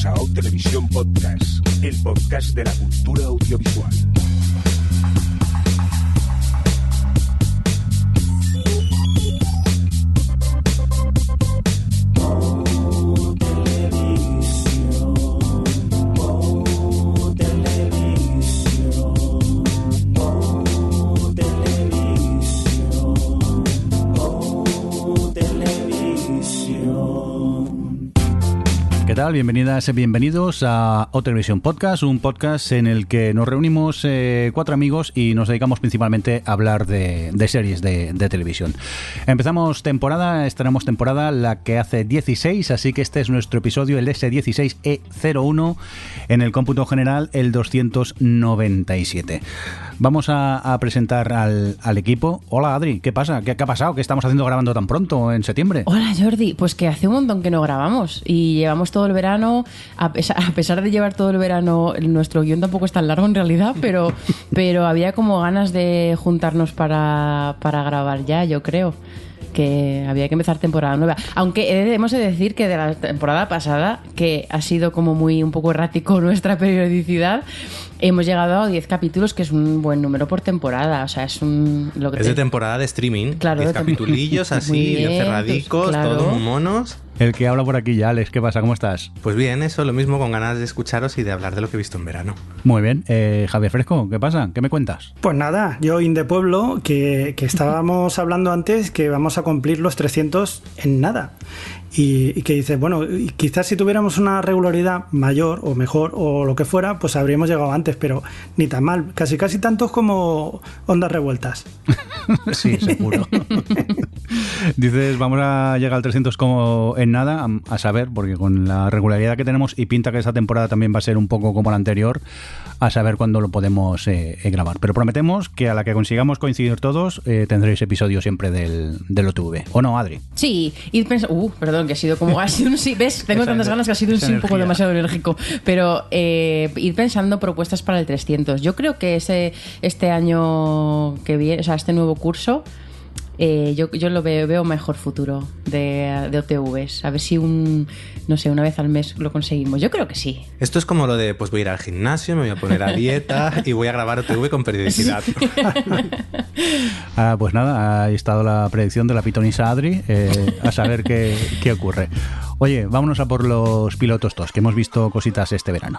Bienvenidos a O Televisión Podcast, el podcast de la cultura audiovisual. ¿Qué tal? Bienvenidas y bienvenidos a O Televisión Podcast, un podcast en el que nos reunimos cuatro amigos y nos dedicamos principalmente a hablar de series de televisión. Empezamos temporada, estrenamos temporada, la que hace 16, así que este es nuestro episodio, el S16E01, en el cómputo general el 297. Vamos a presentar al equipo. Hola Adri, ¿qué pasa? ¿Qué ha pasado? ¿Qué estamos haciendo grabando tan pronto en septiembre? Hola Jordi, pues que hace un montón que no grabamos y llevamos todo el verano, a pesar de llevar todo el verano, nuestro guión tampoco es tan largo en realidad, pero había como ganas de juntarnos para grabar ya, yo creo que había que empezar temporada nueva. Aunque hemos de decir que de la temporada pasada, que ha sido como un poco errático nuestra periodicidad, hemos llegado a 10 capítulos, que es un buen número por temporada. O sea, es de temporada de streaming. Claro, 10 capitulillos así, bien cerradicos, pues, claro. Todos muy monos. El que habla por aquí ya, Alex, ¿qué pasa? ¿Cómo estás? Pues bien, eso, lo mismo, con ganas de escucharos y de hablar de lo que he visto en verano. Muy bien. Javier Fresco, ¿qué pasa? ¿Qué me cuentas? Pues nada, yo de pueblo, que estábamos hablando antes que vamos a cumplir los 300 en nada. Y que dices, bueno, quizás si tuviéramos una regularidad mayor o mejor o lo que fuera, pues habríamos llegado antes, pero ni tan mal. Casi tantos como Ondas Revueltas. Sí, seguro. Dices, vamos a llegar al 300 como en nada, a saber, porque con la regularidad que tenemos y pinta que esta temporada también va a ser un poco como la anterior, a saber cuándo lo podemos grabar. Pero prometemos que a la que consigamos coincidir todos, tendréis episodio siempre del OTV. ¿O no, Adri? Sí, y perdón, que ha sido como... sí, ¿ves? Tengo tantas ganas que ha sido un poco demasiado enérgico. Pero ir pensando propuestas para el 300. Yo creo que este año que viene, o sea, este nuevo curso... yo lo veo mejor futuro de OTVs. A ver si una vez al mes lo conseguimos. Yo creo que sí. Esto es como lo de, pues voy a ir al gimnasio, me voy a poner a dieta y voy a grabar OTV con periodicidad. Sí. Pues nada, ha estado la predicción de la pitonisa Adri, a saber qué ocurre. Oye, vámonos a por los pilotos TOS, que hemos visto cositas este verano.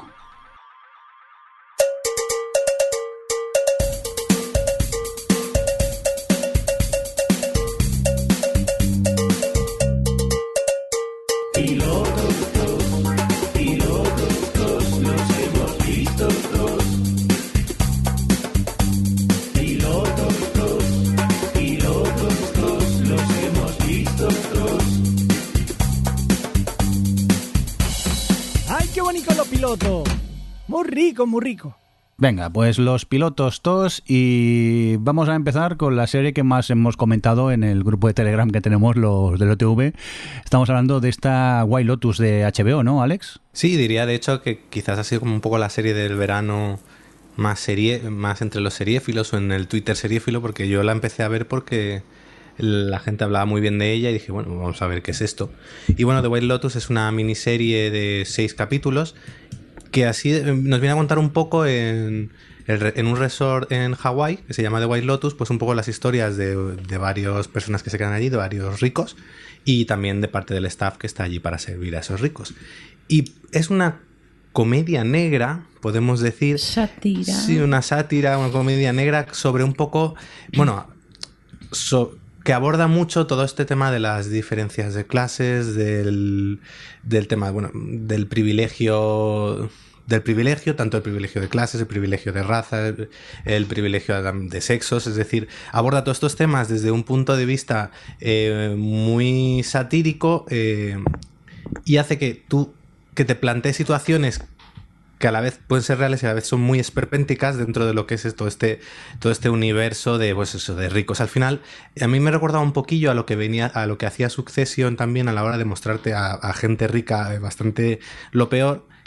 Muy rico. Venga, pues los pilotos TOS, y vamos a empezar con la serie que más hemos comentado en el grupo de Telegram que tenemos, los del OTV. Estamos hablando de esta White Lotus de HBO, ¿no, Alex? Sí, diría de hecho que quizás ha sido como un poco la serie del verano más entre los seriéfilos o en el Twitter seriéfilo, porque yo la empecé a ver porque la gente hablaba muy bien de ella y dije, bueno, vamos a ver qué es esto. Y bueno, The White Lotus es una miniserie de 6 capítulos que así nos viene a contar un poco en un resort en Hawái que se llama The White Lotus, pues un poco las historias de varias personas que se quedan allí, de varios ricos, y también de parte del staff que está allí para servir a esos ricos. Y es una comedia negra, podemos decir. Sátira. Sí, una sátira, una comedia negra sobre un poco, bueno, que aborda mucho todo este tema de las diferencias de clases, del tema, bueno, del privilegio, tanto el privilegio de clases, el privilegio de raza, el privilegio de sexos, es decir, aborda todos estos temas desde un punto de vista muy satírico, y hace que te plantees situaciones que a la vez pueden ser reales y a la vez son muy esperpénticas dentro de lo que es todo este universo de, pues eso, de ricos. Al final, a mí me recordaba un poquillo a lo que hacía Succession también, a la hora de mostrarte a gente rica bastante lo peor,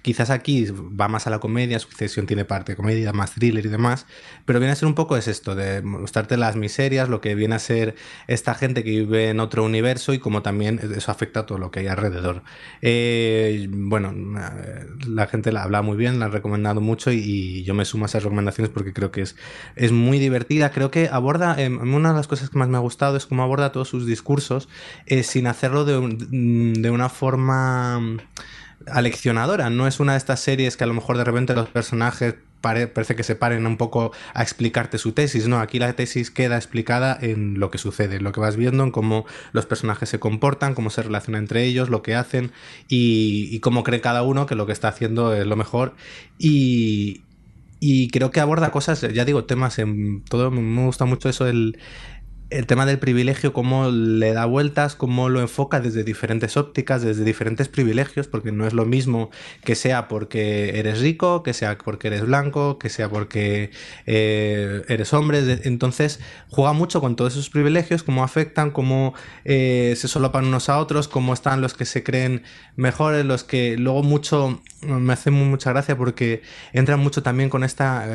Quizás aquí va más a la comedia, Succession tiene parte de comedia, más thriller y demás, pero viene a ser un poco es esto, de mostrarte las miserias, lo que viene a ser esta gente que vive en otro universo y cómo también eso afecta a todo lo que hay alrededor. Bueno, la gente la habla muy bien, la han recomendado mucho y yo me sumo a esas recomendaciones porque creo que es muy divertida. Creo que aborda, una de las cosas que más me ha gustado es cómo aborda todos sus discursos sin hacerlo de una forma aleccionadora. No es una de estas series que a lo mejor de repente los personajes parece que se paren un poco a explicarte su tesis. No, aquí la tesis queda explicada en lo que sucede, en lo que vas viendo, en cómo los personajes se comportan, cómo se relacionan entre ellos, lo que hacen y cómo cree cada uno que lo que está haciendo es lo mejor. Y creo que aborda cosas, ya digo, temas en todo. Me gusta mucho eso, el tema del privilegio, cómo le da vueltas, cómo lo enfoca desde diferentes ópticas, desde diferentes privilegios, porque no es lo mismo que sea porque eres rico, que sea porque eres blanco, que sea porque eres hombre. Entonces juega mucho con todos esos privilegios, cómo afectan, cómo se solapan unos a otros, cómo están los que se creen mejores, los que luego mucho me hace mucha gracia porque entran mucho también con esta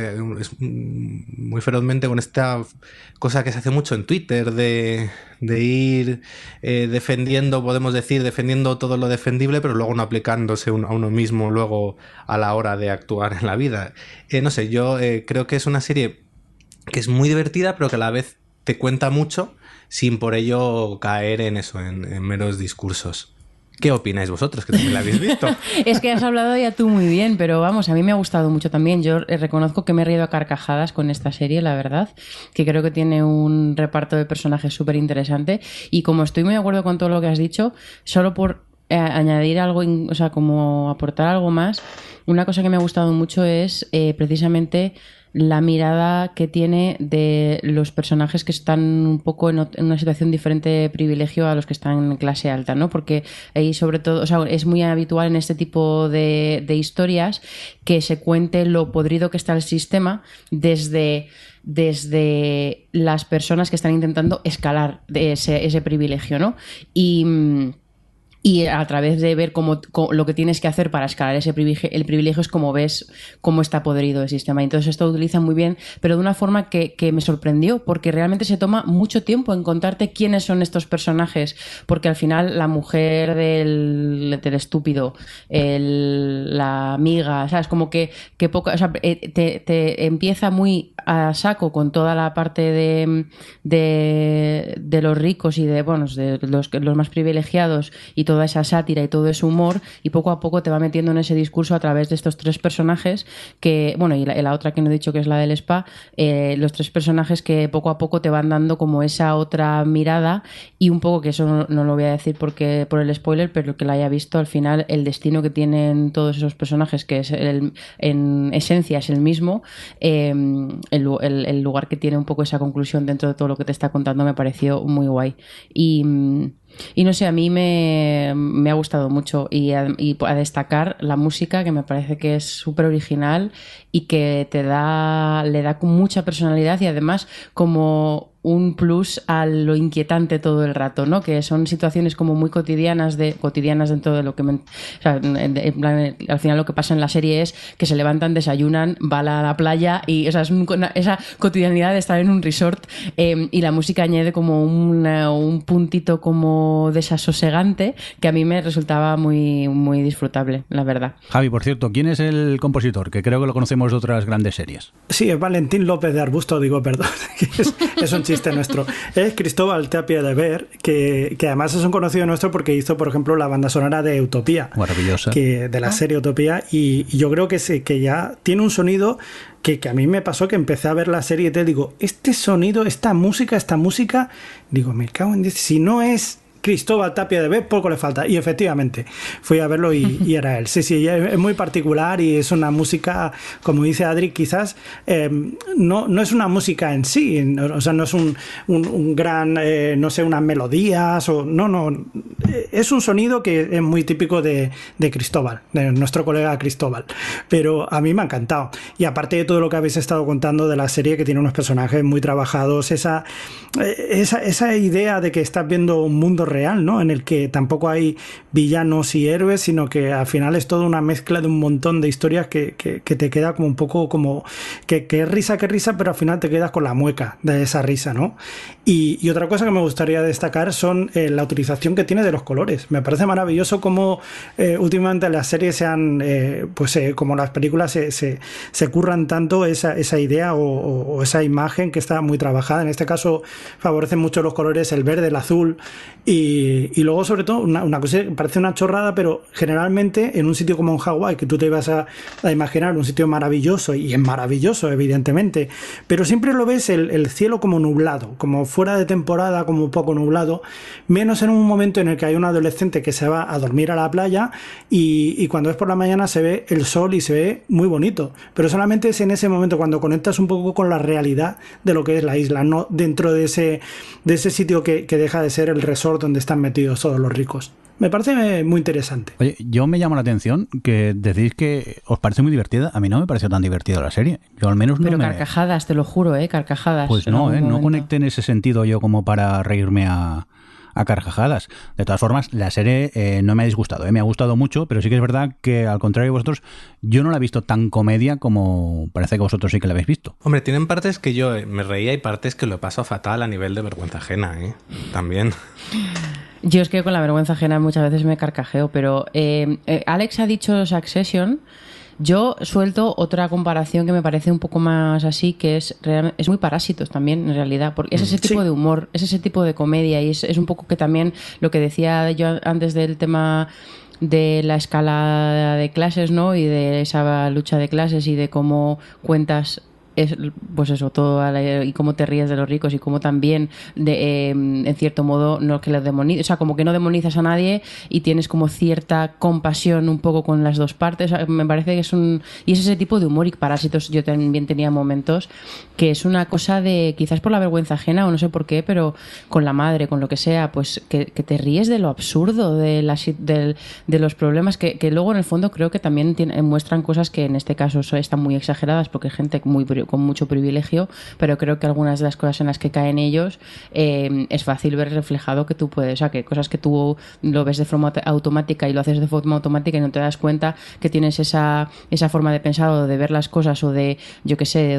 muy ferozmente con esta cosa que se hace mucho en Twitter de ir defendiendo, podemos decir, defendiendo todo lo defendible, pero luego no aplicándose a uno mismo luego a la hora de actuar en la vida. No sé, yo creo que es una serie que es muy divertida, pero que a la vez te cuenta mucho sin por ello caer en eso, en meros discursos. ¿Qué opináis vosotros, que también la habéis visto? Es que has hablado ya tú muy bien, pero vamos, a mí me ha gustado mucho también. Yo reconozco que me he reído a carcajadas con esta serie, la verdad, que creo que tiene un reparto de personajes súper interesante y como estoy muy de acuerdo con todo lo que has dicho, solo por añadir algo, o sea, como aportar algo más, una cosa que me ha gustado mucho es precisamente la mirada que tiene de los personajes que están un poco en una situación diferente de privilegio a los que están en clase alta, ¿no? Porque ahí sobre todo, o sea, es muy habitual en este tipo de historias que se cuente lo podrido que está el sistema desde las personas que están intentando escalar de ese privilegio, ¿no? Y a través de ver cómo lo que tienes que hacer para escalar ese privilegio, el privilegio es como ves cómo está podrido el sistema. Entonces esto lo utiliza muy bien, pero de una forma que me sorprendió, porque realmente se toma mucho tiempo en contarte quiénes son estos personajes, porque al final la mujer del estúpido, la amiga, ¿sabes? Como que poco, o sea, te empieza muy a saco con toda la parte de los ricos y de los más privilegiados y toda esa sátira y todo ese humor, y poco a poco te va metiendo en ese discurso a través de estos tres personajes que, bueno, y la otra que no he dicho que es la del spa, los tres personajes que poco a poco te van dando como esa otra mirada y un poco, que eso no lo voy a decir porque por el spoiler, pero que la haya visto, al final el destino que tienen todos esos personajes, que es en esencia es el mismo, el lugar que tiene un poco esa conclusión dentro de todo lo que te está contando me pareció muy guay. Y no sé, a mí me ha gustado mucho y a destacar la música, que me parece que es súper original y que le da con mucha personalidad y además como un plus a lo inquietante todo el rato, ¿no? Que son situaciones como muy cotidianas dentro de lo que en plan, al final lo que pasa en la serie es que se levantan, desayunan, van a la playa y, o sea, es esa cotidianidad de estar en un resort, y la música añade como un puntito como desasosegante que a mí me resultaba muy, muy disfrutable, la verdad. Javi, por cierto, ¿quién es el compositor? Que creo que lo conocemos de otras grandes series. Sí, es Valentín López de Arbusto, perdón, es un chiste nuestro. Es Cristóbal Tapia de Ver, que además es un conocido nuestro porque hizo, por ejemplo, la banda sonora de Utopía. Maravillosa. De la serie Utopía, y yo creo que ya tiene un sonido que a mí me pasó que empecé a ver la serie y te digo, este sonido, esta música, digo, me cago en 10, si no es Cristóbal Tapia de Ver, poco le falta. Y efectivamente, fui a verlo y era él. Sí, es muy particular y es una música, como dice Adri, quizás no es una música en sí, o sea, no es un gran, no sé, unas melodías, no, es un sonido que es muy típico de Cristóbal, de nuestro colega Cristóbal. Pero a mí me ha encantado. Y aparte de todo lo que habéis estado contando de la serie, que tiene unos personajes muy trabajados, esa idea de que estás viendo un mundo real, ¿no? En el que tampoco hay villanos y héroes, sino que al final es toda una mezcla de un montón de historias que te queda como un poco como que es risa, pero al final te quedas con la mueca de esa risa, ¿no? Y otra cosa que me gustaría destacar son la utilización que tiene de los colores. Me parece maravilloso cómo últimamente las series se han, como las películas se curran tanto esa idea o esa imagen que está muy trabajada. En este caso favorecen mucho los colores, el verde, el azul y luego sobre todo una cosa que parece una chorrada, pero generalmente en un sitio como en Hawái, que tú te ibas a imaginar un sitio maravilloso, y es maravilloso evidentemente, pero siempre lo ves el cielo como nublado, como fuera de temporada, como un poco nublado, menos en un momento en el que hay un adolescente que se va a dormir a la playa y cuando es por la mañana se ve el sol y se ve muy bonito, pero solamente es en ese momento cuando conectas un poco con la realidad de lo que es la isla, no dentro de ese sitio que deja de ser el resort donde están metidos todos los ricos. Me parece muy interesante. Oye, yo me llama la atención que decís que os parece muy divertida. A mí no me pareció tan divertida la serie. Yo al menos pero no carcajadas, te lo juro, carcajadas. Pues no conecté en ese sentido yo como para reírme a carcajadas. De todas formas, la serie no me ha disgustado, me ha gustado mucho, pero sí que es verdad que al contrario de vosotros, yo no la he visto tan comedia como parece que vosotros sí que la habéis visto. Hombre, tienen partes que yo me reía y partes que lo paso fatal a nivel de vergüenza ajena, también. Yo es que con la vergüenza ajena muchas veces me carcajeo, pero Alex ha dicho Succession. Yo suelto otra comparación que me parece un poco más así, que es muy Parásitos también, en realidad, porque es ese tipo de humor, es ese tipo de comedia, y es un poco que también lo que decía yo antes del tema de la escala de clases, ¿no? Y de esa lucha de clases y de cómo cuentas pues eso, todo y cómo te ríes de los ricos y cómo también en cierto modo no que los demonizas, o sea, como que no demonizas a nadie y tienes como cierta compasión un poco con las dos partes. O sea, me parece que y es ese tipo de humor. Y Parásitos yo también tenía momentos que es una cosa de, quizás por la vergüenza ajena o no sé por qué, pero con la madre, con lo que sea, pues que te ríes de lo absurdo de los problemas que luego en el fondo creo que también muestran cosas que en este caso están muy exageradas porque hay gente con mucho privilegio, pero creo que algunas de las cosas en las que caen ellos es fácil ver reflejado que tú puedes, o sea, que cosas que tú lo ves de forma automática y lo haces de forma automática y no te das cuenta que tienes esa forma de pensar o de ver las cosas o de, yo qué sé,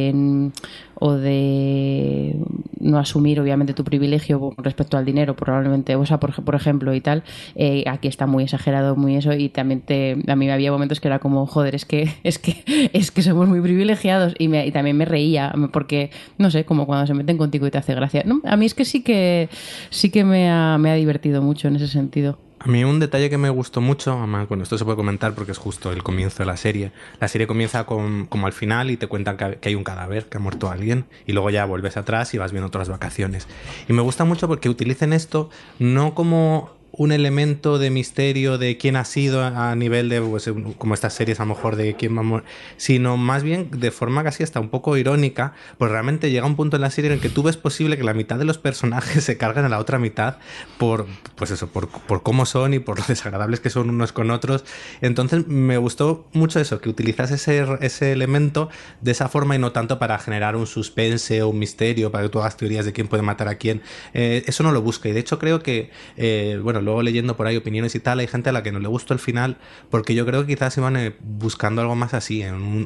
o de no asumir obviamente tu privilegio con respecto al dinero probablemente, o sea, por ejemplo y tal, aquí está muy exagerado, muy eso, y también a mí había momentos que era como, joder, es que somos muy privilegiados y también me reía porque, no sé, como cuando se meten contigo y te hace gracia. No, a mí es que sí que me ha divertido mucho en ese sentido. A mí un detalle que me gustó mucho, además, bueno, esto se puede comentar porque es justo el comienzo de la serie. La serie comienza como al final y te cuentan que hay un cadáver, que ha muerto alguien, y luego ya vuelves atrás y vas viendo otras vacaciones. Y me gusta mucho porque utilicen esto no como un elemento de misterio de quién ha sido a nivel de, pues, como estas series a lo mejor de quién va a morir, sino más bien de forma casi hasta un poco irónica, pues realmente llega un punto en la serie en el que tú ves posible que la mitad de los personajes se cargan a la otra mitad por cómo son y por lo desagradables que son unos con otros. Entonces me gustó mucho eso, que utilizas ese elemento de esa forma y no tanto para generar un suspense o un misterio, para que tú hagas teorías de quién puede matar a quién. Eso no lo busca, y de hecho creo que, luego leyendo por ahí opiniones y tal, hay gente a la que no le gustó el final porque yo creo que quizás iban buscando algo más así,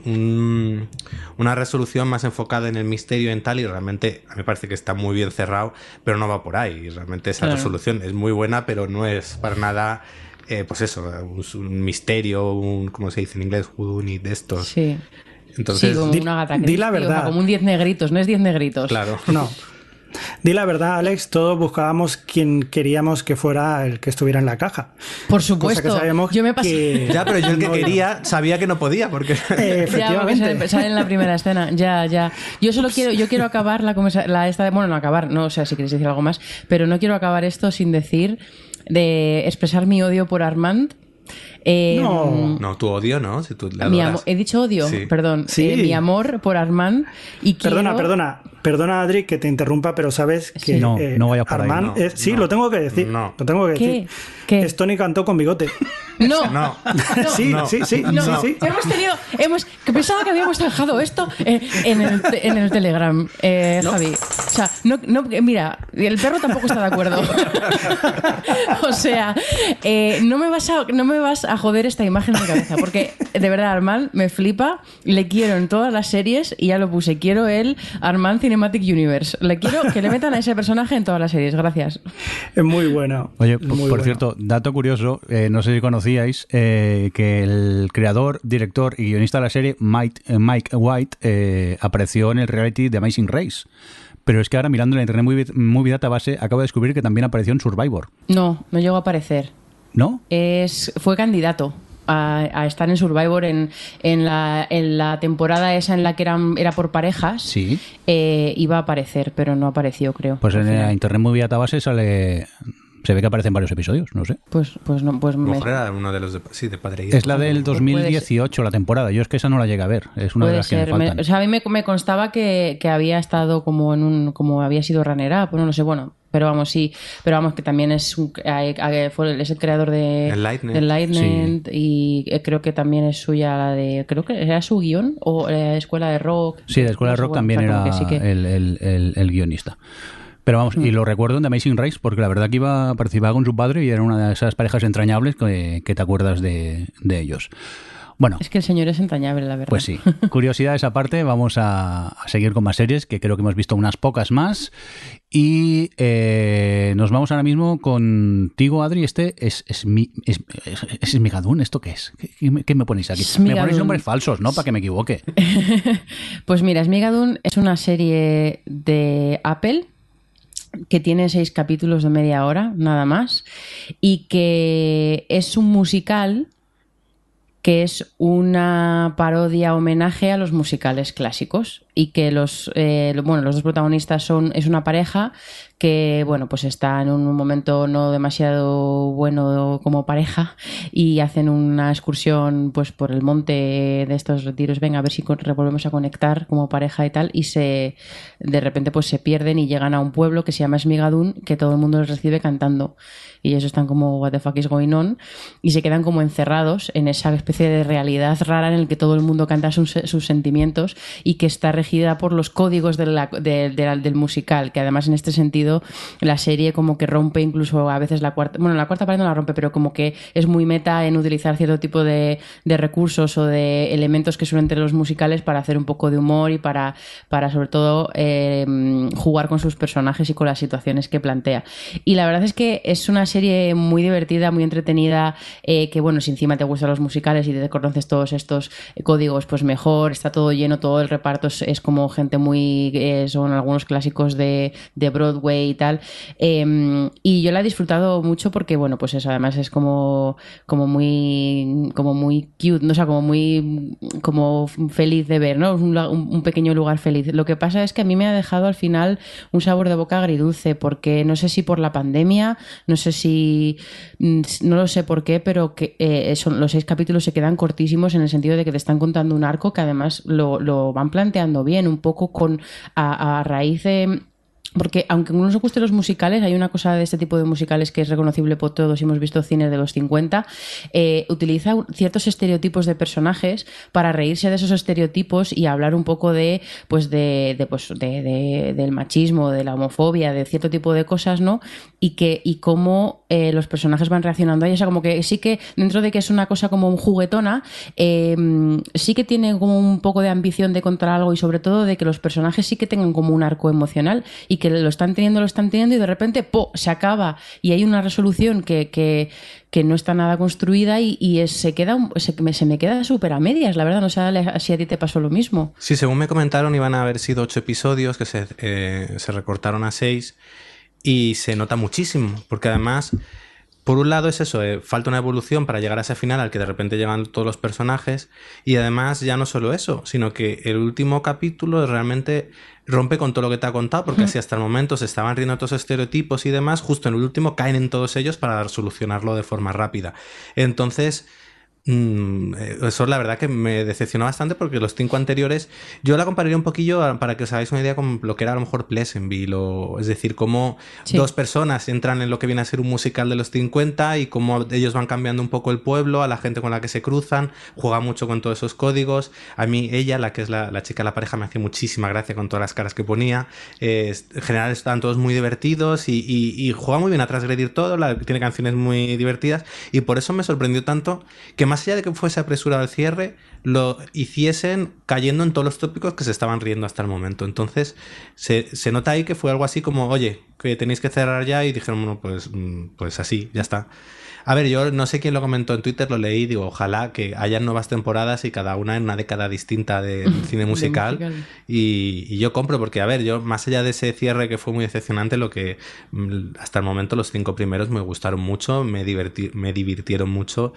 una resolución más enfocada en el misterio en tal, y realmente a mí me parece que está muy bien cerrado, pero no va por ahí, y realmente esa resolución es muy buena, pero no es para nada pues eso, un misterio, ¿cómo se dice en inglés? Whodunit de estos. Sí. Entonces, sí, como una gata Christie, di la verdad. O sea, como un 10 negritos, no es 10 negritos. Claro. No. Di la verdad, Alex, todos buscábamos quien queríamos que fuera el que estuviera en la caja. Por supuesto. Cosa que sabemos yo me pasé. que... Ya, pero yo el que quería sabía que no podía, porque... efectivamente. Ya, sale en la primera escena. Ya. Yo quiero acabar bueno, no acabar, no sé si queréis decir algo más, pero no quiero acabar esto sin decir de expresar mi odio por Armand. No, tu odio, ¿no? Si tú le adoras. He dicho odio, sí. Perdón. Sí. Mi amor por Armand. Y Perdona, Adri, que te interrumpa, pero sabes que sí. No vaya por Armand ahí. Sí, lo tengo que decir. No. Lo tengo que decir. ¿Qué? Es Tony Cantó con bigote. No. Sí. Que pensaba que habíamos trabajado esto en el Telegram, Javi. O sea, mira, Y el perro tampoco está de acuerdo. O sea, no me vas a joder esta imagen en mi cabeza, porque de verdad Armand me flipa, le quiero en todas las series y ya lo puse, quiero el Armand Cinematic Universe. Le quiero que le metan a ese personaje en todas las series, gracias. Es muy bueno. Oye, muy por bueno. cierto, dato curioso, no sé si conocíais que el creador, director y guionista de la serie, Mike White, apareció en el reality de Amazing Race. Pero es que ahora, mirando en la Internet Movie Database, acabo de descubrir que también apareció en Survivor. No llegó a aparecer. ¿No? Fue candidato a estar en Survivor en la temporada esa en la que era por parejas. Sí. Iba a aparecer, pero no apareció, creo. Pues en la Internet Movie Database se ve que aparecen varios episodios, no sé. Pues A lo mejor era uno de los de Padre y Hijo. Es la del 2018, la temporada. Yo es que esa no la llegué a ver. Es una de las que me faltan. O sea, a mí me constaba que había estado como había sido runner-up, no sé, bueno. Pero vamos, sí. Pero vamos, que también es es el creador de Enlightenment sí. Y creo que también es suya creo que era su guión o la Escuela de Rock. Sí, la Escuela de Rock también era el guionista. Pero vamos, y lo recuerdo en The Amazing Race porque la verdad que iba a participar con su padre y era una de esas parejas entrañables que te acuerdas de ellos. Bueno, es que el señor es entrañable, la verdad. Pues sí. Curiosidades aparte, vamos a seguir con más series, que creo que hemos visto unas pocas más. Y nos vamos ahora mismo contigo, Adri. Este es Smigadun. ¿Esto qué es? ¿Qué me ponéis aquí? Smigadun. Me ponéis nombres falsos, ¿no? Para que me equivoque. Pues mira, Smigadun es una serie de Apple que tiene 6 capítulos de media hora, nada más, y que es un musical que es una parodia homenaje a los musicales clásicos y que los dos protagonistas es una pareja que pues está en un momento no demasiado bueno como pareja y hacen una excursión pues por el monte de estos retiros, venga a ver si volvemos a conectar como pareja y tal, y de repente pues se pierden y llegan a un pueblo que se llama Smigadun, que todo el mundo les recibe cantando y ellos están como what the fuck is going on y se quedan como encerrados en esa especie de realidad rara en el que todo el mundo canta sus sentimientos y que está regida por los códigos del musical, que además en este sentido la serie como que rompe incluso a veces la cuarta pared no la rompe, pero como que es muy meta en utilizar cierto tipo de recursos o de elementos que suelen tener los musicales para hacer un poco de humor y para sobre todo jugar con sus personajes y con las situaciones que plantea. Y la verdad es que es una serie muy divertida, muy entretenida, que si encima te gustan los musicales y te conoces todos estos códigos, pues mejor, está todo lleno, todo el reparto es como gente muy son algunos clásicos de Broadway y tal, y yo la he disfrutado mucho porque pues eso, además es como muy cute, ¿no? O sea, como muy feliz de ver, ¿no? Un pequeño lugar feliz. Lo que pasa es que a mí me ha dejado al final un sabor de boca agridulce, porque no sé si por la pandemia, no sé si no lo sé por qué, pero que los 6 capítulos se quedan cortísimos en el sentido de que te están contando un arco que además lo van planteando bien, un poco a raíz de... Porque aunque no nos gusten los musicales, hay una cosa de este tipo de musicales que es reconocible por todos y hemos visto cines de los 50, utiliza ciertos estereotipos de personajes para reírse de esos estereotipos y hablar un poco del machismo, de la homofobia, de cierto tipo de cosas, ¿no? Y cómo los personajes van reaccionando a ella. O sea, como que sí que dentro de que es una cosa como juguetona, sí que tiene como un poco de ambición de contar algo y sobre todo de que los personajes sí que tengan como un arco emocional y que lo están teniendo y de repente se acaba y hay una resolución que no está nada construida y se me queda súper a medias, la verdad. No sé si a ti te pasó lo mismo. Sí, según me comentaron iban a haber sido 8 episodios que se recortaron a 6 y se nota muchísimo, porque además por un lado es eso, falta una evolución para llegar a ese final al que de repente llegan todos los personajes, y además ya no solo eso, sino que el último capítulo realmente rompe con todo lo que te ha contado, porque así hasta el momento se estaban riendo todos los estereotipos y demás, justo en el último caen en todos ellos para solucionarlo de forma rápida. Entonces Eso la verdad que me decepcionó bastante porque los 5 anteriores yo la compararía un poquillo para que os hagáis una idea con lo que era a lo mejor Pleasantville, es decir, cómo dos personas entran en lo que viene a ser un musical de los 50 y cómo ellos van cambiando un poco el pueblo, a la gente con la que se cruzan, juega mucho con todos esos códigos. A mí ella, la que es la chica de la pareja, me hacía muchísima gracia con todas las caras que ponía. En general estaban todos muy divertidos y juega muy bien a transgredir todo, tiene canciones muy divertidas y por eso me sorprendió tanto que más allá de que fuese apresurado el cierre, lo hiciesen cayendo en todos los tópicos que se estaban riendo hasta el momento. Entonces se nota ahí que fue algo así como, oye, que tenéis que cerrar ya, y dijeron, bueno, pues así, ya está. A ver, yo no sé quién lo comentó en Twitter, lo leí, digo, ojalá que hayan nuevas temporadas y cada una en una década distinta del cine musical. Y yo compro, porque, a ver, yo más allá de ese cierre que fue muy decepcionante, lo que hasta el momento los 5 primeros me gustaron mucho, me divirtieron mucho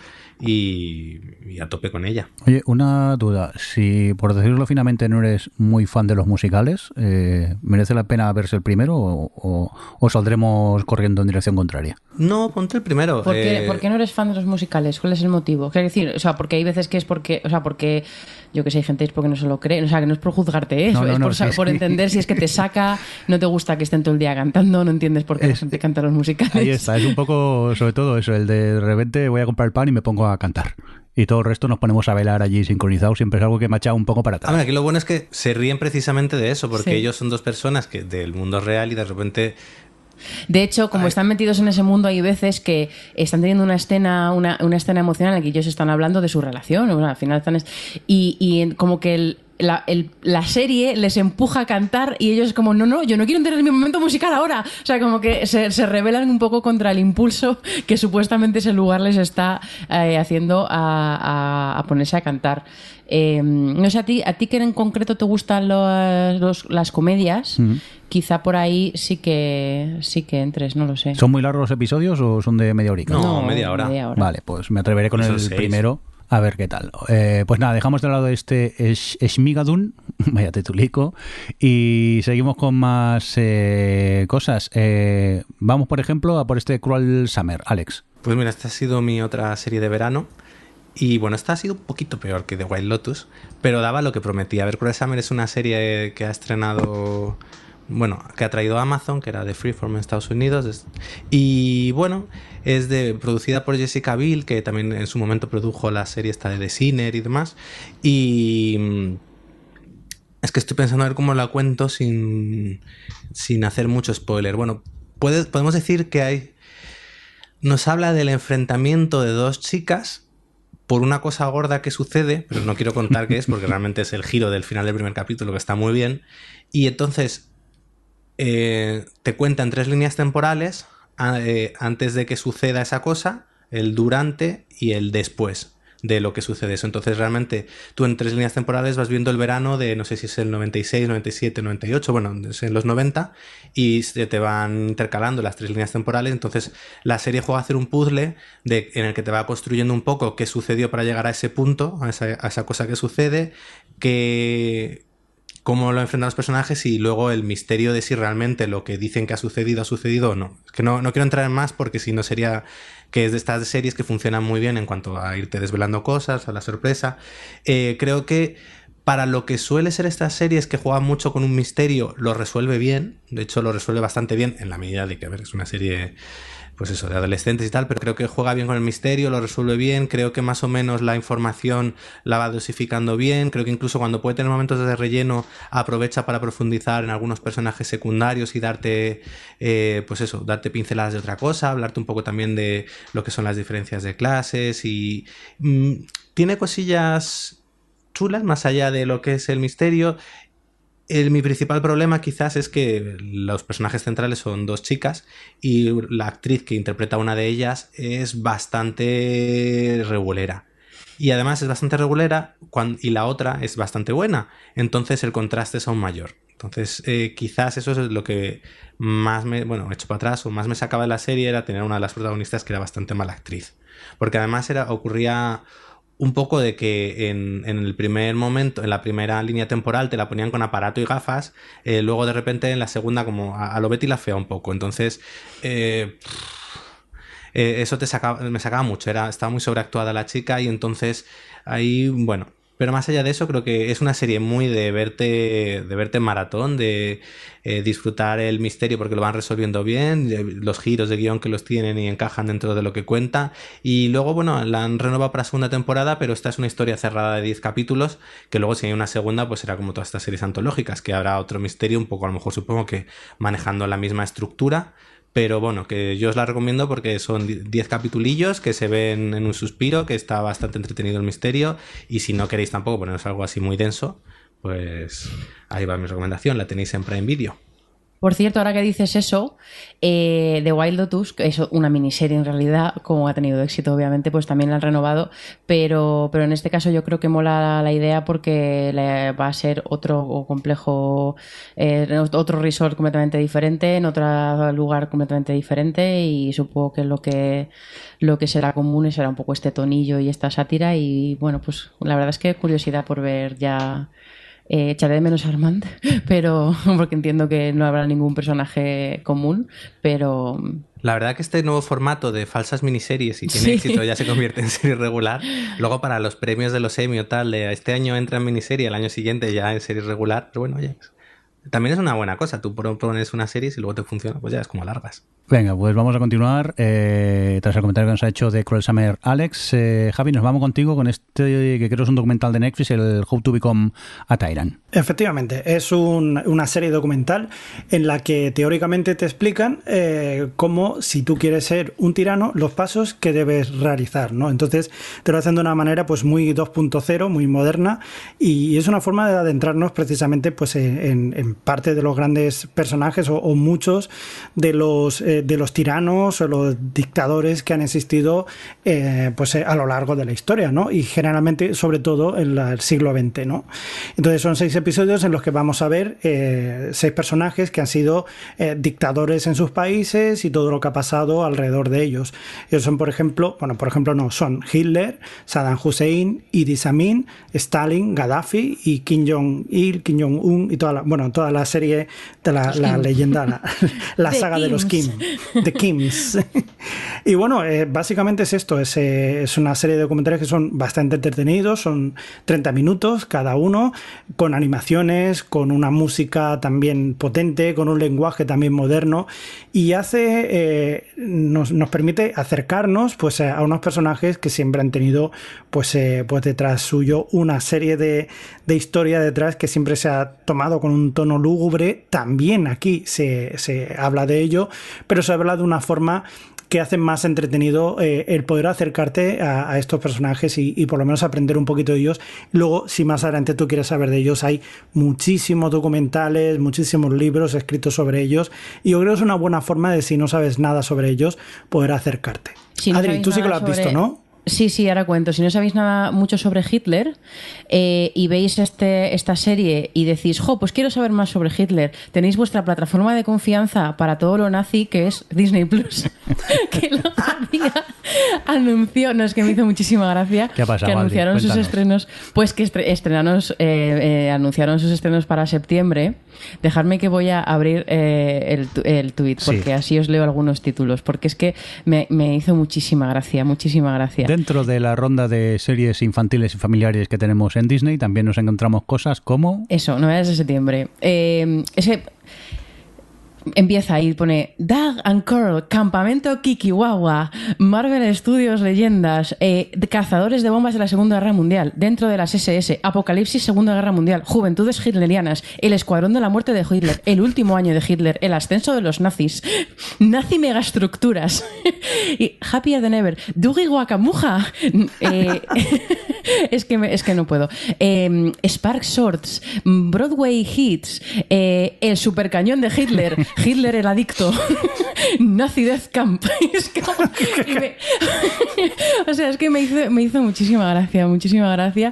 y a tope con ella. Oye, una duda, si por decirlo finamente no eres muy fan de los musicales, ¿merece la pena verse el primero o saldremos corriendo en dirección contraria? No, ponte el primero. ¿Por qué no eres fan de los musicales? ¿Cuál es el motivo? Quiero decir, o sea, porque hay veces que es porque, o sea, porque yo que sé, hay gente es porque no se lo cree, o sea, que no es por juzgarte, ¿eh? Por entender si es que te saca, no te gusta que estén todo el día cantando, no entiendes por qué la gente canta los musicales. Ahí está, es un poco, sobre todo eso, el de repente voy a comprar el pan y me pongo a cantar. Y todo el resto nos ponemos a bailar allí sincronizados, siempre es algo que me ha echado un poco para atrás. A ver, aquí lo bueno es que se ríen precisamente de eso, porque ellos son dos personas que del mundo real y de repente... De hecho, como están metidos en ese mundo, hay veces que están teniendo una escena emocional en la que ellos están hablando de su relación. Bueno, al final están... Y como que la serie les empuja a cantar y ellos como, no, yo no quiero tener mi momento musical ahora. O sea, como que se rebelan un poco contra el impulso que supuestamente ese lugar les está haciendo a ponerse a cantar. No sé, a ti que en concreto te gustan las comedias, quizá por ahí sí que entres, no lo sé. ¿Son muy largos los episodios o son de media horica? No, media hora. Vale, pues me atreveré con el primero. A ver qué tal. Pues nada, dejamos de lado este Shmigadun, vaya titulico, y seguimos con más cosas. Vamos, por ejemplo, a por este Cruel Summer. Alex. Pues mira, esta ha sido mi otra serie de verano. Y bueno, esta ha sido un poquito peor que The White Lotus, pero daba lo que prometía. A ver, Cruel Summer es una serie que ha estrenado... Bueno, que ha traído Amazon, que era de Freeform en Estados Unidos. Y bueno, es producida por Jessica Biel, que también en su momento produjo la serie esta de The Sinner y demás. Y es que estoy pensando a ver cómo la cuento sin hacer mucho spoiler. Bueno, podemos decir que nos habla del enfrentamiento de dos chicas por una cosa gorda que sucede, pero no quiero contar qué es, porque realmente es el giro del final del primer capítulo, que está muy bien. Y entonces... te cuenta en 3 líneas temporales antes de que suceda esa cosa, el durante y el después de lo que sucede eso. Entonces realmente tú en 3 líneas temporales vas viendo el verano de, no sé si es el 96, 97, 98, bueno, es en los 90, y se te van intercalando las 3 líneas temporales. Entonces la serie juega a hacer un puzzle en el que te va construyendo un poco qué sucedió para llegar a ese punto, a esa cosa que sucede, cómo lo enfrentan los personajes y luego el misterio de si realmente lo que dicen que ha sucedido o no. Es que no quiero entrar en más porque si no sería... que es de estas series que funcionan muy bien en cuanto a irte desvelando cosas, a la sorpresa. Creo que para lo que suele ser estas series que juegan mucho con un misterio, lo resuelve bien. De hecho, lo resuelve bastante bien en la medida de que, a ver, es una serie... pues eso, de adolescentes y tal, pero creo que juega bien con el misterio, lo resuelve bien, creo que más o menos la información la va dosificando bien, creo que incluso cuando puede tener momentos de relleno aprovecha para profundizar en algunos personajes secundarios y darte, pues eso, darte pinceladas de otra cosa, hablarte un poco también de lo que son las diferencias de clases y tiene cosillas chulas más allá de lo que es el misterio. Mi principal problema quizás es que los personajes centrales son 2 chicas y la actriz que interpreta a una de ellas es bastante regulera. Y además es bastante regulera y la otra es bastante buena. Entonces el contraste es aún mayor. Entonces quizás eso es lo que más echo para atrás o más me sacaba de la serie, era tener una de las protagonistas que era bastante mala actriz. Porque además ocurría... un poco de que en el primer momento, en la primera línea temporal te la ponían con aparato y gafas, luego de repente en la segunda como a lo Betty la Fea un poco. Entonces eso me sacaba mucho, estaba muy sobreactuada la chica y entonces ahí, bueno... Pero más allá de eso, creo que es una serie muy de verte en maratón, de disfrutar el misterio porque lo van resolviendo bien, los giros de guión que los tienen y encajan dentro de lo que cuenta. Y luego, bueno, la han renovado para segunda temporada, pero esta es una historia cerrada de 10 capítulos, que luego si hay una segunda, pues será como todas estas series antológicas, que habrá otro misterio, un poco a lo mejor supongo que manejando la misma estructura. Pero bueno, que yo os la recomiendo porque son 10 capitulillos que se ven en un suspiro, que está bastante entretenido el misterio, y si no queréis tampoco poneros algo así muy denso, pues ahí va mi recomendación, la tenéis en Prime Video. Por cierto, ahora que dices eso, The Wild Lotus, que es una miniserie en realidad, como ha tenido éxito obviamente, pues también la han renovado, pero en este caso yo creo que mola la idea porque va a ser otro complejo, otro resort completamente diferente, en otro lugar completamente diferente, y supongo que lo que será común será un poco este tonillo y esta sátira, y bueno, pues la verdad es que curiosidad por ver ya... echaré de menos a Armand, pero porque entiendo que no habrá ningún personaje común, pero... La verdad que este nuevo formato de falsas miniseries, si tiene éxito, ya se convierte en serie regular. Luego para los premios de los Emmy o tal, de este año entra en miniserie, el año siguiente ya en serie regular, pero bueno, oye, también es una buena cosa. Tú pones una serie y si luego te funciona, pues ya es como largas. Venga, pues vamos a continuar. Tras el comentario que nos ha hecho de Cruel Summer Alex, Javi, nos vamos contigo con este que creo es un documental de Netflix, el How to Become a Tyrant. Efectivamente, es una serie documental en la que teóricamente te explican cómo, si tú quieres ser un tirano, los pasos que debes realizar, ¿no? Entonces te lo hacen de una manera pues muy 2.0, muy moderna, y es una forma de adentrarnos precisamente pues en parte de los grandes personajes o muchos de los tiranos o los dictadores que han existido pues a lo largo de la historia, ¿no? Y generalmente, sobre todo, en el siglo XX, ¿no? Entonces son 6 episodios en los que vamos a ver 6 personajes que han sido dictadores en sus países y todo lo que ha pasado alrededor de ellos. Ellos son, son Hitler, Saddam Hussein, Idi Amin, Stalin, Gaddafi y Kim Jong-il, Kim Jong-un y toda la serie de la leyenda, la saga de los Kim. The Kims. Y bueno, básicamente es esto, es una serie de documentales que son bastante entretenidos, son 30 minutos cada uno, con animaciones, con una música también potente, con un lenguaje también moderno, y nos permite acercarnos pues a unos personajes que siempre han tenido pues detrás suyo una serie de historia detrás que siempre se ha tomado con un tono lúgubre. También aquí se habla de ello, pero se habla de una forma que hace más entretenido el poder acercarte a estos personajes y por lo menos aprender un poquito de ellos. Luego, si más adelante tú quieres saber de ellos, hay muchísimos documentales, muchísimos libros escritos sobre ellos, y yo creo que es una buena forma de, si no sabes nada sobre ellos, poder acercarte. Si no Adri, tú sí que lo has visto, ¿no? Sí, ahora cuento. Si no sabéis nada mucho sobre Hitler y veis esta serie y decís, pues quiero saber más sobre Hitler, tenéis vuestra plataforma de confianza para todo lo nazi, que es Disney Plus, que el otro día anunció, es que me hizo muchísima gracia, ¿qué ha pasado, que anunciaron sus estrenos, pues que anunciaron sus estrenos para septiembre. Dejadme que voy a abrir el tuit, porque así os leo algunos títulos, porque es que me hizo muchísima gracia. Dentro de la ronda de series infantiles y familiares que tenemos en Disney, también nos encontramos cosas como... Eso, novedades de septiembre. Empieza ahí, pone Doug and Curl, Campamento Kikiwawa, Marvel Studios Leyendas, Cazadores de Bombas de la Segunda Guerra Mundial, Dentro de las SS, Apocalipsis Segunda Guerra Mundial, Juventudes Hitlerianas, El Escuadrón de la Muerte de Hitler, El Último Año de Hitler, El Ascenso de los Nazis, Nazi Megaestructuras y Happier Than Ever, Dougie Guacamuja, es que no puedo, Spark Swords, Broadway Hits, El Supercañón de Hitler, Hitler el adicto, Nazi Death Camp. Es que me hizo muchísima gracia.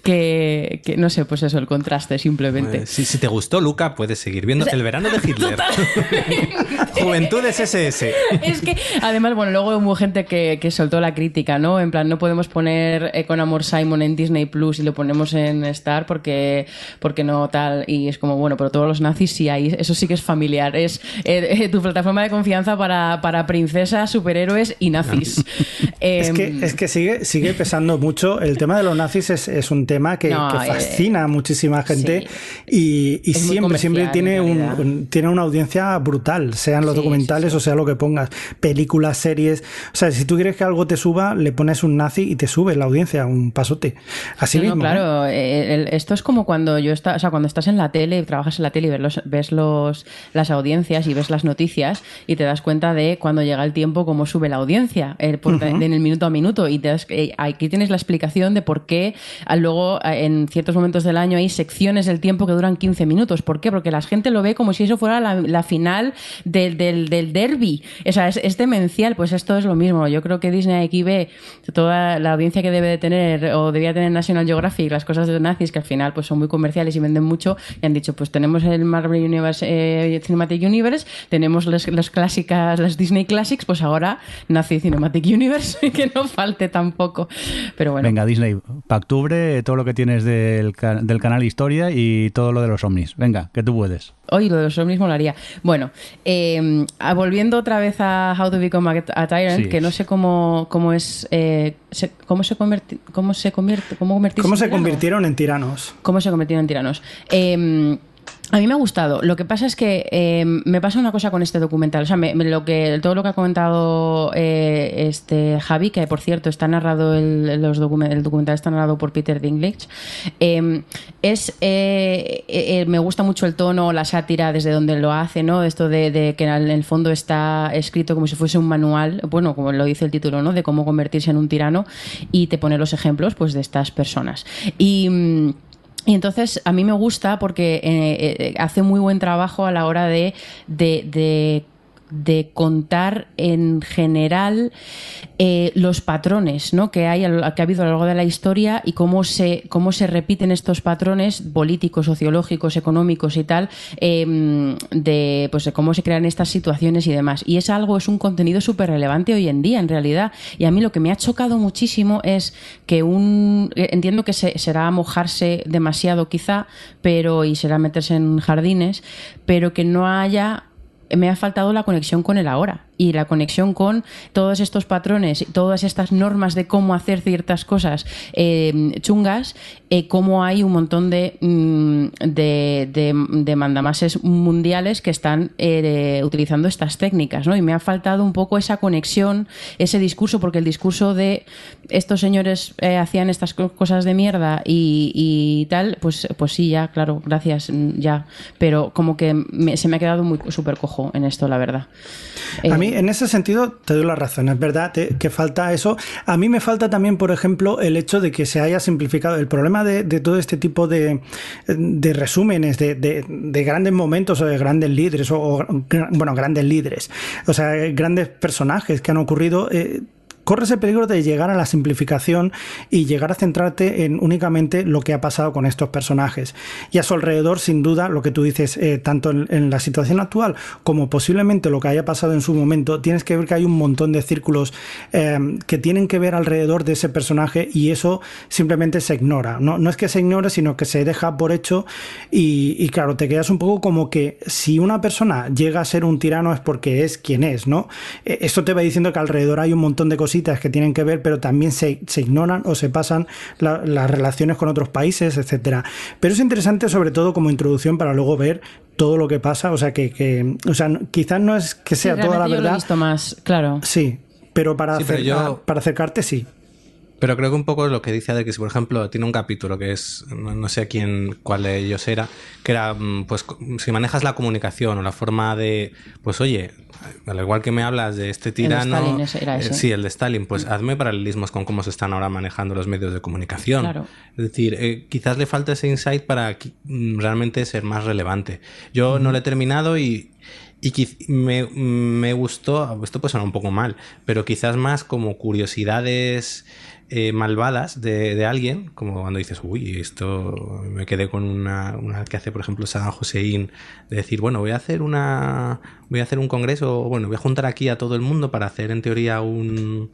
que no sé, pues eso, el contraste simplemente. Si te gustó Luca, puedes seguir viendo El verano de Hitler. Juventudes SS. Es que, además, bueno, luego hubo gente que soltó la crítica, ¿no? En plan, no podemos poner Con Amor Simon en Disney Plus y lo ponemos en Star porque no tal. Y es como, bueno, pero todos los nazis sí hay. Eso sí que es familiar. Es tu plataforma de confianza para princesas, superhéroes y nazis. Es que sigue pesando mucho. El tema de los nazis es un tema que fascina a muchísima gente, sí. y siempre tiene una audiencia brutal, sean los documentales o sea lo que pongas, películas, series. O sea, si tú quieres que algo te suba, le pones un nazi y te sube la audiencia un pasote. Así mismo. Claro, esto es como cuando cuando estás en la tele y trabajas en la tele y ves las audiencias y ves las noticias y te das cuenta de cuando llega el tiempo cómo sube la audiencia en el minuto a minuto, y aquí tienes la explicación de por qué luego en ciertos momentos del año hay secciones del tiempo que duran 15 minutos. ¿Por qué? Porque la gente lo ve como si eso fuera la final del derbi. O sea, es demencial. Pues esto es lo mismo. Yo creo que Disney aquí ve toda la audiencia que debe de tener o debía tener National Geographic, las cosas de nazis, que al final pues son muy comerciales y venden mucho, y han dicho, pues tenemos el Marvel Universe, Cinematic Universe, tenemos las clásicas, las Disney Classics, pues ahora Nazi Cinematic Universe, que no falte tampoco. Pero bueno. Venga, Disney, para octubre todo lo que tienes del canal Historia y todo lo de los ovnis. Venga, que tú puedes. Hoy lo de los ovnis molaría. Bueno, volviendo otra vez a How to Become a Tyrant, sí. Que no sé cómo se convirtieron en tiranos. ¿Cómo se convirtieron en tiranos? A mí me ha gustado. Lo que pasa es que me pasa una cosa con este documental. O sea, todo lo que ha comentado Javi, que por cierto está narrado el documental está narrado por Peter Dinklage. Me gusta mucho el tono, la sátira desde donde lo hace, ¿no? Esto de que en el fondo está escrito como si fuese un manual, bueno, como lo dice el título, ¿no? De cómo convertirse en un tirano, y te pone los ejemplos, pues, de estas personas. Y entonces a mí me gusta porque hace muy buen trabajo a la hora de contar en general los patrones, ¿no? que ha habido a lo largo de la historia, y cómo se repiten estos patrones políticos, sociológicos, económicos y tal, de cómo se crean estas situaciones y demás. Y es un contenido súper relevante hoy en día, en realidad. Y a mí lo que me ha chocado muchísimo es que entiendo que será mojarse demasiado quizá, y será meterse en jardines, pero que me ha faltado la conexión con el ahora, y la conexión con todos estos patrones y todas estas normas de cómo hacer ciertas cosas chungas, cómo hay un montón de mandamases mundiales que están utilizando estas técnicas, ¿no? Y me ha faltado un poco esa conexión, ese discurso, porque el discurso de estos señores hacían estas cosas de mierda y tal, pues sí, ya, claro, gracias, ya, pero como que se me ha quedado muy súper cojo en esto, la verdad. A mí, en ese sentido, te doy la razón. Es verdad que falta eso. A mí me falta también, por ejemplo, el hecho de que se haya simplificado. El problema de todo este tipo de resúmenes de grandes momentos o de grandes líderes, grandes líderes, o sea, grandes personajes que han ocurrido, corres el peligro de llegar a la simplificación y llegar a centrarte en únicamente lo que ha pasado con estos personajes. Y a su alrededor, sin duda, lo que tú dices, tanto en la situación actual como posiblemente lo que haya pasado en su momento, tienes que ver que hay un montón de círculos que tienen que ver alrededor de ese personaje, y eso simplemente se ignora. No es que se ignore, sino que se deja por hecho, y claro, te quedas un poco como que si una persona llega a ser un tirano es porque es quien es, ¿no? Esto te va diciendo que alrededor hay un montón de cosas que tienen que ver, pero también se ignoran o se pasan las relaciones con otros países, etcétera. Pero es interesante, sobre todo como introducción, para luego ver todo lo que pasa. O sea, quizás no es que sea toda la verdad. Yo lo he visto más, claro. Sí, pero para acercarte, sí. Pero creo que un poco es lo que dice Ade, que si por ejemplo tiene un capítulo que es, no sé cuál de ellos era, que era, pues si manejas la comunicación o la forma de, pues oye, al igual que me hablas de este tirano, el de Stalin, era ese. Sí, el de Stalin, pues hazme paralelismos con cómo se están ahora manejando los medios de comunicación. Claro. Es decir, quizás le falta ese insight para realmente ser más relevante. Yo no lo he terminado y me gustó, esto puede sonar un poco mal, pero quizás más como curiosidades malvadas de alguien, como cuando dices, uy, esto me quedé con una que hace, por ejemplo, Saddam Hussein, de decir, bueno, voy a hacer un congreso, bueno, voy a juntar aquí a todo el mundo para hacer en teoría un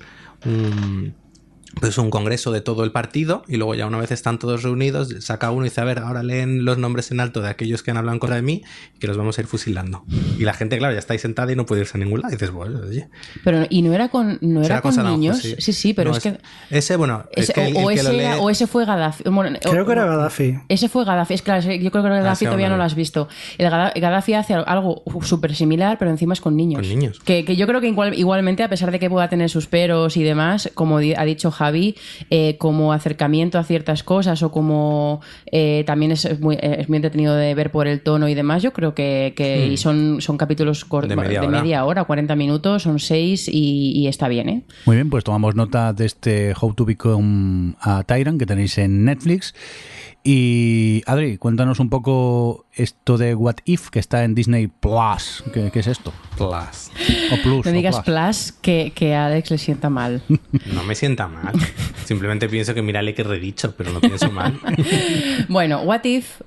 congreso de todo el partido, y luego ya una vez están todos reunidos, saca uno y dice, a ver, ahora leen los nombres en alto de aquellos que han hablado en contra de mí y que los vamos a ir fusilando. Y la gente, claro, ya está ahí sentada y no puede irse a ningún lado. Y dices, bueno, oye. Pero, ¿y no era con niños? Sí, pero no, es que... Ese, bueno, es que o ese fue Gaddafi. Bueno, creo que era Gaddafi. Ese fue Gaddafi. Es claro, yo creo que Gaddafi todavía no lo has visto. Gaddafi hace algo súper similar, pero encima es con niños. Con niños. Que yo creo que igualmente, a pesar de que pueda tener sus peros y demás, como ha dicho Javi, como acercamiento a ciertas cosas o como también es muy entretenido de ver por el tono y demás, yo creo que y son capítulos cortos de media hora, 40 minutos, son 6 y está bien, ¿eh? Muy bien, pues tomamos nota de este How to Become a Tyrant que tenéis en Netflix. Y Adri, cuéntanos un poco esto de What If, que está en Disney Plus. ¿Qué es esto? Plus. O Plus. No digas Plus, que a Alex le sienta mal. No me sienta mal. Simplemente pienso que mírale que redicho, pero no pienso mal. Bueno, What If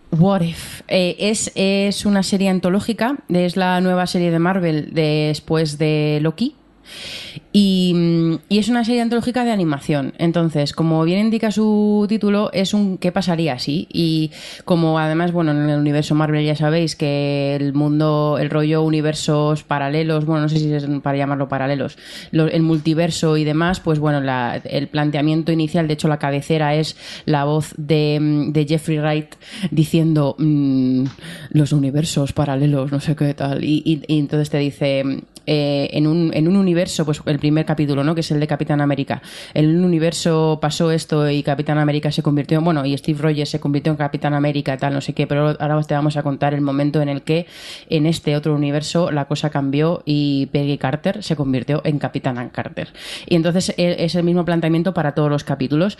es una serie antológica, es la nueva serie de Marvel después de Loki. Y es una serie antológica de animación. Entonces, como bien indica su título, es un ¿qué pasaría si? Y como además, bueno, en el universo Marvel ya sabéis que el rollo universos paralelos, bueno, no sé si es para llamarlo paralelos, el multiverso y demás, pues bueno, el planteamiento inicial, de hecho la cabecera es la voz de Jeffrey Wright diciendo los universos paralelos, no sé qué tal, y entonces te dice en un universo, pues el primer capítulo, ¿no? Que es el de Capitán América. En un universo pasó esto y Capitán América se convirtió, bueno, y Steve Rogers se convirtió en Capitán América, tal, no sé qué, pero ahora te vamos a contar el momento en el que en este otro universo la cosa cambió y Peggy Carter se convirtió en Capitana Carter. Y entonces es el mismo planteamiento para todos los capítulos.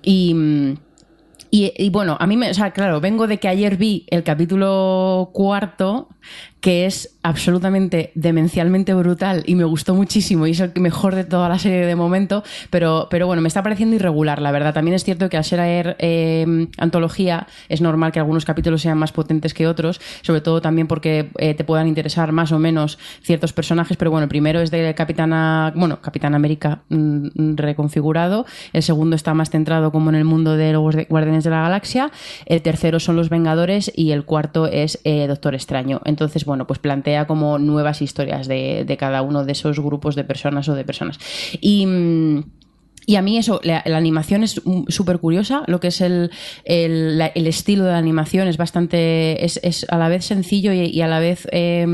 Y bueno, a mí claro, vengo de que ayer vi el capítulo 4, que es absolutamente demencialmente brutal y me gustó muchísimo y es el mejor de toda la serie de momento, pero bueno, me está pareciendo irregular, la verdad. También es cierto que al ser antología es normal que algunos capítulos sean más potentes que otros, sobre todo también porque te puedan interesar más o menos ciertos personajes, pero bueno, el primero es de Capitán América reconfigurado, el segundo está más centrado como en el mundo de los Guardianes de la Galaxia, el tercero son los Vengadores y el cuarto es Doctor Extraño. Entonces, bueno, pues plantea como nuevas historias de cada uno de esos grupos de personas o de personas. Y a mí eso, la animación es súper curiosa, lo que es el estilo de la animación es bastante, es a la vez sencillo y a la vez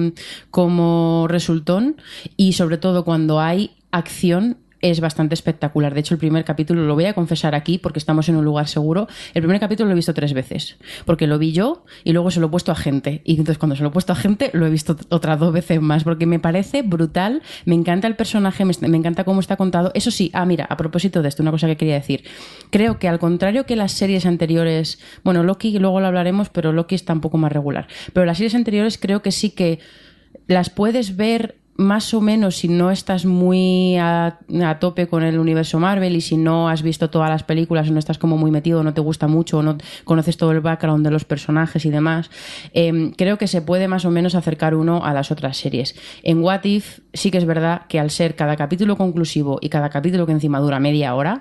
como resultón, y sobre todo cuando hay acción es bastante espectacular. De hecho, el primer capítulo, lo voy a confesar aquí porque estamos en un lugar seguro, el primer capítulo lo he visto 3 veces, porque lo vi yo y luego se lo he puesto a gente, y entonces cuando se lo he puesto a gente lo he visto otras 2 veces más, porque me parece brutal, me encanta el personaje, me encanta cómo está contado. Eso sí, mira, a propósito de esto, una cosa que quería decir, creo que al contrario que las series anteriores, bueno, Loki luego lo hablaremos, pero Loki está un poco más regular, pero las series anteriores creo que sí que las puedes ver más o menos si no estás muy a tope con el universo Marvel y si no has visto todas las películas o no estás como muy metido, no te gusta mucho o no conoces todo el background de los personajes y demás, creo que se puede más o menos acercar uno a las otras series. En What If sí que es verdad que al ser cada capítulo conclusivo y cada capítulo que encima dura media hora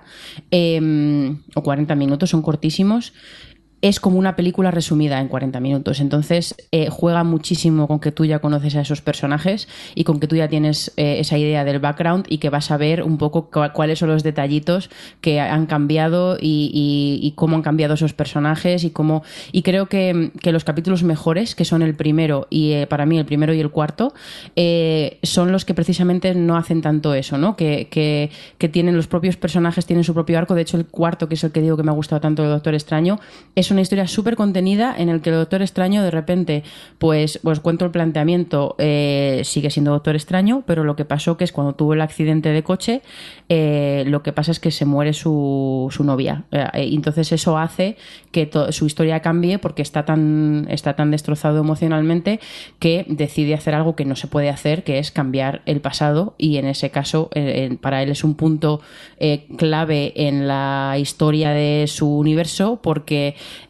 o 40 minutos, son cortísimos, es como una película resumida en 40 minutos. Entonces juega muchísimo con que tú ya conoces a esos personajes y con que tú ya tienes esa idea del background y que vas a ver un poco cuáles son los detallitos que han cambiado y cómo han cambiado esos personajes y creo que los capítulos mejores, que son el primero y para mí el primero y el cuarto, son los que precisamente no hacen tanto eso, ¿no? Que tienen los propios personajes, tienen su propio arco. De hecho, el cuarto, que es el que digo que me ha gustado tanto de Doctor Extraño, es una historia súper contenida en el que el Doctor Extraño de repente, pues cuento el planteamiento, sigue siendo Doctor Extraño, pero lo que pasó que es cuando tuvo el accidente de coche, lo que pasa es que se muere su novia. Entonces eso hace que su historia cambie porque está tan destrozado emocionalmente que decide hacer algo que no se puede hacer, que es cambiar el pasado, y en ese caso para él es un punto clave en la historia de su universo porque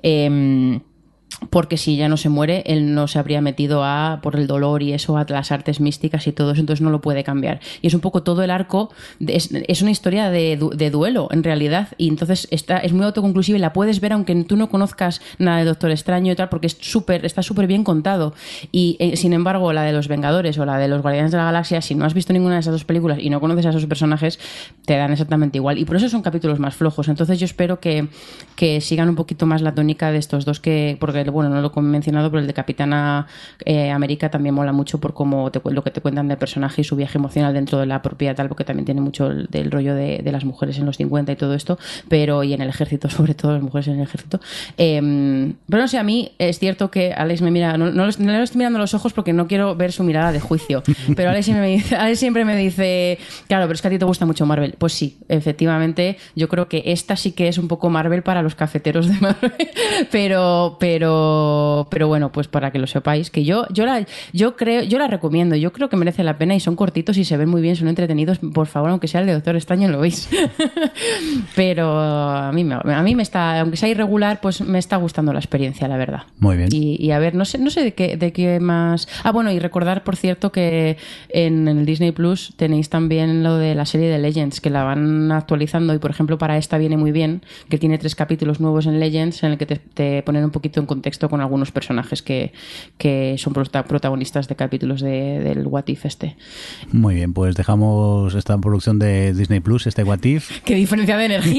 si ella no se muere, él no se habría metido por el dolor y eso, a las artes místicas y todo eso, entonces no lo puede cambiar. Y es un poco todo el arco, es una historia de duelo, en realidad, y entonces es muy autoconclusiva y la puedes ver aunque tú no conozcas nada de Doctor Extraño y tal, porque está súper bien contado. Y sin embargo, la de los Vengadores o la de los Guardianes de la Galaxia, si no has visto ninguna de esas dos películas y no conoces a esos personajes, te dan exactamente igual. Y por eso son capítulos más flojos. Entonces yo espero que sigan un poquito más la tónica de estos dos, porque bueno, no lo he mencionado, pero el de Capitana América también mola mucho por cómo lo que te cuentan del personaje y su viaje emocional dentro de la propia tal, porque también tiene mucho del rollo de las mujeres en los 50 y todo esto, y en el ejército, sobre todo las mujeres en el ejército. Pero no sé, a mí es cierto que Alex me mira, no le estoy mirando los ojos porque no quiero ver su mirada de juicio, pero Alex siempre me dice, claro, pero es que a ti te gusta mucho Marvel. Pues sí, efectivamente, yo creo que esta sí que es un poco Marvel para los cafeteros de Marvel, pero bueno, pues para que lo sepáis, que yo la recomiendo, yo creo que merece la pena y son cortitos y se ven muy bien, son entretenidos, por favor, aunque sea el de Doctor Extraño, lo veis. Pero a mí me está, aunque sea irregular, pues me está gustando la experiencia, la verdad. Muy bien. Y a ver, no sé de qué más. Bueno, y recordar, por cierto, que en el Disney Plus tenéis también lo de la serie de Legends, que la van actualizando, y por ejemplo para esta viene muy bien, que tiene 3 capítulos nuevos en Legends en el que te ponen un poquito en contexto con algunos personajes que son protagonistas de capítulos del What If este. Muy bien, pues dejamos esta producción de Disney Plus, este What If. ¡Qué diferencia de energía!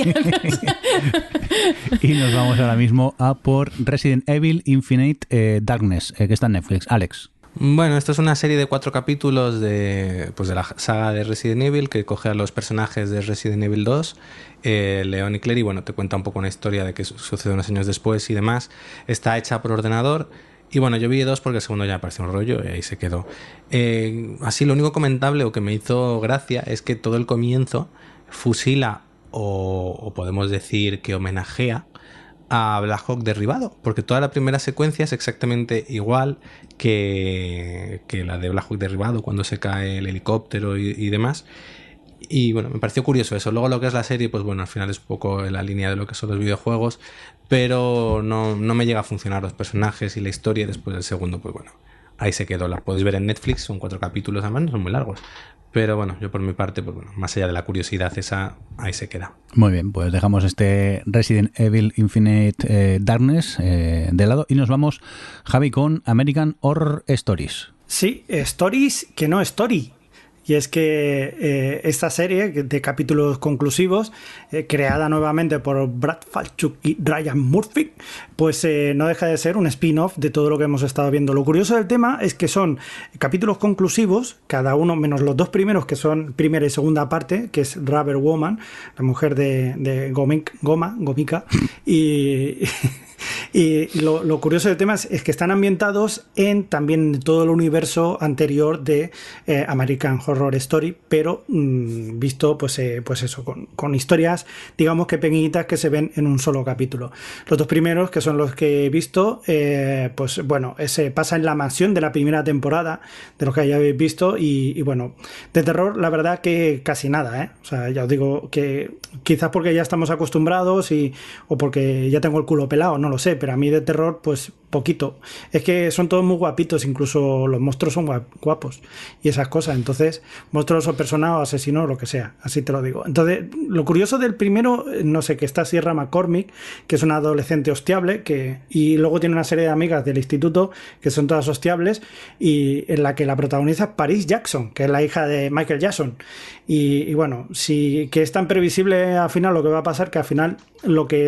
Y nos vamos ahora mismo a por Resident Evil Infinite Darkness, que está en Netflix. Alex. Bueno, esto es una serie de 4 capítulos de la saga de Resident Evil, que coge a los personajes de Resident Evil 2, Leon y Claire, y bueno, te cuenta un poco una historia de qué sucede unos años después y demás. Está hecha por ordenador. Y bueno, yo vi 2 porque el segundo ya me pareció un rollo y ahí se quedó. Así, lo único comentable o que me hizo gracia es que todo el comienzo fusila o podemos decir que homenajea a Black Hawk Derribado, porque toda la primera secuencia es exactamente igual que la de Black Hawk Derribado, cuando se cae el helicóptero y demás. Y bueno, me pareció curioso eso. Luego lo que es la serie, pues bueno, al final es un poco en la línea de lo que son los videojuegos, pero no me llega a funcionar los personajes y la historia. Después del segundo, pues bueno, ahí se quedó. La podéis ver en Netflix, son 4 capítulos, además no son muy largos. Pero bueno, yo por mi parte, pues bueno, más allá de la curiosidad esa, ahí se queda. Muy bien, pues dejamos este Resident Evil Infinite Darkness de lado y nos vamos, Javi, con American Horror Stories. Sí, Stories que no Story. Y es que esta serie de capítulos conclusivos, creada nuevamente por Brad Falchuk y Ryan Murphy, pues no deja de ser un spin-off de todo lo que hemos estado viendo. Lo curioso del tema es que son capítulos conclusivos, cada uno menos los 2 primeros, que son primera y segunda parte, que es Rubber Woman, la mujer de Gomika, y lo curioso del tema es que están ambientados en también todo el universo anterior de American Horror Story, pero visto pues eso, con historias, digamos que pequeñitas que se ven en un solo capítulo. Los 2 primeros, que son los que he visto, pues bueno, se pasa en la mansión de la primera temporada, de los que ya habéis visto, y bueno, de terror la verdad que casi nada, o sea, ya os digo que quizás porque ya estamos acostumbrados o porque ya tengo el culo pelado, no lo sé, pero a mí de terror pues poquito. Es que son todos muy guapitos, incluso los monstruos son guapos y esas cosas. Entonces, monstruos o personas o asesinos, lo que sea, así te lo digo. Entonces, lo curioso del primero, no sé, que está Sierra McCormick, que es una adolescente hostiable, y luego tiene una serie de amigas del instituto que son todas hostiables, y en la que la protagoniza es Paris Jackson, que es la hija de Michael Jackson. Y bueno, que es tan previsible al final lo que va a pasar, que al final lo que es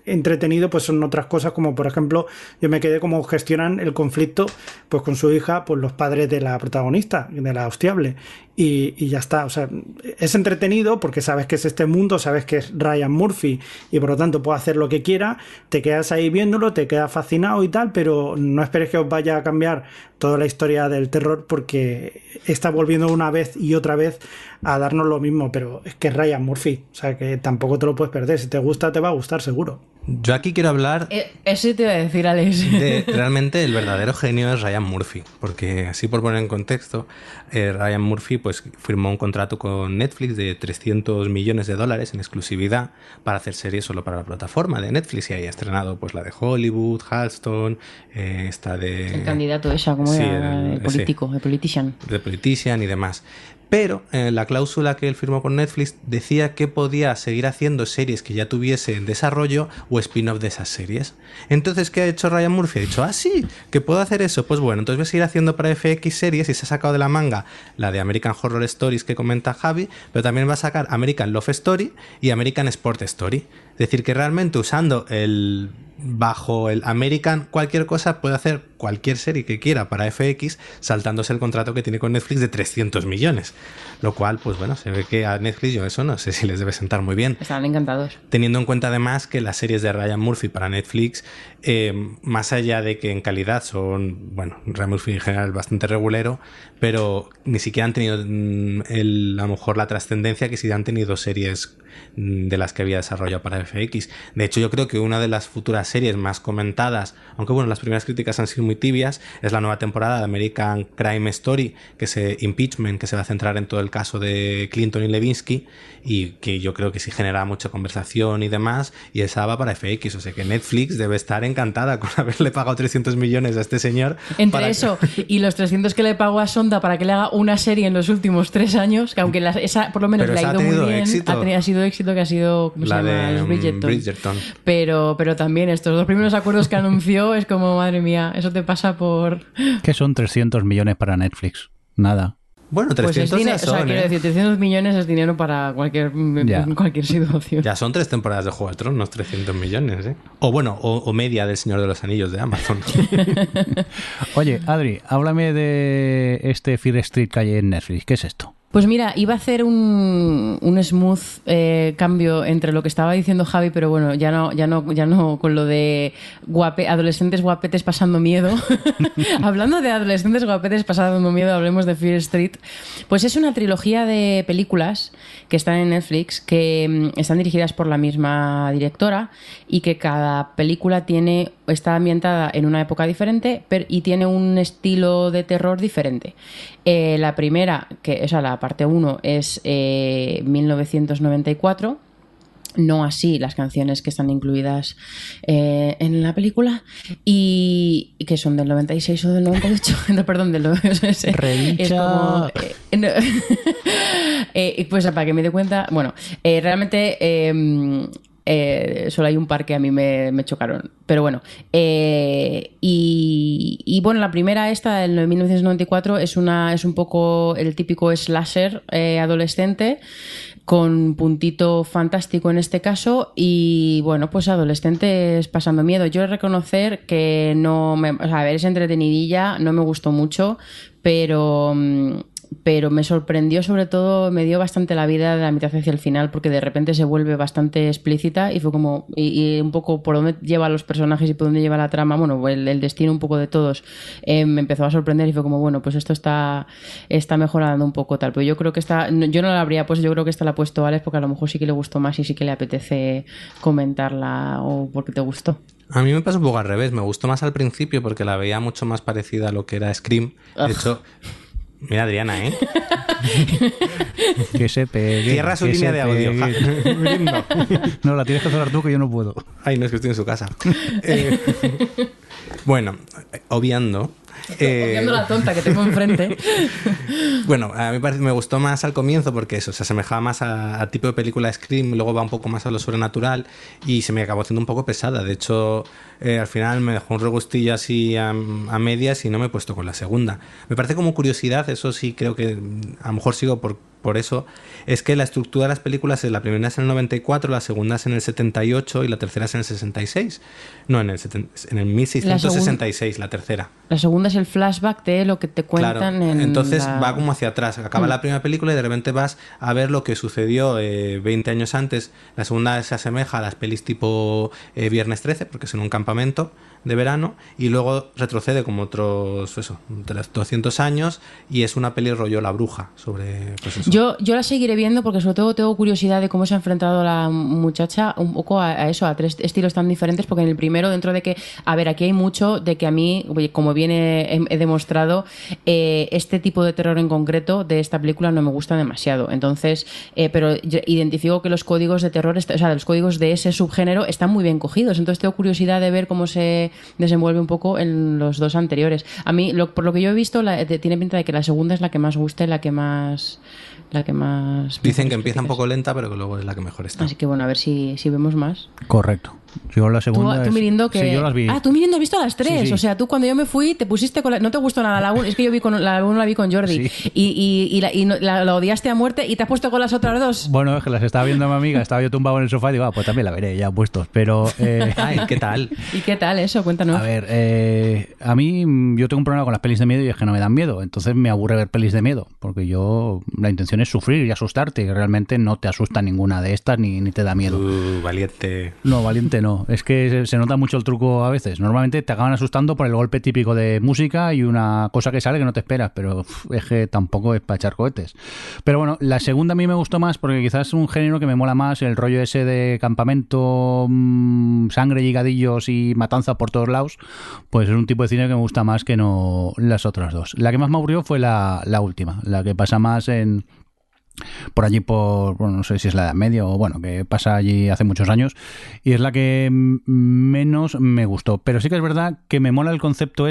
entretenido pues son otras cosas, como por ejemplo yo me quedé como gestionan el conflicto pues con su hija, pues los padres de la protagonista, de la hostiable, y ya está. O sea, es entretenido porque sabes que es este mundo, sabes que es Ryan Murphy y por lo tanto puede hacer lo que quiera, te quedas ahí viéndolo, te quedas fascinado y tal, pero no esperes que os vaya a cambiar toda la historia del terror, porque está volviendo una vez y otra vez a darnos lo mismo, pero es que es Ryan Murphy, o sea que tampoco te lo puedes perder. Si te gusta, te va a gustar seguro. Yo aquí quiero hablar Eso te iba a decir, Alex. de realmente el verdadero genio es Ryan Murphy, porque así por poner en contexto, Ryan Murphy pues firmó un contrato con Netflix de $300 millones en exclusividad para hacer series solo para la plataforma de Netflix, y ahí ha estrenado pues la de Hollywood, Halston, esta de... El candidato esa, como Sí, era, el político, el politician. The Politician y demás. Pero la cláusula que él firmó con Netflix decía que podía seguir haciendo series que ya tuviese en desarrollo o spin-off de esas series. Entonces, ¿qué ha hecho Ryan Murphy? Ha dicho, sí, que puedo hacer eso. Pues bueno, entonces voy a seguir haciendo para FX series, y se ha sacado de la manga la de American Horror Stories que comenta Javi, pero también va a sacar American Love Story y American Sport Story. Es decir, que realmente usando bajo el American cualquier cosa, puede hacer cualquier serie que quiera para FX, saltándose el contrato que tiene con Netflix de 300 millones. Lo cual, pues bueno, se ve que a Netflix yo eso no sé si les debe sentar muy bien. Estaban encantados. Teniendo en cuenta además que las series de Ryan Murphy para Netflix, más allá de que en calidad son, bueno, Ryan Murphy en general bastante regulero, pero ni siquiera han tenido a lo mejor la trascendencia que sí han tenido series de las que había desarrollado para FX. De hecho, yo creo que una de las futuras series más comentadas, aunque bueno, las primeras críticas han sido muy tibias, es la nueva temporada de American Crime Story, que es Impeachment, que se va a centrar en todo el caso de Clinton y Lewinsky, y que yo creo que sí genera mucha conversación y demás, y esa va para FX. O sea que Netflix debe estar encantada con haberle pagado 300 millones a este señor. Entre eso y los 300 que le pagó a Sonda para que le haga una serie en los últimos 3 años, que aunque esa por lo menos le ha ido muy bien, ha sido éxito, que ha sido, ¿cómo se llama? Los Bridgerton. Pero también estos 2 primeros acuerdos que anunció es como, madre mía, eso te pasa por... ¿Qué son 300 millones para Netflix? Nada. Bueno, 300 pues ya son, o sea, quiero decir, 300 millones es dinero para cualquier situación. Ya son 3 temporadas de Juego de Tronos, 300 millones, ¿eh? O bueno, o media del Señor de los Anillos de Amazon. Oye, Adri, háblame de este Fear Street que hay en Netflix. ¿Qué es esto? Pues mira, iba a hacer un smooth cambio entre lo que estaba diciendo Javi, pero bueno, ya no con lo de adolescentes guapetes pasando miedo. Hablando de adolescentes guapetes pasando miedo, hablemos de Fear Street. Pues es una trilogía de películas que están en Netflix, que están dirigidas por la misma directora, y que cada película está ambientada en una época diferente y tiene un estilo de terror diferente. La primera, la parte 1 es 1994, no así las canciones que están incluidas en la película, y que son del 96 o del 98, no, perdón, del 98. Es como... pues para que me dé cuenta, bueno, realmente... solo hay un par que a mí me chocaron, pero bueno, y bueno, la primera, esta del 1994, es un poco el típico slasher adolescente, con puntito fantástico en este caso, y bueno, pues adolescentes pasando miedo. Yo he de reconocer que a ver, es entretenidilla, no me gustó mucho, pero me sorprendió, sobre todo me dio bastante la vida de la mitad hacia el final, porque de repente se vuelve bastante explícita y fue como, y un poco por dónde lleva a los personajes y por dónde lleva la trama, bueno, el destino un poco de todos, me empezó a sorprender, y fue como, bueno, pues esto está mejorando un poco tal, pero yo creo que yo no la habría puesto, yo creo que esta la ha puesto Alex, porque a lo mejor sí que le gustó más y sí que le apetece comentarla, o porque te gustó. A mí me pasó un poco al revés, me gustó más al principio porque la veía mucho más parecida a lo que era Scream. De hecho, mira Adriana, ¿eh? Que se pegue. Cierra su línea de audio. No, la tienes que cerrar tú, que yo no puedo. Ay, no, es que estoy en su casa. Bueno, obviando la tonta que tengo enfrente. Bueno, a mí me gustó más al comienzo porque eso se asemejaba más al tipo de película Scream, luego va un poco más a lo sobrenatural y se me acabó haciendo un poco pesada. De hecho, al final me dejó un regustillo así a medias y no me he puesto con la segunda. Me parece como curiosidad, eso sí creo que a lo mejor sigo por por eso, es que la estructura de las películas es la primera es en el 94, la segunda es en el 78 y la tercera es en el 66. No, en el 1666, la tercera. La segunda es el flashback de lo que te cuentan claro, en entonces va como hacia atrás. Acaba la primera película y de repente vas a ver lo que sucedió 20 años antes. La segunda se asemeja a las pelis tipo Viernes 13, porque es en un campamento de verano, y luego retrocede como otros 200 años y es una peli rollo La Bruja sobre pues eso. Yo la seguiré viendo porque sobre todo tengo curiosidad de cómo se ha enfrentado la muchacha un poco a eso, a tres estilos tan diferentes, porque en el primero, dentro de que, a ver, aquí hay mucho de que a mí, como bien he demostrado, este tipo de terror en concreto de esta película no me gusta demasiado, entonces, pero identifico que los códigos de terror, o sea, los códigos de ese subgénero están muy bien cogidos, entonces tengo curiosidad de ver cómo se desenvuelve un poco en los dos anteriores. A mí, por lo que yo he visto, tiene pinta de que la segunda es la que más gusta y la que más dicen que empieza un poco lenta, pero que luego es la que mejor está. Así que bueno, a ver si vemos más. Correcto. Yo la segunda tú Mirindo, que... Sí, yo las vi. Ah, tú Mirindo has visto las tres. Sí, sí. O sea, tú cuando yo me fui te pusiste con no te gustó nada la 1. Es que yo vi la 1 la vi con Jordi. Sí. Y la odiaste a muerte y te has puesto con las otras dos. Bueno, es que las estaba viendo mi amiga, estaba yo tumbado en el sofá y digo, pues también la veré, ya puestos. Pero... Ay, ¿qué tal? ¿Y qué tal eso? Cuéntanos. A ver, a mí yo tengo un problema con las pelis de miedo y es que no me dan miedo. Entonces me aburre ver pelis de miedo, porque la intención es sufrir y asustarte, y realmente no te asusta ninguna de estas ni te da miedo. Valiente. No, valiente no. Es que se nota mucho el truco a veces. Normalmente te acaban asustando por el golpe típico de música y una cosa que sale que no te esperas, pero es que tampoco es para echar cohetes. Pero bueno, la segunda a mí me gustó más porque quizás es un género que me mola más, el rollo ese de campamento, sangre, llegadillos y matanza por todos lados, pues es un tipo de cine que me gusta más que no las otras dos. La que más me aburrió fue la última, la que pasa más por allí bueno, no sé si es la Edad Media o bueno, que pasa allí hace muchos años, y es la que menos me gustó, pero sí que es verdad que me mola el concepto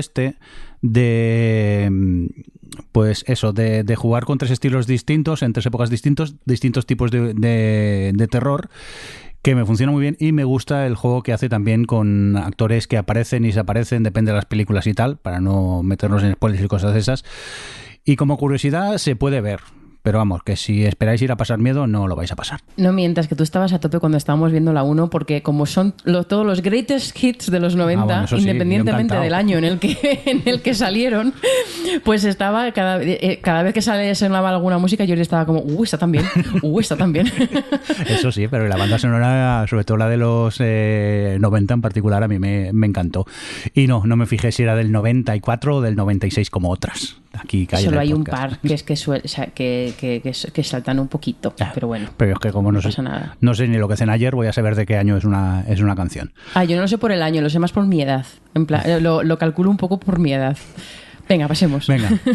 de pues eso, de jugar con tres estilos distintos, en tres épocas distintos tipos de terror, que me funciona muy bien, y me gusta el juego que hace también con actores que aparecen y desaparecen, depende de las películas y tal, para no meternos en spoilers y cosas de esas, y como curiosidad se puede ver. Pero vamos, que si esperáis ir a pasar miedo, no lo vais a pasar. No mientas, que tú estabas a tope cuando estábamos viendo la 1, porque como son todos los greatest hits de los 90, bueno, sí, independientemente del año en el que salieron, pues estaba cada vez que sonaba alguna música, yo estaba como, está tan bien, está tan bien. Eso sí, pero la banda sonora, sobre todo la de los 90 en particular, a mí me encantó. Y no me fijé si era del 94 o del 96 como otras. Aquí solo hay un par que es que saltan un poquito, pero bueno. Pero es que como no pasa nada. No sé ni lo que hacen ayer, voy a saber de qué año es una canción. Yo no lo sé por el año, lo sé más por mi edad. En plan, lo calculo un poco por mi edad. Venga, pasemos.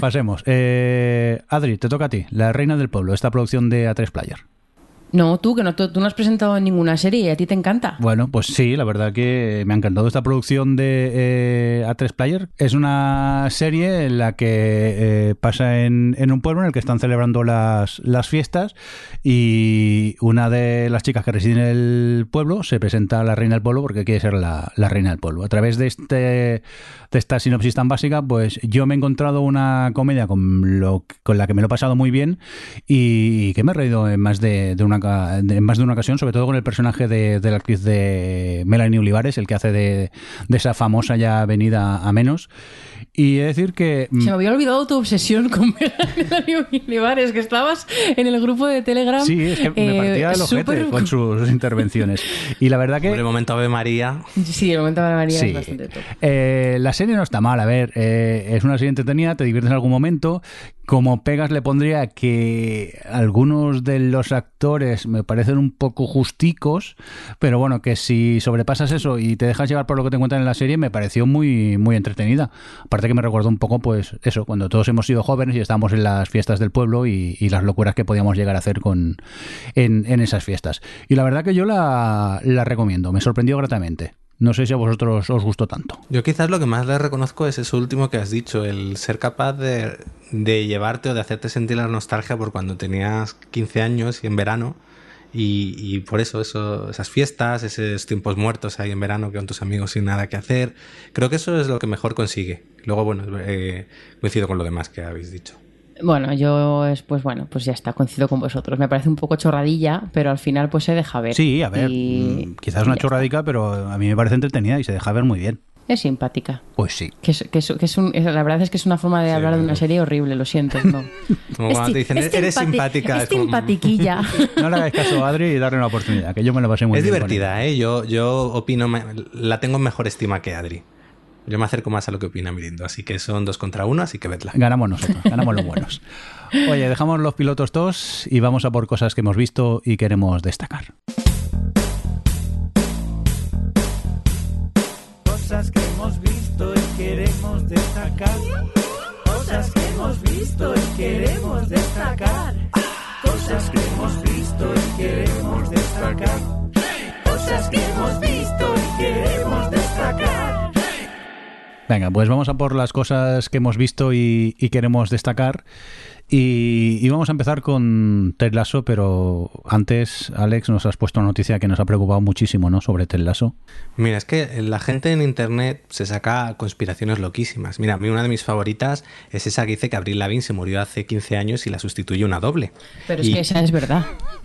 Adri, te toca a ti. La Reina del Pueblo, esta producción de A3 Player. No, tú no has presentado ninguna serie y a ti te encanta. Bueno, pues sí, la verdad que me ha encantado esta producción de A3 Player. Es una serie en la que pasa en un pueblo en el que están celebrando las fiestas, y una de las chicas que reside en el pueblo se presenta a la reina del pueblo porque quiere ser la reina del pueblo. A través de esta sinopsis tan básica, pues yo me he encontrado una comedia con la que me lo he pasado muy bien y que me he reído en más de una ocasión, sobre todo con el personaje de la actriz de Melanie Olivares, el que hace de esa famosa ya venida a menos. Y he de decir que... Se me había olvidado tu obsesión con Melanie Olivares, que estabas en el grupo de Telegram. Sí, es que me partía el ojete con sus intervenciones. Y la verdad que... El momento Ave María. Sí, el momento Ave María sí. Es bastante top. La serie no está mal, a ver, es una serie entretenida, te diviertes en algún momento. Como pegas le pondría que algunos de los actores me parecen un poco justicos, pero bueno, que si sobrepasas eso y te dejas llevar por lo que te cuentan en la serie, me pareció muy, muy entretenida. Aparte que me recordó un poco, pues eso, cuando todos hemos sido jóvenes y estábamos en las fiestas del pueblo y las locuras que podíamos llegar a hacer en esas fiestas. Y la verdad que yo la recomiendo, me sorprendió gratamente. No sé si a vosotros os gustó tanto. Yo quizás lo que más le reconozco es eso último que has dicho, el ser capaz de llevarte o de hacerte sentir la nostalgia por cuando tenías 15 años y en verano, y por eso esas fiestas, esos tiempos muertos ahí en verano con tus amigos sin nada que hacer. Creo que eso es lo que mejor consigue. Luego, bueno, coincido con lo demás que habéis dicho. Bueno, yo pues ya está, coincido con vosotros. Me parece un poco chorradilla, pero al final pues se deja ver. Sí, a ver, quizás una chorradica, pero a mí me parece entretenida y se deja ver muy bien. Es simpática. Pues sí. La verdad es que es una forma de hablar de una serie horrible, lo siento. No. Como cuando te dicen, eres simpática. Es simpatiquilla. No le hagáis caso a Adri y darle una oportunidad, que yo me lo pasé muy bien. Es divertida, ¿eh? Yo opino, la tengo en mejor estima que Adri. Yo me acerco más a lo que opina Mirindo, así que son 2 contra 1, así que vedla. Ganamos nosotros, ganamos los buenos. Oye, dejamos los pilotos todos y vamos a por cosas que hemos visto y queremos destacar. Cosas que hemos visto y queremos destacar. Cosas que hemos visto y queremos destacar. Cosas que hemos visto y queremos destacar. Cosas que hemos visto y queremos destacar. Venga, pues vamos a por las cosas que hemos visto y queremos destacar. Y vamos a empezar con Ted Lasso, pero antes, Alex, nos has puesto una noticia que nos ha preocupado muchísimo, ¿no?, sobre Ted Lasso. Mira, es que la gente en internet se saca conspiraciones loquísimas. Mira, a mí una de mis favoritas es esa que dice que Avril Lavigne se murió hace 15 años y la sustituye una doble. Pero es que esa es verdad.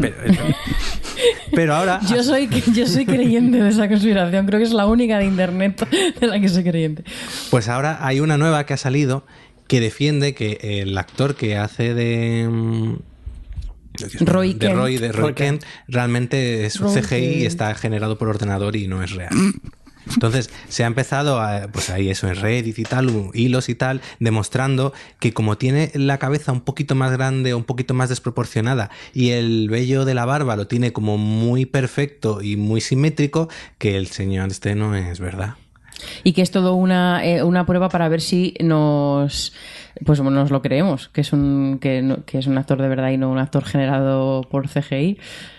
Pero ahora... Yo soy creyente de esa conspiración. Creo que es la única de internet de la que soy creyente. Pues ahora hay una nueva que ha salido que defiende que el actor que hace de Roy Kent realmente es un CGI y está generado por ordenador y no es real. Entonces se ha empezado pues ahí eso en Reddit y tal, hilos y tal, demostrando que como tiene la cabeza un poquito más grande o un poquito más desproporcionada y el vello de la barba lo tiene como muy perfecto y muy simétrico, que el señor este no es verdad. Y que es todo una prueba para ver si nos lo creemos, que es un actor de verdad y no un actor generado por CGI.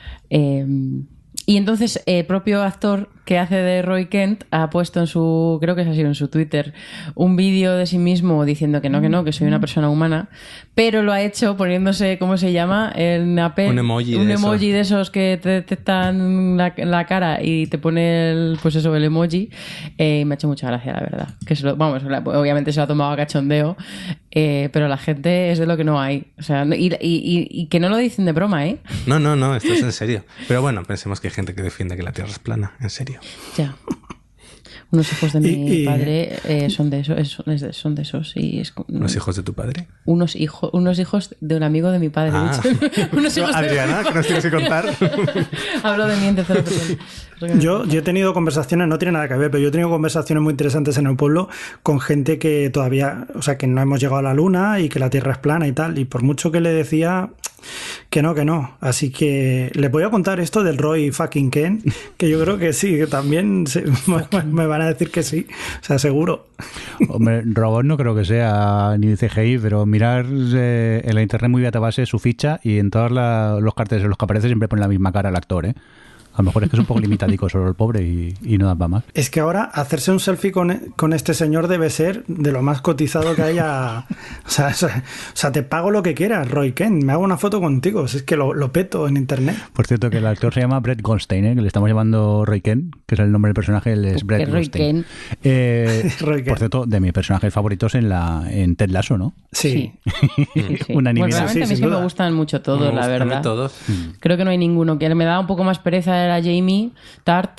Y entonces el propio actor que hace de Roy Kent ha puesto en su, creo que es así, en su Twitter, un vídeo de sí mismo diciendo que no, que soy una persona humana, pero lo ha hecho poniéndose, ¿cómo se llama? Un emoji de esos que te detectan la cara y te pone el emoji, y me ha hecho mucha gracia, la verdad. Que obviamente se lo ha tomado a cachondeo, pero la gente es de lo que no hay. O sea, y que no lo dicen de broma, ¿eh? No, esto es en serio. Pero bueno, pensemos que hay gente que defiende que la Tierra es plana, en serio. Ya. Unos hijos de mi padre son de esos y es ¿Unos hijos de tu padre? Unos hijos de un amigo de mi padre. Unos hijos Adriana, ¿qué nos tienes que contar? Hablo de mí en tercera persona. Yo he tenido conversaciones, no tiene nada que ver, pero yo he tenido conversaciones muy interesantes en el pueblo con gente que todavía, o sea, que no hemos llegado a la luna y que la Tierra es plana y tal, y por mucho que le decía que no. Así que les voy a contar esto del Roy fucking Kent, que yo creo que sí, que también me van a decir que sí, o sea, seguro. Hombre, robot no creo que sea ni CGI, pero mirar en la internet muy database su ficha y en todos los carteles en los que aparece siempre pone la misma cara al actor, ¿eh? A lo mejor es que es un poco limitadico solo el pobre y no da para más. Es que ahora hacerse un selfie con este señor debe ser de lo más cotizado que haya. O sea, te pago lo que quieras, Roy Kent. Me hago una foto contigo. Es que lo peto en internet. Por cierto, que el actor se llama Brett Goldstein, ¿eh? Que le estamos llamando Roy Kent, que es el nombre del personaje, él es Brett Goldstein. Roy Kent. Por cierto, de mis personajes favoritos en Ted Lasso, ¿no? Sí. Un anime. Pues realmente a mí sí me gustan mucho todos, la verdad. Todos. Creo que no hay ninguno. Que me da un poco más pereza era Jamie Tart,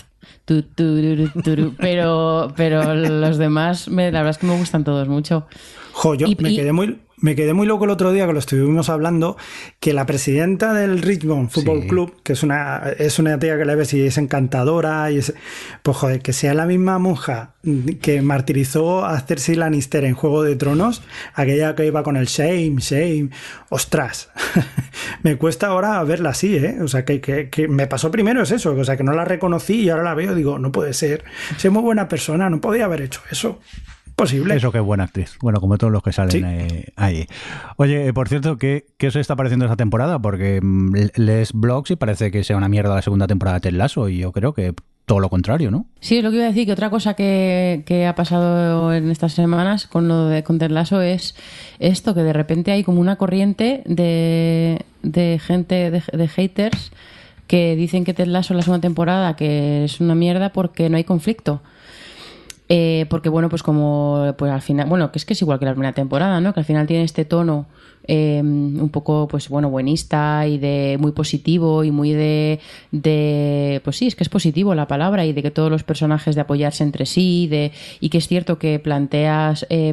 pero los demás, la verdad es que me gustan todos mucho. Yo me quedé muy loco el otro día que lo estuvimos hablando, que la presidenta del Richmond Football Club, que es una tía que la ves y es encantadora, pues joder, que sea la misma monja que martirizó a Cersei Lannister en Juego de Tronos, aquella que iba con el shame, ostras, me cuesta ahora verla así, ¿eh? O sea, que me pasó primero es eso, o sea, que no la reconocí y ahora la veo y digo, no puede ser, es muy buena persona, no podía haber hecho eso. Posible. Eso que es buena actriz. Bueno, como todos los que salen ahí. Oye, por cierto, ¿qué os está pareciendo esta temporada? Porque lees blogs y parece que sea una mierda la segunda temporada de Ted Lasso y yo creo que todo lo contrario, ¿no? Sí, es lo que iba a decir, que otra cosa que ha pasado en estas semanas con Ted Lasso es esto, que de repente hay como una corriente de gente, de haters, que dicen que Ted Lasso la segunda temporada que es una mierda porque no hay conflicto. Porque bueno, pues como pues al final, bueno, que es igual que la primera temporada, ¿no? Que al final tiene este tono un poco, pues bueno, buenista y de muy positivo y muy de pues sí, es que es positivo la palabra, y de que todos los personajes de apoyarse entre sí, y que es cierto que plantea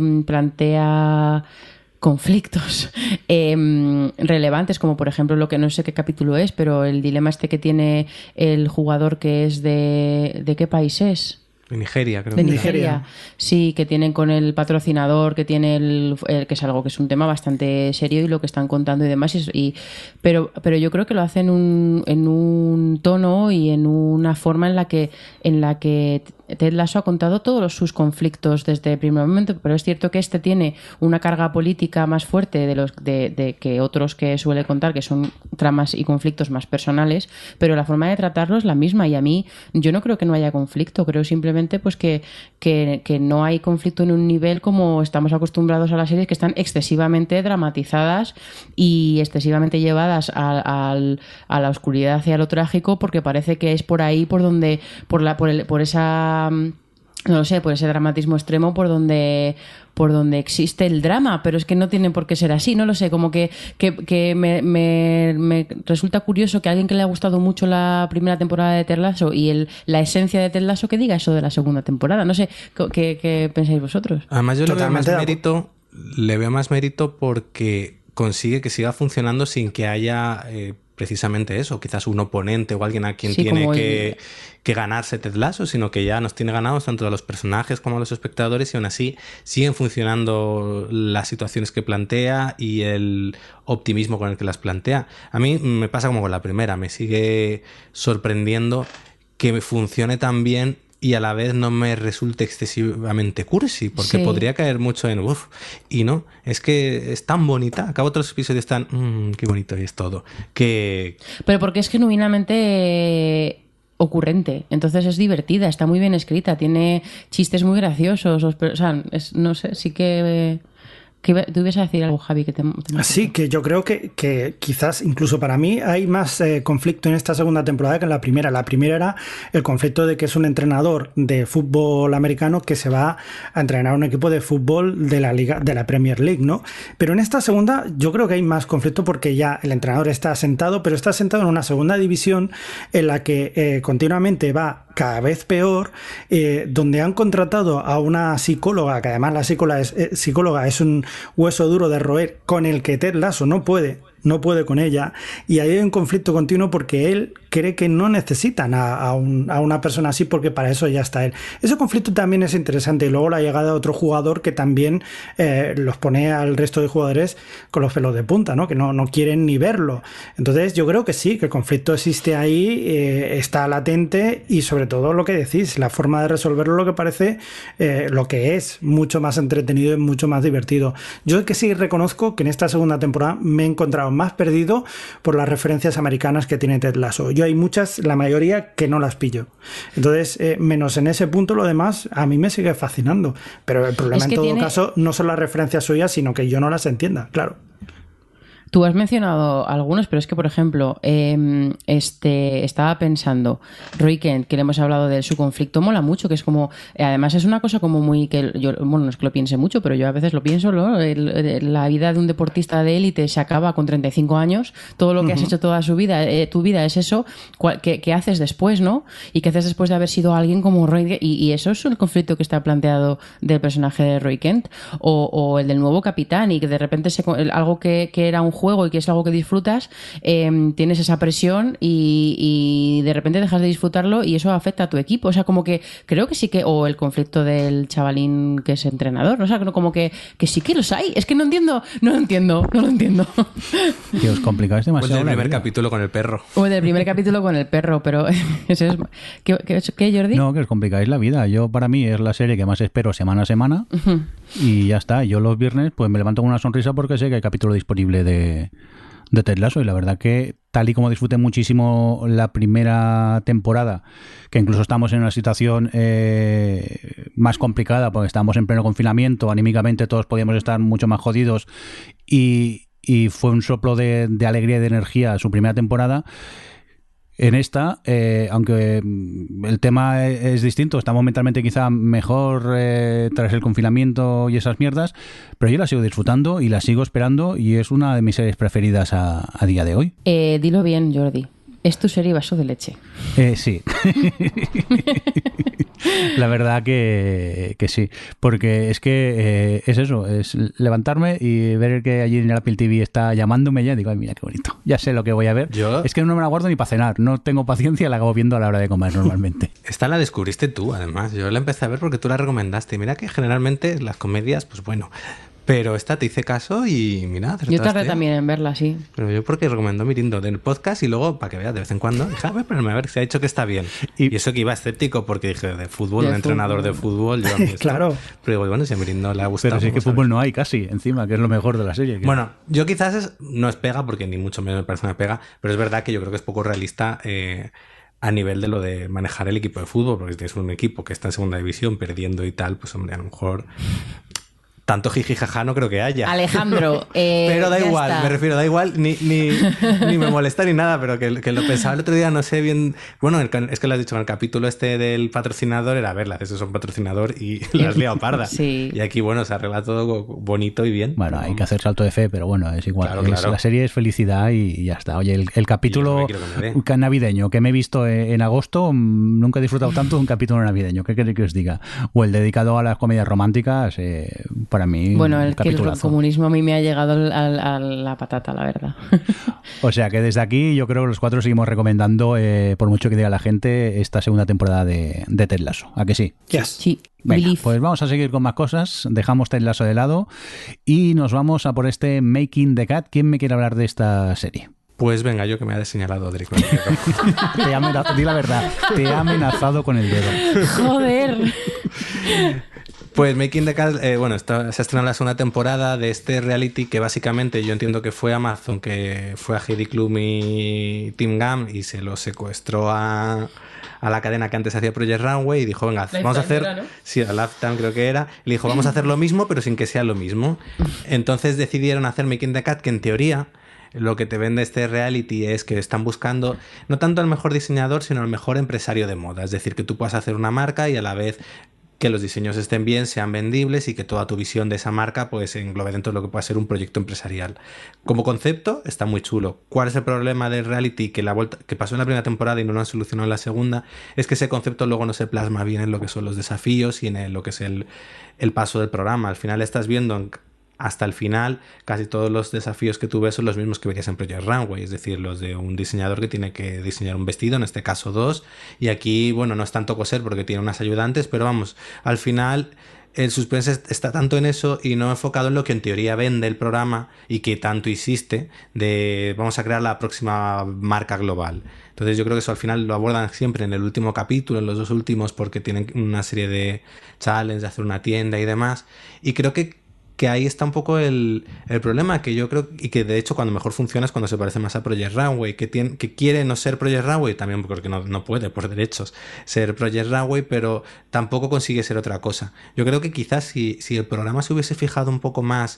conflictos relevantes, como por ejemplo lo que no sé qué capítulo es, pero el dilema este que tiene el jugador que es ¿de qué país es? De Nigeria, creo. De Nigeria. Sí, que tienen con el patrocinador, que tiene que es algo que es un tema bastante serio, y lo que están contando y demás. Pero yo creo que lo hacen en un tono y en una forma en la que Ted Lasso ha contado todos sus conflictos desde el primer momento, pero es cierto que este tiene una carga política más fuerte de que otros que suele contar, que son tramas y conflictos más personales, pero la forma de tratarlo es la misma, y a mí yo no creo que no haya conflicto, creo simplemente pues que no hay conflicto en un nivel como estamos acostumbrados a las series, que están excesivamente dramatizadas y excesivamente llevadas a la oscuridad y a lo trágico, porque parece que es por ahí por esa, no lo sé, por ese dramatismo extremo por donde existe el drama, pero es que no tiene por qué ser así, no lo sé, como que me resulta curioso que alguien que le ha gustado mucho la primera temporada de Ted Lasso y la esencia de Ted Lasso, que diga eso de la segunda temporada. No sé, ¿qué pensáis vosotros? Además yo le veo más mérito porque consigue que siga funcionando sin que haya precisamente eso, quizás un oponente o alguien a quien tiene que ganarse Ted Lasso, sino que ya nos tiene ganados tanto a los personajes como a los espectadores, y aún así siguen funcionando las situaciones que plantea y el optimismo con el que las plantea. A mí me pasa como con la primera, me sigue sorprendiendo que funcione tan bien y a la vez no me resulte excesivamente cursi, porque podría caer mucho en uff, y no, es que es tan bonita, acabo otros episodios tan qué bonito y es todo, que... Pero porque es genuinamente ocurrente, entonces es divertida, está muy bien escrita, tiene chistes muy graciosos, o sea, no sé, sí que... ¿Tú ibas a decir algo, Javi? Sí, que yo creo que quizás incluso para mí hay más conflicto en esta segunda temporada que en la primera. La primera era el conflicto de que es un entrenador de fútbol americano que se va a entrenar a un equipo de fútbol de la liga, de la Premier League, ¿no? Pero en esta segunda yo creo que hay más conflicto porque ya el entrenador está asentado, pero está asentado en una segunda división en la que continuamente va cada vez peor, donde han contratado a una psicóloga, que además la psicóloga es un hueso duro de roer, con el que Ted Lasso no puede con ella, y ahí hay un conflicto continuo porque él cree que no necesitan a una persona así, porque para eso ya está él. Ese conflicto también es interesante, y luego la llegada de otro jugador que también los pone al resto de jugadores con los pelos de punta, ¿no? Que no quieren ni verlo. Entonces yo creo que sí, que el conflicto existe ahí, está latente, y sobre todo lo que decís, la forma de resolverlo, lo que parece lo que es mucho más entretenido y mucho más divertido. Yo que sí reconozco que en esta segunda temporada me he encontrado más perdido por las referencias americanas que tiene Ted Lasso. Yo hay muchas, la mayoría, que no las pillo. Entonces, menos en ese punto, lo demás a mí me sigue fascinando. Pero el problema en todo caso no son las referencias suyas, sino que yo no las entienda, claro. Tú has mencionado algunos, pero es que, por ejemplo, estaba pensando, Roy Kent, que le hemos hablado de su conflicto, mola mucho, que es como, además es una cosa como muy, que yo, bueno, no es que lo piense mucho, pero yo a veces lo pienso, ¿no? La vida de un deportista de élite se acaba con 35 años, todo lo que has hecho toda su vida, tu vida es eso, ¿qué haces después, no? Y qué haces después de haber sido alguien como Roy Kent, y eso es el conflicto que está planteado del personaje de Roy Kent, o el del nuevo capitán, y que de repente algo que era un juego y que es algo que disfrutas, tienes esa presión y de repente dejas de disfrutarlo y eso afecta a tu equipo. O sea, como que creo que sí que, o el conflicto del chavalín que es entrenador, ¿no? O sea, como que sí que los hay. Es que no lo entiendo. Que os complicáis demasiado. O el del primer capítulo con el perro. O el del primer capítulo con el perro, pero eso es... ¿Qué, Jordi? No, que os complicáis la vida. Para mí es la serie que más espero semana a semana. Y ya está. Yo los viernes pues me levanto con una sonrisa porque sé que hay capítulo disponible de Ted Lasso, y la verdad que tal y como disfruté muchísimo la primera temporada, que incluso estamos en una situación más complicada porque estábamos en pleno confinamiento, anímicamente todos podíamos estar mucho más jodidos, y fue un soplo de alegría y de energía su primera temporada. En esta, aunque el tema es distinto, estamos mentalmente quizá mejor tras el confinamiento y esas mierdas, pero yo la sigo disfrutando y la sigo esperando y es una de mis series preferidas a día de hoy. Dilo bien, Jordi. Es tu serie vaso de leche. Sí. La verdad que sí. Porque es que es eso, es levantarme y ver que allí en el Apple TV está llamándome ya. Digo, ay, mira qué bonito. Ya sé lo que voy a ver. Es que no me la guardo ni para cenar. No tengo paciencia, la acabo viendo a la hora de comer normalmente. Esta la descubriste tú, además. Yo la empecé a ver porque tú la recomendaste. Y mira que generalmente las comedias, pues bueno... Pero esta te hice caso y mira, acertaste. Yo tardé también en verla, sí. Pero yo porque recomendó Mirindo del podcast y luego, para que veas de vez en cuando, dije, voy a ponerme a ver si ha dicho que está bien. Y eso que iba escéptico porque dije, de fútbol, un entrenador de fútbol, yo a mí esto. Claro. Pero digo, bueno, si a Mirindo le ha gustado... Pero si es que fútbol no hay casi, encima, que es lo mejor de la serie. Bueno, yo quizás no es pega, porque ni mucho menos me parece una pega, pero es verdad que yo creo que es poco realista... a nivel de lo de manejar el equipo de fútbol, porque si tienes un equipo que está en segunda división perdiendo y tal, pues hombre, a lo mejor... Tanto jiji jaja no creo que haya. Alejandro, pero da igual, está. Me refiero, da igual, ni me molesta ni nada, pero que lo pensaba el otro día, no sé bien. Bueno, es que lo has dicho, en el capítulo este del patrocinador era verla, eso es un patrocinador y la has liado parda. Sí. Y aquí, bueno, se arregla todo bonito y bien. Bueno, hay que hacer salto de fe, pero bueno, es igual. Claro. La serie es felicidad y ya está. Oye, el capítulo navideño que me he visto en agosto, nunca he disfrutado tanto de un capítulo navideño. ¿Qué queréis que os diga? O el dedicado a las comedias románticas, para mí. Bueno, el comunismo a mí me ha llegado a la patata, la verdad. O sea que desde aquí yo creo que los cuatro seguimos recomendando, por mucho que diga la gente, esta segunda temporada de Ted Lasso. ¿A que sí? Yes. Sí. Venga, pues vamos a seguir con más cosas. Dejamos Ted Lasso de lado y nos vamos a por este Making the Cut. ¿Quién me quiere hablar de esta serie? Pues venga, yo que me ha señalado Drico. Di la verdad, te ha amenazado con el dedo. Joder. Pues Making the Cut, se ha estrenado la segunda temporada de este reality que básicamente yo entiendo que fue Amazon, que fue a Heidi Klum y Tim Gunn y se lo secuestró a la cadena que antes hacía Project Runway y dijo, venga, vamos a hacer... Era, ¿no? Sí, a Lifetime creo que era. Y le dijo, vamos a hacer lo mismo, pero sin que sea lo mismo. Entonces decidieron hacer Making the Cut, que en teoría... Lo que te vende este reality es que están buscando no tanto al mejor diseñador, sino al mejor empresario de moda. Es decir, que tú puedas hacer una marca y a la vez que los diseños estén bien, sean vendibles y que toda tu visión de esa marca pues englobe dentro de lo que pueda ser un proyecto empresarial. Como concepto está muy chulo. ¿Cuál es el problema del reality? Que pasó en la primera temporada y no lo han solucionado en la segunda, es que ese concepto luego no se plasma bien en lo que son los desafíos y en lo que es el paso del programa. Al final estás viendo hasta el final, casi todos los desafíos que tú ves son los mismos que verías en Project Runway, es decir, los de un diseñador que tiene que diseñar un vestido, en este caso 2, y aquí, bueno, no es tanto coser porque tiene unas ayudantes, pero vamos, al final el suspense está tanto en eso y no enfocado en lo que en teoría vende el programa y que tanto insiste de vamos a crear la próxima marca global. Entonces yo creo que eso al final lo abordan siempre en el último capítulo, en los dos últimos, porque tienen una serie de challenges, de hacer una tienda y demás, y creo que ahí está un poco el problema, que yo creo, y que de hecho cuando mejor funciona es cuando se parece más a Project Runway, que quiere no ser Project Runway, también porque no puede por derechos ser Project Runway, pero tampoco consigue ser otra cosa. Yo creo que quizás si el programa se hubiese fijado un poco más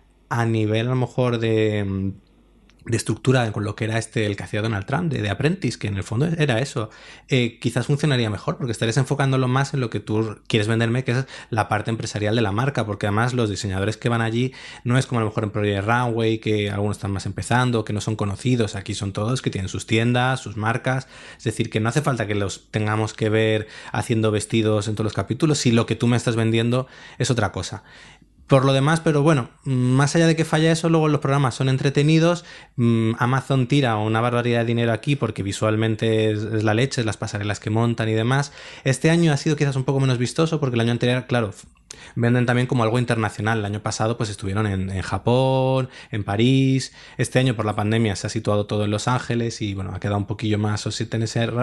a nivel a lo mejor de estructura con lo que era el que hacía Donald Trump, de Apprentice, que en el fondo era eso, quizás funcionaría mejor, porque estarías enfocándolo más en lo que tú quieres venderme, que es la parte empresarial de la marca, porque además los diseñadores que van allí no es como a lo mejor en Project Runway, que algunos están más empezando, que no son conocidos, aquí son todos que tienen sus tiendas, sus marcas, es decir, que no hace falta que los tengamos que ver haciendo vestidos en todos los capítulos, si lo que tú me estás vendiendo es otra cosa. Por lo demás, pero bueno, más allá de que falla eso, luego los programas son entretenidos. Amazon tira una barbaridad de dinero aquí porque visualmente es la leche, es las pasarelas que montan y demás. Este año ha sido quizás un poco menos vistoso porque el año anterior, claro, venden también como algo internacional. El año pasado pues estuvieron en Japón, en París. Este año por la pandemia se ha situado todo en Los Ángeles y bueno, ha quedado un poquillo más osito en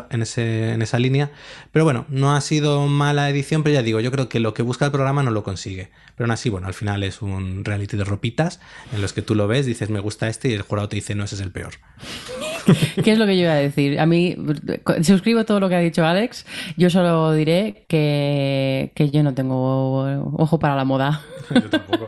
esa línea. Pero bueno, no ha sido mala edición, pero ya digo, yo creo que lo que busca el programa no lo consigue. Pero aún así, bueno, al final es un reality de ropitas en los que tú lo ves, dices me gusta este y el jurado te dice no, ese es el peor. ¿Qué es lo que yo iba a decir? A mí, suscribo todo lo que ha dicho Alex. Yo solo diré que yo no tengo ojo para la moda. Yo tampoco.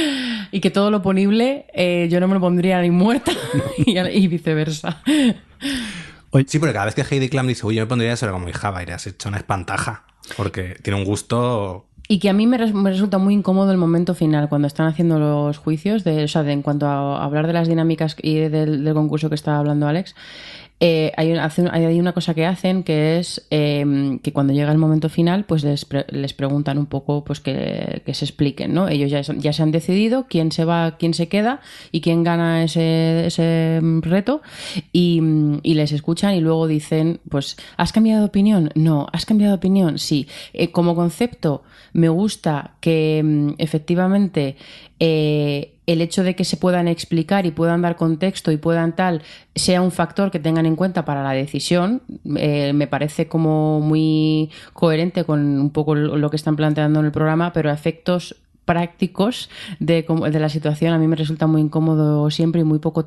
Y que todo lo ponible yo no me lo pondría ni muerta y viceversa. Sí, porque cada vez que Heidi Klum dice, uy, yo me pondría eso, era como, hija, has hecho una espantaja. Porque tiene un gusto... Y que a mí me resulta muy incómodo el momento final, cuando están haciendo los juicios, en cuanto a hablar de las dinámicas y del concurso que estaba hablando Alex. Hay una cosa que hacen que es que cuando llega el momento final pues les preguntan un poco pues que se expliquen, ¿no? Ellos ya se han decidido quién se va, quién se queda y quién gana ese reto y les escuchan y luego dicen pues ¿has cambiado de opinión? No. ¿Has cambiado de opinión? Sí. Como concepto me gusta que efectivamente el hecho de que se puedan explicar y puedan dar contexto y puedan sea un factor que tengan en cuenta para la decisión. Me parece como muy coherente con un poco lo que están planteando en el programa, pero a efectos prácticos de la situación a mí me resulta muy incómodo siempre y muy poco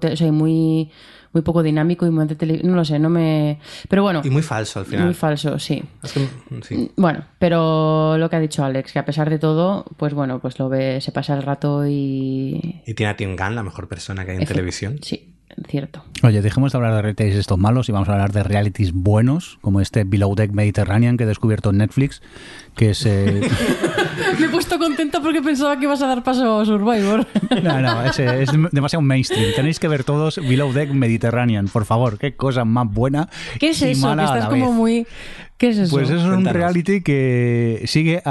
muy poco dinámico y no lo sé, pero bueno. Y muy falso al final. Muy falso, sí. Es que, sí. Bueno, pero lo que ha dicho Alex, que a pesar de todo, pues bueno, pues se pasa el rato y... Y tiene a Tim Gunn, la mejor persona que hay en televisión. Sí, cierto. Oye, dejemos de hablar de realities estos malos y vamos a hablar de realities buenos, como este Below Deck Mediterranean que he descubierto en Netflix, que es... Me he puesto contenta porque pensaba que ibas a dar paso a Survivor. No, es demasiado mainstream. Tenéis que ver todos Below Deck Mediterranean, por favor. Qué cosa más buena. ¿Qué es eso? Que estás como muy... ¿Qué es eso? Pues eso es un reality que sigue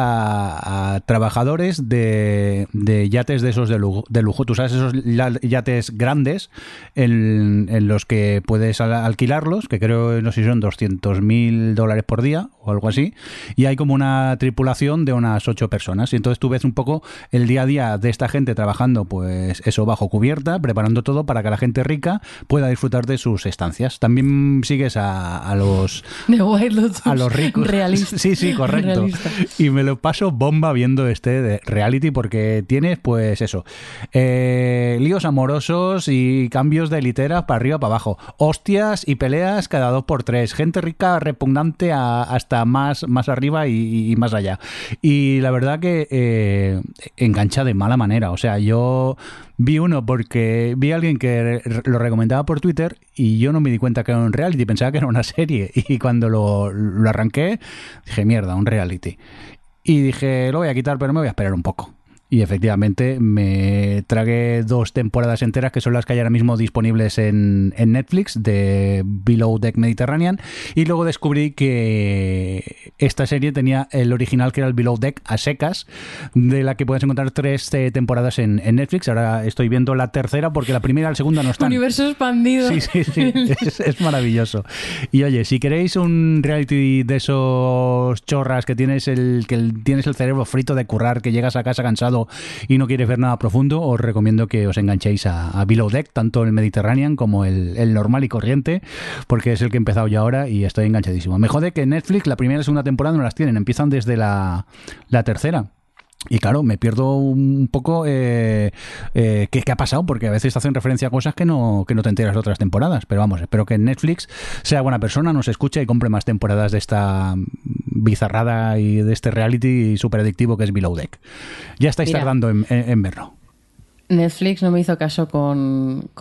a trabajadores de yates de esos de lujo. Tú sabes, esos yates grandes en los que puedes alquilarlos, que creo, no sé si son $200,000 por día o algo así, y hay como una tripulación de unas 8 personas. Y entonces tú ves un poco el día a día de esta gente trabajando, pues eso, bajo cubierta, preparando todo para que la gente rica pueda disfrutar de sus estancias. También sigues a los... The White Lotus. A los ricos. Realista. Sí, correcto. Realista. Y me lo paso bomba viendo este de reality porque tienes, pues eso, líos amorosos y cambios de litera para arriba, para abajo, hostias y peleas cada 2x3, gente rica repugnante hasta más arriba y más allá. Y la verdad que engancha de mala manera. O sea, yo vi uno porque vi a alguien que lo recomendaba por Twitter y yo no me di cuenta que era un reality, pensaba que era una serie. Y cuando lo arranqué, dije, mierda, un reality. Y dije, lo voy a quitar, pero me voy a esperar un poco. Y efectivamente me tragué 2 temporadas enteras que son las que hay ahora mismo disponibles en Netflix de Below Deck Mediterranean, y luego descubrí que esta serie tenía el original que era el Below Deck a secas, de la que puedes encontrar 3 temporadas en Netflix. Ahora estoy viendo la tercera porque la primera y la segunda no están. Universo expandido. Sí. Es maravilloso. Y oye, si queréis un reality de esos chorras que tienes el cerebro frito de currar, que llegas a casa cansado y no quieres ver nada profundo, os recomiendo que os enganchéis a Below Deck, tanto el Mediterranean como el normal y corriente, porque es el que he empezado yo ahora y estoy enganchadísimo. Me jode que Netflix la primera y segunda temporada no las tienen, empiezan desde la tercera. Y claro, me pierdo un poco qué ha pasado, porque a veces hacen referencia a cosas que no te enteras de otras temporadas. Pero vamos, espero que Netflix sea buena persona, nos escuche y compre más temporadas de esta bizarrada y de este reality súper adictivo que es Below Deck. Ya estáis tardando en verlo. Netflix no me hizo caso con...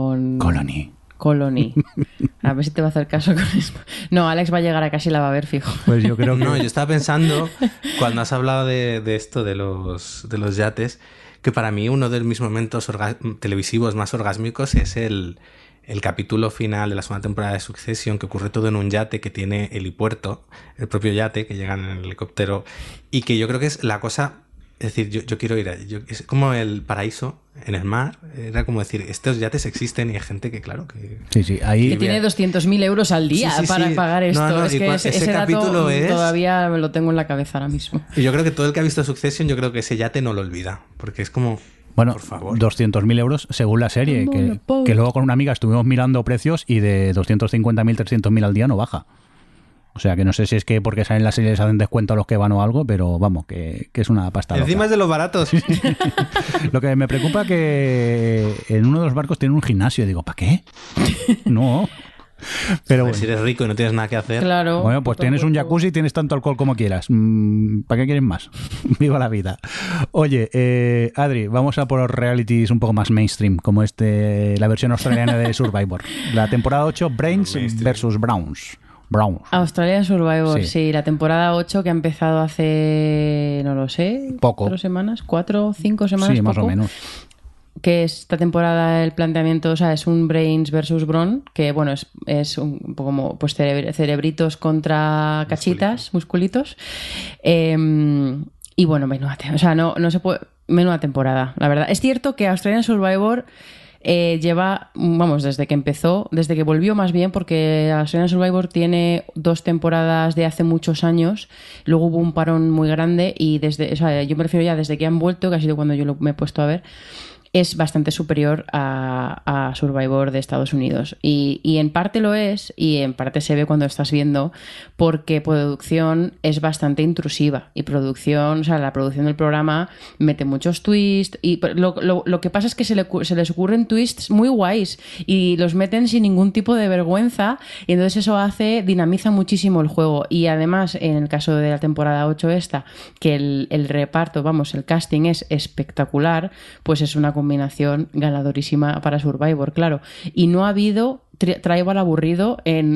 Colony. A ver si te va a hacer caso con eso. No, Alex va a llegar a casa y la va a ver fijo. Pues yo creo que... No, yo estaba pensando, cuando has hablado de esto, de los yates, que para mí uno de mis momentos televisivos más orgásmicos es el capítulo final de la segunda temporada de Succession, que ocurre todo en un yate que tiene helipuerto, el propio yate, que llegan en el helicóptero, y que yo creo que es la cosa... Es decir, yo quiero ir es como el paraíso en el mar. Era como decir, estos yates existen y hay gente que, claro, que... Sí, ahí... Que tiene 200.000 euros al día para pagar esto. No, es que ese capítulo dato todavía lo tengo en la cabeza ahora mismo. Y yo creo que todo el que ha visto Succession, yo creo que ese yate no lo olvida. Porque es como... Bueno, por favor. 200.000 euros según la serie, que luego con una amiga estuvimos mirando precios y de 250.000, 300.000 al día no baja. O sea, que no sé si es que porque salen las series hacen descuento a los que van o algo, pero vamos, que es una pasta loca. Encima es de los baratos. Lo que me preocupa que en uno de los barcos tienen un gimnasio. Y digo, ¿para qué? No. Pero bueno. Si eres rico y no tienes nada que hacer. Claro. Bueno, pues tienes un jacuzzi y tienes tanto alcohol como quieras. ¿Para qué quieres más? Viva la vida. Oye, Adri, vamos a por realities un poco más mainstream, como la versión australiana de Survivor. La temporada 8, Brains versus Browns. Australian Survivor, Sí. sí, la temporada 8 que ha empezado hace, no lo sé, Poco. 4 semanas, 4 o 5 semanas. Sí, más poco. o menos. Que esta temporada el planteamiento, o sea, es un Brains versus Brawn, que bueno, es un poco como pues cerebritos contra cachitas, musculitos. Y bueno, no se puede, menuda temporada, la verdad. Es cierto que Australian Survivor lleva, desde que empezó, desde que volvió más bien, porque Australian Survivor tiene 2 temporadas de hace muchos años, luego hubo un parón muy grande y yo me refiero ya desde que han vuelto, que ha sido cuando yo me he puesto a ver, es bastante superior a Survivor de Estados Unidos. Y en parte lo es, y en parte se ve cuando estás viendo, porque producción es bastante intrusiva. Y la producción del programa mete muchos twists. Y lo que pasa es que se les ocurren twists muy guays y los meten sin ningún tipo de vergüenza. Y entonces eso dinamiza muchísimo el juego. Y además, en el caso de la temporada 8 que el reparto, el casting es espectacular, pues es una combinación ganadorísima para Survivor, claro. Y no ha habido tribal aburrido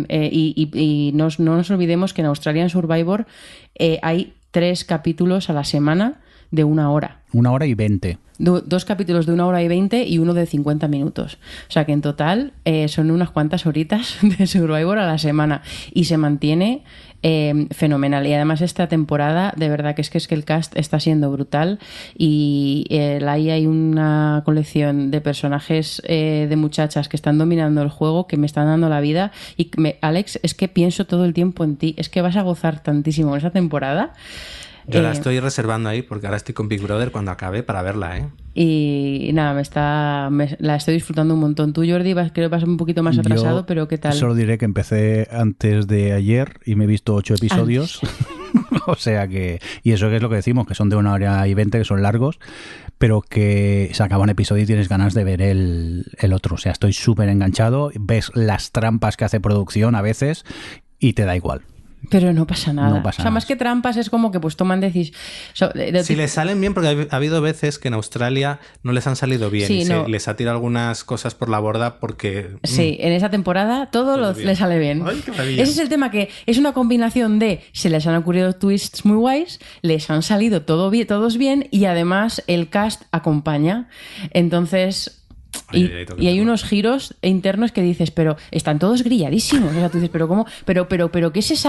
y no nos olvidemos que en Australian Survivor hay 3 capítulos a la semana de 1 hora. 1 hora y 20. 2 capítulos de 1 hora y 20 y uno de 50 minutos. O sea que en total son unas cuantas horitas de Survivor a la semana y se mantiene fenomenal. Y además esta temporada, de verdad que es que el cast está siendo brutal y ahí hay una colección de personajes de muchachas que están dominando el juego, que me están dando la vida. Y Alex, es que pienso todo el tiempo en ti. Es que vas a gozar tantísimo en esa temporada. Yo la estoy reservando ahí porque ahora estoy con Big Brother cuando acabe para verla, ¿eh? Y nada, la estoy disfrutando un montón. Tú, Jordi, creo que vas un poquito más atrasado, pero ¿qué tal? Solo diré que empecé antes de ayer y me he visto 8 episodios. O sea que... Y eso que es lo que decimos, que son de 1 hora y 20, que son largos, pero que se acaba un episodio y tienes ganas de ver el otro. O sea, estoy súper enganchado. Ves las trampas que hace producción a veces y te da igual. Pero no pasa nada. No pasa o sea, más nada. que trampas es como que pues toman decisiones. Si les salen bien, porque ha habido veces que en Australia no les han salido bien Sí, y les ha tirado algunas cosas por la borda porque... Sí, en esa temporada todo les sale bien. Ay, qué maravilla. Ese es el tema, que es una combinación de se les han ocurrido twists muy guays, les han salido todos bien y además el cast acompaña. Entonces... Y hay unos giros internos que dices, pero están todos grilladísimos. O sea, tú dices, pero ¿cómo? Pero ¿qué es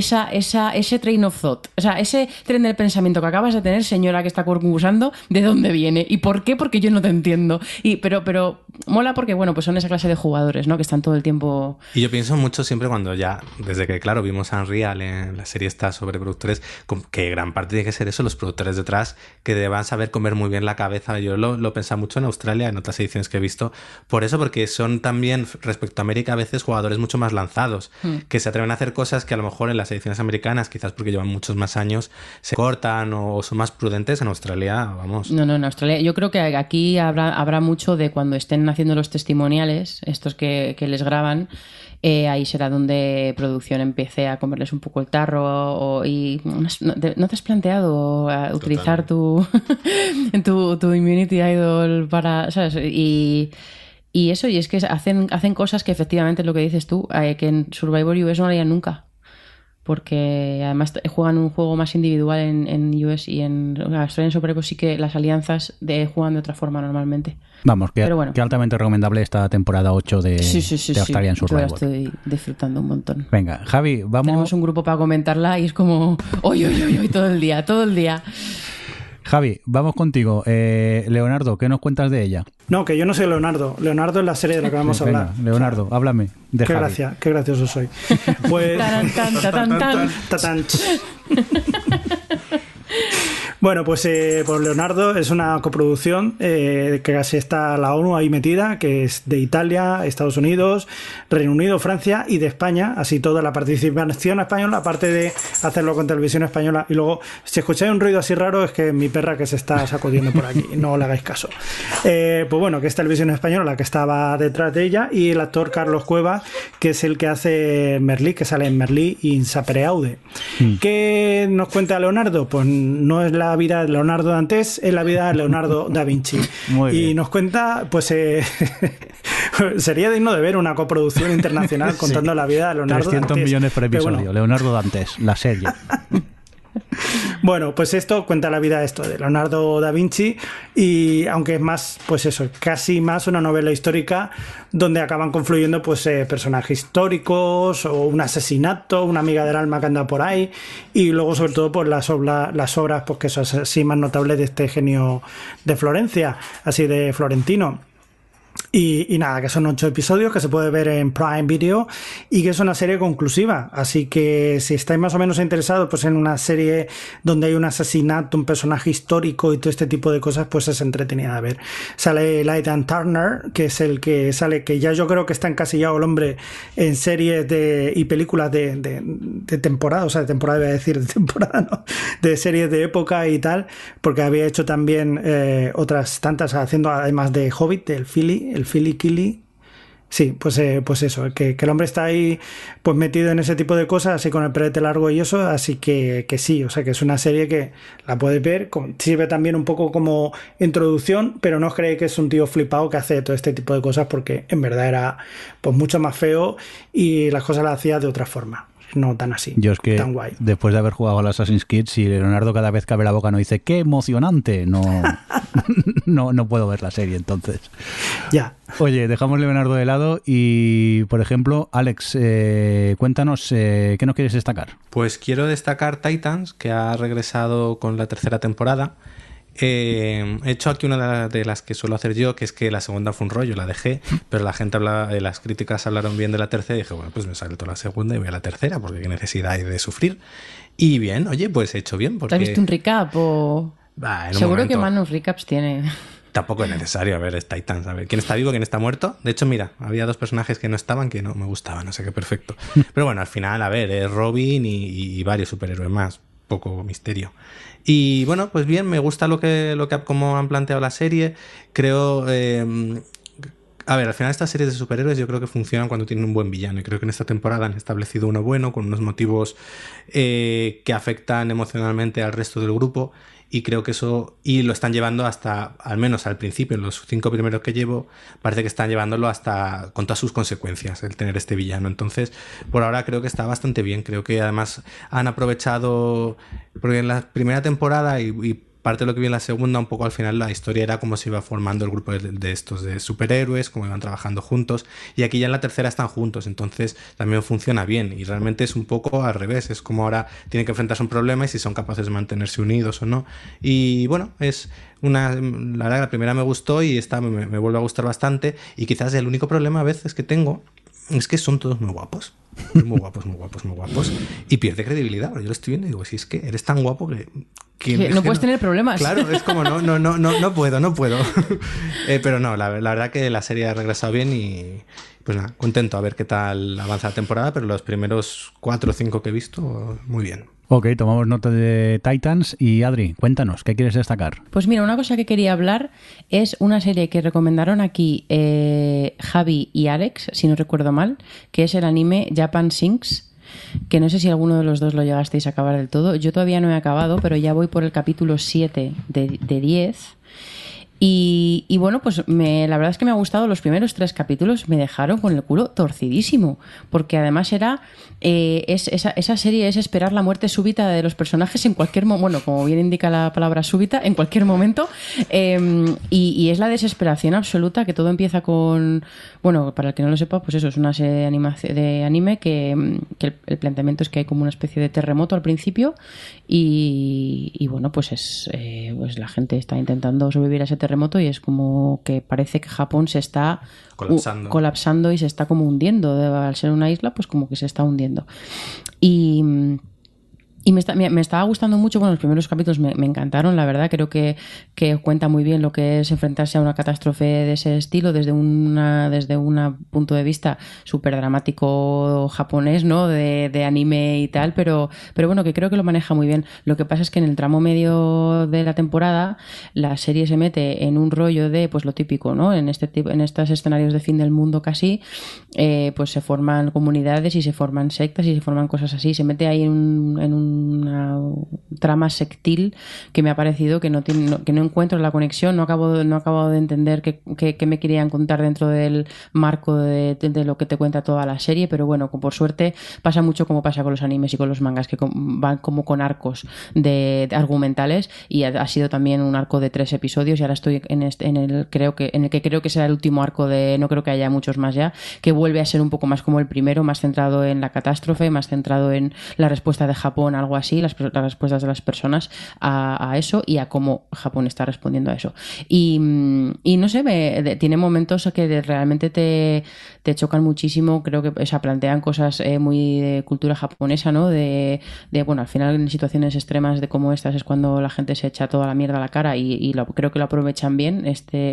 ese train of thought? O sea, ese tren del pensamiento que acabas de tener, señora que está concursando, ¿de dónde viene? ¿Y por qué? Porque yo no te entiendo. Pero mola porque, bueno, pues son esa clase de jugadores, ¿no? Que están todo el tiempo... Y yo pienso mucho siempre cuando desde que, claro, vimos Unreal en la serie esta sobre productores, que gran parte tiene que ser eso, los productores detrás, que deban saber comer muy bien la cabeza. Yo lo pensaba mucho en Australia, en otras ediciones que he visto. Por eso, porque son también, respecto a América, a veces jugadores mucho más lanzados, que se atreven a hacer cosas que a lo mejor en las ediciones americanas, quizás porque llevan muchos más años, se cortan o son más prudentes. En Australia, vamos. No, en Australia. Yo creo que aquí habrá mucho de cuando estén haciendo los testimoniales, estos que les graban. Ahí será donde producción empiece a comerles un poco el tarro ¿no te has planteado utilizar tu Immunity Idol para, ¿sabes? Y eso, y es que hacen cosas que efectivamente es lo que dices tú, que en Survivor US no harían nunca. Porque además juegan un juego más individual en US y en Australian Survivor sí que las alianzas juegan de otra forma normalmente. Vamos, que que altamente recomendable esta temporada 8 de Australian Survivor. Yo la estoy disfrutando un montón. Venga, Javi, vamos... Tenemos un grupo para comentarla y es como... ¡Oy, todo el día! Javi, vamos contigo. Leonardo, ¿qué nos cuentas de ella? No, que yo no soy Leonardo. Leonardo es la serie de la que vamos a hablar. Venga, Leonardo, háblame de Javi. Qué gracioso soy. Pues... Tan. Bueno, Bueno, pues Leonardo es una coproducción que casi está la ONU ahí metida, que es de Italia, Estados Unidos, Reino Unido, Francia y de España, así toda la participación española, aparte de hacerlo con televisión española. Y luego, si escucháis un ruido así raro, es que mi perra que se está sacudiendo por aquí, no le hagáis caso. Pues bueno, que es televisión española la que estaba detrás de ella, y el actor Carlos Cueva, que es el que hace Merlí, que sale en Merlí y en Sapereaude. ¿Qué nos cuenta Leonardo? Pues no es la vida de Leonardo Dantes, es la vida de Leonardo da Vinci. Muy bien. Y nos cuenta, pues sería digno de ver una coproducción internacional contando la vida de Leonardo 300 Dantes. millones por Pero episodio. bueno, Leonardo Dantes, la serie. Bueno, pues esto cuenta la vida de Leonardo da Vinci, y aunque es más, pues eso, casi más una novela histórica donde acaban confluyendo pues personajes históricos o un asesinato, una amiga del alma que anda por ahí, y luego sobre todo pues las obras pues que son así más notables de este genio de Florencia, así de florentino. Y nada, que son 8 episodios que se puede ver en Prime Video y que es una serie conclusiva. Así que si estáis más o menos interesados pues en una serie donde hay un asesinato, un personaje histórico y todo este tipo de cosas, pues es entretenida de ver. Sale Lydan Turner, que es el que sale, que ya yo creo que está encasillado el hombre en series y películas de temporada, o sea, de temporada iba a decir, de temporada, ¿no? De series de época y tal, porque había hecho también otras tantas, haciendo además de Hobbit, el Philly Killy. Sí, pues eso, que el hombre está ahí pues metido en ese tipo de cosas, así con el pelete largo y eso, así que sí, o sea que es una serie que la puedes ver, sirve también un poco como introducción, pero no os creéis que es un tío flipado que hace todo este tipo de cosas, porque en verdad era pues mucho más feo y las cosas las hacía de otra forma. No tan así, Yo es que tan guay. después de haber jugado al Assassin's Creed, si Leonardo cada vez que abre la boca no dice ¡qué emocionante! No puedo ver la serie entonces. Ya. Oye, dejamos Leonardo de lado y, por ejemplo, Alex, cuéntanos ¿qué nos quieres destacar? Pues quiero destacar Titans, que ha regresado con la 3ª temporada. He hecho aquí una de las que suelo hacer yo, que es que la segunda fue un rollo, la dejé, pero la gente las críticas hablaron bien de la tercera y dije, bueno, pues me salto la segunda y voy a la tercera, porque qué necesidad hay de sufrir. Y bien, oye, pues he hecho bien. Porque... ¿Te has visto un recap o...? Seguro que Manus Recaps tiene... Tampoco es necesario, a ver, es Titans, a ver, ¿quién está vivo, quién está muerto? De hecho, mira, había 2 personajes que no estaban, que no me gustaban, no sé qué, perfecto. Pero bueno, al final, a ver, es Robin y varios superhéroes más, poco misterio. Y bueno, pues bien, me gusta cómo han planteado la serie. Creo... a ver, al final estas series de superhéroes yo creo que funcionan cuando tienen un buen villano. Y creo que en esta temporada han establecido uno bueno, con unos motivos que afectan emocionalmente al resto del grupo. Y creo que eso... Y lo están llevando hasta, al menos al principio, en los 5 primeros que llevo, parece que están llevándolo hasta con todas sus consecuencias, el tener este villano. Entonces, por ahora creo que está bastante bien. Creo que además han aprovechado... Porque en la primera temporada y parte de lo que vi en la segunda, un poco al final la historia era cómo se iba formando el grupo de estos de superhéroes, cómo iban trabajando juntos, y aquí ya en la tercera están juntos, entonces también funciona bien, y realmente es un poco al revés, es como ahora tienen que enfrentarse a un problema y si son capaces de mantenerse unidos o no, y bueno, es la verdad que la primera me gustó y esta me vuelve a gustar bastante, y quizás el único problema a veces que tengo es que son todos muy guapos. Muy guapos, muy guapos, muy guapos. Y pierde credibilidad. Yo lo estoy viendo y digo, si es que eres tan guapo que no puedes tener problemas. Claro, es como no puedo. Pero no, la verdad que la serie ha regresado bien y pues nada, contento a ver qué tal avanza la temporada, pero los primeros 4 o 5 que he visto, muy bien. Ok, tomamos nota de Titans y Adri, cuéntanos, ¿qué quieres destacar? Pues mira, una cosa que quería hablar es una serie que recomendaron aquí Javi y Alex, si no recuerdo mal, que es el anime Japan Sinks, que no sé si alguno de los dos lo llegasteis a acabar del todo. Yo todavía no he acabado, pero ya voy por el capítulo 7 de 10. Y bueno, pues la verdad es que me ha gustado. Los primeros 3 capítulos me dejaron con el culo torcidísimo, porque además esa serie es esperar la muerte súbita de los personajes en cualquier momento, bueno, como bien indica la palabra súbita, en cualquier momento, y es la desesperación absoluta, que todo empieza con, bueno, para el que no lo sepa, pues eso, es una serie de anime que el planteamiento es que hay como una especie de terremoto al principio y bueno, pues pues la gente está intentando sobrevivir a ese terremoto y es como que parece que Japón se está colapsando y se está como hundiendo. Al ser una isla, pues como que se está hundiendo. Y Y me estaba gustando mucho, bueno, los primeros capítulos me encantaron, la verdad, creo que cuenta muy bien lo que es enfrentarse a una catástrofe de ese estilo desde un punto de vista súper dramático japonés, ¿no? De anime y tal, pero bueno, que creo que lo maneja muy bien. Lo que pasa es que en el tramo medio de la temporada la serie se mete en un rollo de, pues lo típico, ¿no? En estos escenarios de fin del mundo casi, pues se forman comunidades y se forman sectas y se forman cosas así, se mete ahí en una trama sectil que me ha parecido que no encuentro la conexión, no acabo de entender qué me querían contar dentro del marco de lo que te cuenta toda la serie, pero bueno, por suerte pasa mucho como pasa con los animes y con los mangas, que van como con arcos de argumentales, y ha sido también un arco de 3 episodios y ahora estoy en el que creo que será el último arco no creo que haya muchos más ya, que vuelve a ser un poco más como el primero, más centrado en la catástrofe, más centrado en la respuesta de Japón, algo así, las respuestas de las personas a eso y a cómo Japón está respondiendo a eso. Y no sé, tiene momentos que realmente te chocan muchísimo, creo que plantean cosas muy de cultura japonesa, ¿no? De bueno, al final en situaciones extremas de como estas es cuando la gente se echa toda la mierda a la cara y creo que lo aprovechan bien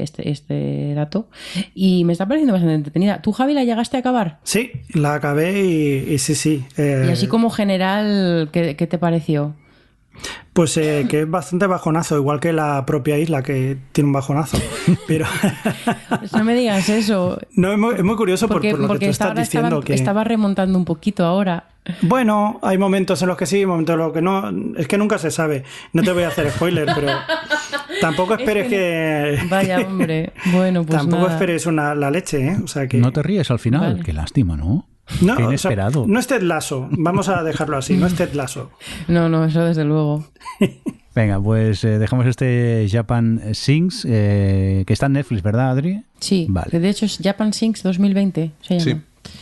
este dato, y me está pareciendo bastante entretenida. ¿Tú, Javi, la llegaste a acabar? Sí, la acabé y sí. Y así como general, ¿qué te pareció? Pues que es bastante bajonazo, igual que la propia isla, que tiene un bajonazo. Pero no me digas eso. No, es muy curioso por lo que tú estás diciendo. Estaba remontando un poquito ahora. Bueno, hay momentos en los que sí, momentos en los que no. Es que nunca se sabe. No te voy a hacer spoiler, pero tampoco esperes que... Vaya, hombre. Bueno, pues tampoco nada. esperes la leche, ¿eh? O sea que... No te ríes al final. Vale. Qué lástima, ¿no? No, qué inesperado. O sea, no es Ted Lasso. Vamos a dejarlo así. No es Ted Lasso. No, eso desde luego. Venga, pues dejamos este Japan Sings, que está en Netflix, ¿verdad, Adri? Sí, Vale. de hecho es Japan Sings 2020, se llama. Sí.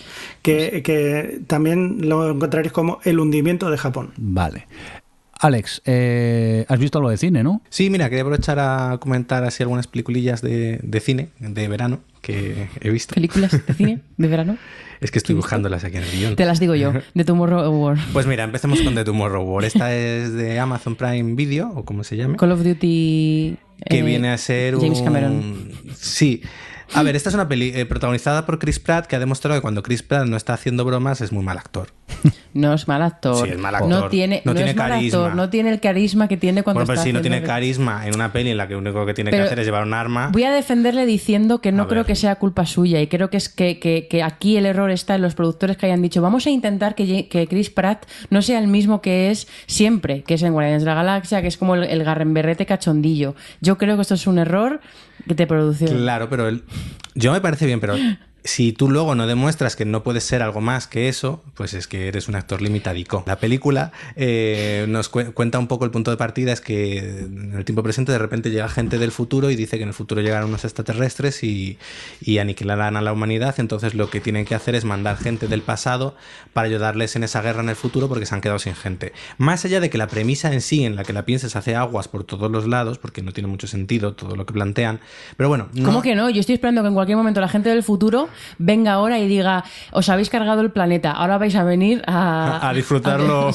Que también lo encontraréis como el hundimiento de Japón. Vale. Alex, has visto algo de cine, ¿no? Sí, mira, quería aprovechar a comentar así algunas peliculillas de cine, de verano, que he visto. ¿Películas de cine de verano? Es que estoy buscándolas aquí en el guión. Te las digo yo, de Tomorrow War. Pues mira, empecemos con The Tomorrow War. Esta es de Amazon Prime Video, o como se llame. Call of Duty... que viene a ser James Cameron. Sí. A ver, esta es una peli protagonizada por Chris Pratt, que ha demostrado que cuando Chris Pratt no está haciendo bromas es muy mal actor. No es mal actor. Sí, es mal actor. No tiene es mal carisma. Actor, no tiene el carisma que tiene cuando bueno, pues está si no tiene haciendo... carisma en una peli en la que lo único que tiene que hacer es llevar un arma... Voy a defenderle diciendo que no A creo ver. que sea culpa suya, y creo que es que aquí el error está en los productores que hayan dicho vamos a intentar que Chris Pratt no sea el mismo que es siempre, que es en Guardianes de la Galaxia, que es como el garremberrete cachondillo. Yo creo que esto es un error de producción. Claro, pero yo me parece bien, pero si tú luego no demuestras que no puedes ser algo más que eso, pues es que eres un actor limitadico. La película nos cuenta un poco el punto de partida, es que en el tiempo presente de repente llega gente del futuro y dice que en el futuro llegarán unos extraterrestres y aniquilarán a la humanidad. Entonces lo que tienen que hacer es mandar gente del pasado para ayudarles en esa guerra en el futuro porque se han quedado sin gente. Más allá de que la premisa en sí, en la que la pienses, hace aguas por todos los lados, porque no tiene mucho sentido todo lo que plantean, pero bueno... ¿Cómo que no? Yo estoy esperando que en cualquier momento la gente del futuro venga ahora y diga, os habéis cargado el planeta, ahora vais a venir a disfrutarlo.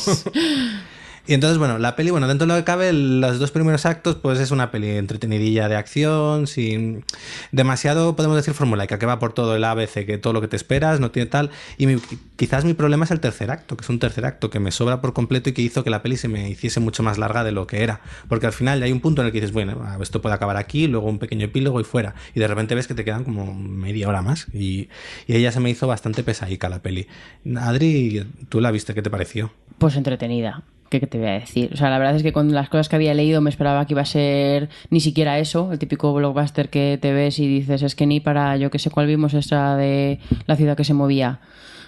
Y entonces, bueno, la peli, bueno, dentro de lo que cabe, los 2 primeros actos, pues es una peli entretenidilla de acción, sin demasiado, podemos decir, formulaica, que va por todo el ABC, que todo lo que te esperas, no tiene tal. Y quizás mi problema es el tercer acto, que es un tercer acto que me sobra por completo y que hizo que la peli se me hiciese mucho más larga de lo que era. Porque al final hay un punto en el que dices, bueno, esto puede acabar aquí, luego un pequeño epílogo y fuera. Y de repente ves que te quedan como media hora más. Y ella se me hizo bastante pesadica la peli. Adri, ¿tú la viste? ¿Qué te pareció? Pues entretenida. ¿Qué te voy a decir? O sea, la verdad es que con las cosas que había leído me esperaba que iba a ser ni siquiera eso, el típico blockbuster que te ves y dices, es que ni para, yo que sé cuál vimos, esa de la ciudad que se movía.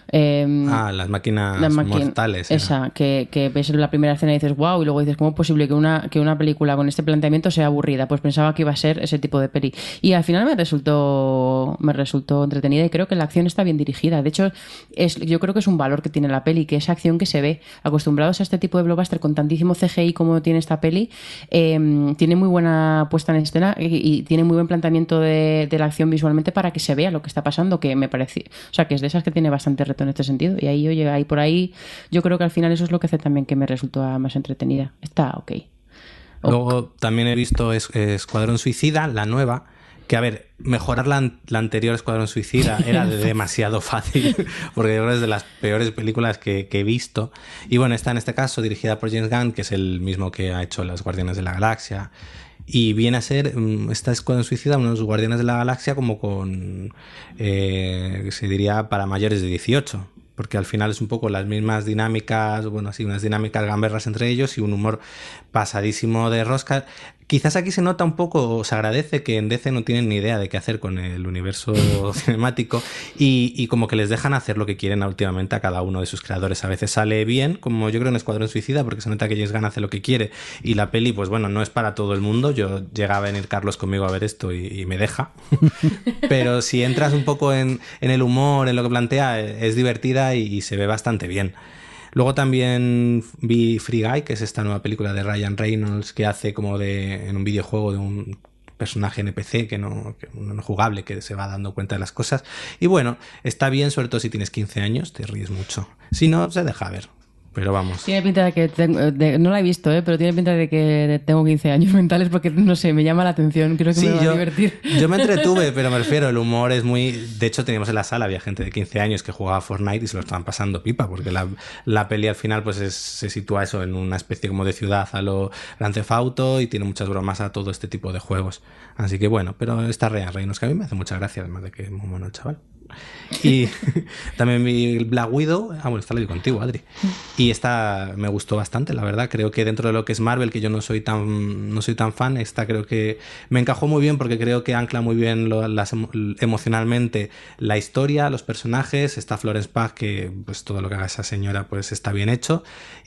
Las máquinas mortales. Esa, que ves la primera escena y dices, wow, y luego dices, ¿cómo es posible que una película con este planteamiento sea aburrida? Pues pensaba que iba a ser ese tipo de peli. Y al final me resultó entretenida y creo que la acción está bien dirigida. De hecho, yo creo que es un valor que tiene la peli, que esa acción que se ve. Acostumbrados a este tipo de blockbuster con tantísimo CGI como tiene esta peli, tiene muy buena puesta en escena y tiene muy buen planteamiento de la acción visualmente para que se vea lo que está pasando, que me parece, o sea, que es de esas que tiene bastante retrato experto en este sentido. Y ahí, oye, ahí por ahí, yo creo que al final eso es lo que hace también que me resultó más entretenida. Está ok. Luego también he visto Escuadrón Suicida, la nueva, que a ver, mejorar la anterior Escuadrón Suicida era demasiado fácil, porque yo creo que es de las peores películas que he visto. Y bueno, está en este caso dirigida por James Gunn, que es el mismo que ha hecho Los Guardianes de la Galaxia. Y viene a ser esta Escuadrón Suicida, unos Guardianes de la Galaxia como con, se diría, para mayores de 18. Porque al final es un poco las mismas dinámicas, bueno, así unas dinámicas gamberras entre ellos y un humor pasadísimo de rosca. Quizás aquí se nota un poco, se agradece que en DC no tienen ni idea de qué hacer con el universo cinemático y como que les dejan hacer lo que quieren últimamente a cada uno de sus creadores. A veces sale bien, como yo creo en Escuadrón Suicida, porque se nota que James Gunn hace lo que quiere y la peli, pues bueno, no es para todo el mundo. Yo llegaba a venir Carlos conmigo a ver esto y me deja. Pero si entras un poco en el humor, en lo que plantea, es divertida y se ve bastante bien. Luego también vi Free Guy, que es esta nueva película de Ryan Reynolds que hace como en un videojuego de un personaje NPC que no jugable, que se va dando cuenta de las cosas. Y bueno, está bien, sobre todo si tienes 15 años, te ríes mucho. Si no, se deja ver. Pero vamos. Tiene pinta de que no la he visto, pero tiene pinta de que tengo 15 años mentales porque, no sé, me llama la atención. Creo que me va a divertir. Yo me entretuve, pero me refiero, el humor es muy... De hecho, teníamos en la sala, había gente de 15 años que jugaba Fortnite y se lo estaban pasando pipa, porque la peli al final pues se sitúa eso en una especie como de ciudad a lo Grand Theft Auto y tiene muchas bromas a todo este tipo de juegos. Así que bueno, pero está Ryan Reynolds, que a mí me hace mucha gracia, además de que es muy bueno el chaval. Y también vi Black Widow. Bueno, esta la vi contigo, Adri. Y esta me gustó bastante, la verdad. Creo que dentro de lo que es Marvel, que yo no soy tan fan, esta creo que me encajó muy bien porque creo que ancla muy bien emocionalmente la historia, los personajes. Está Florence Pugh, que pues todo lo que haga esa señora pues está bien hecho.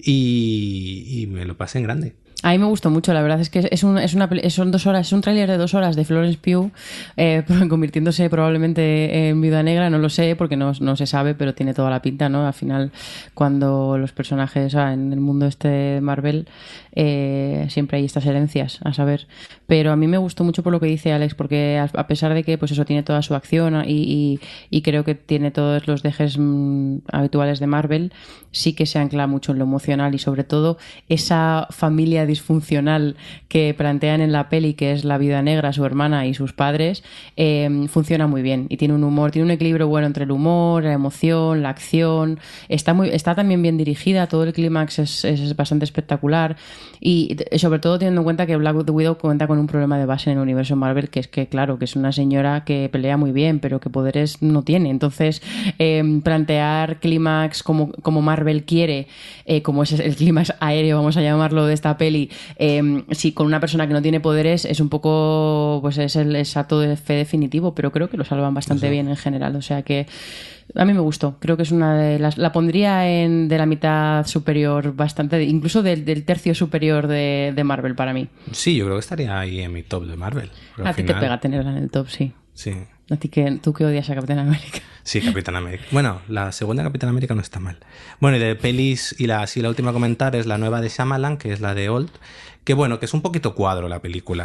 Y me lo pasé en grande. A mí me gustó mucho, la verdad es que son 2 horas, es un tráiler de 2 horas de Florence Pugh convirtiéndose probablemente en Viuda Negra, no lo sé porque no se sabe, pero tiene toda la pinta, ¿no? Al final, cuando los personajes en el mundo este de Marvel siempre hay estas herencias, a saber. Pero a mí me gustó mucho por lo que dice Alex, porque a pesar de que pues eso tiene toda su acción y creo que tiene todos los dejes habituales de Marvel, sí que se ancla mucho en lo emocional y sobre todo esa familia disfuncional que plantean en la peli, que es la Viuda Negra, su hermana y sus padres, funciona muy bien y tiene un humor, tiene un equilibrio bueno entre el humor, la emoción, la acción. Está también bien dirigida, todo el clímax es bastante espectacular y sobre todo teniendo en cuenta que Black Widow cuenta con un problema de base en el universo Marvel, que es que claro, que es una señora que pelea muy bien pero que poderes no tiene, entonces plantear clímax como Marvel quiere, como es el clímax aéreo, vamos a llamarlo, de esta peli, si con una persona que no tiene poderes es un poco, pues es el salto de fe definitivo, pero creo que lo salvan bastante bien en general, o sea que a mí me gustó, creo que es una de las, la pondría de la mitad superior bastante, incluso del tercio superior de Marvel para mí. Sí, yo creo que estaría ahí en mi top de Marvel. A ti te pega tenerla en el top, sí. Sí. A ti tú que odias a Capitán América. Sí, Capitán América. Bueno, la segunda Capitán América no está mal. Bueno, y de pelis, y la última a comentar es la nueva de Shyamalan, que es la de Old, que bueno, que es un poquito cuadro la película.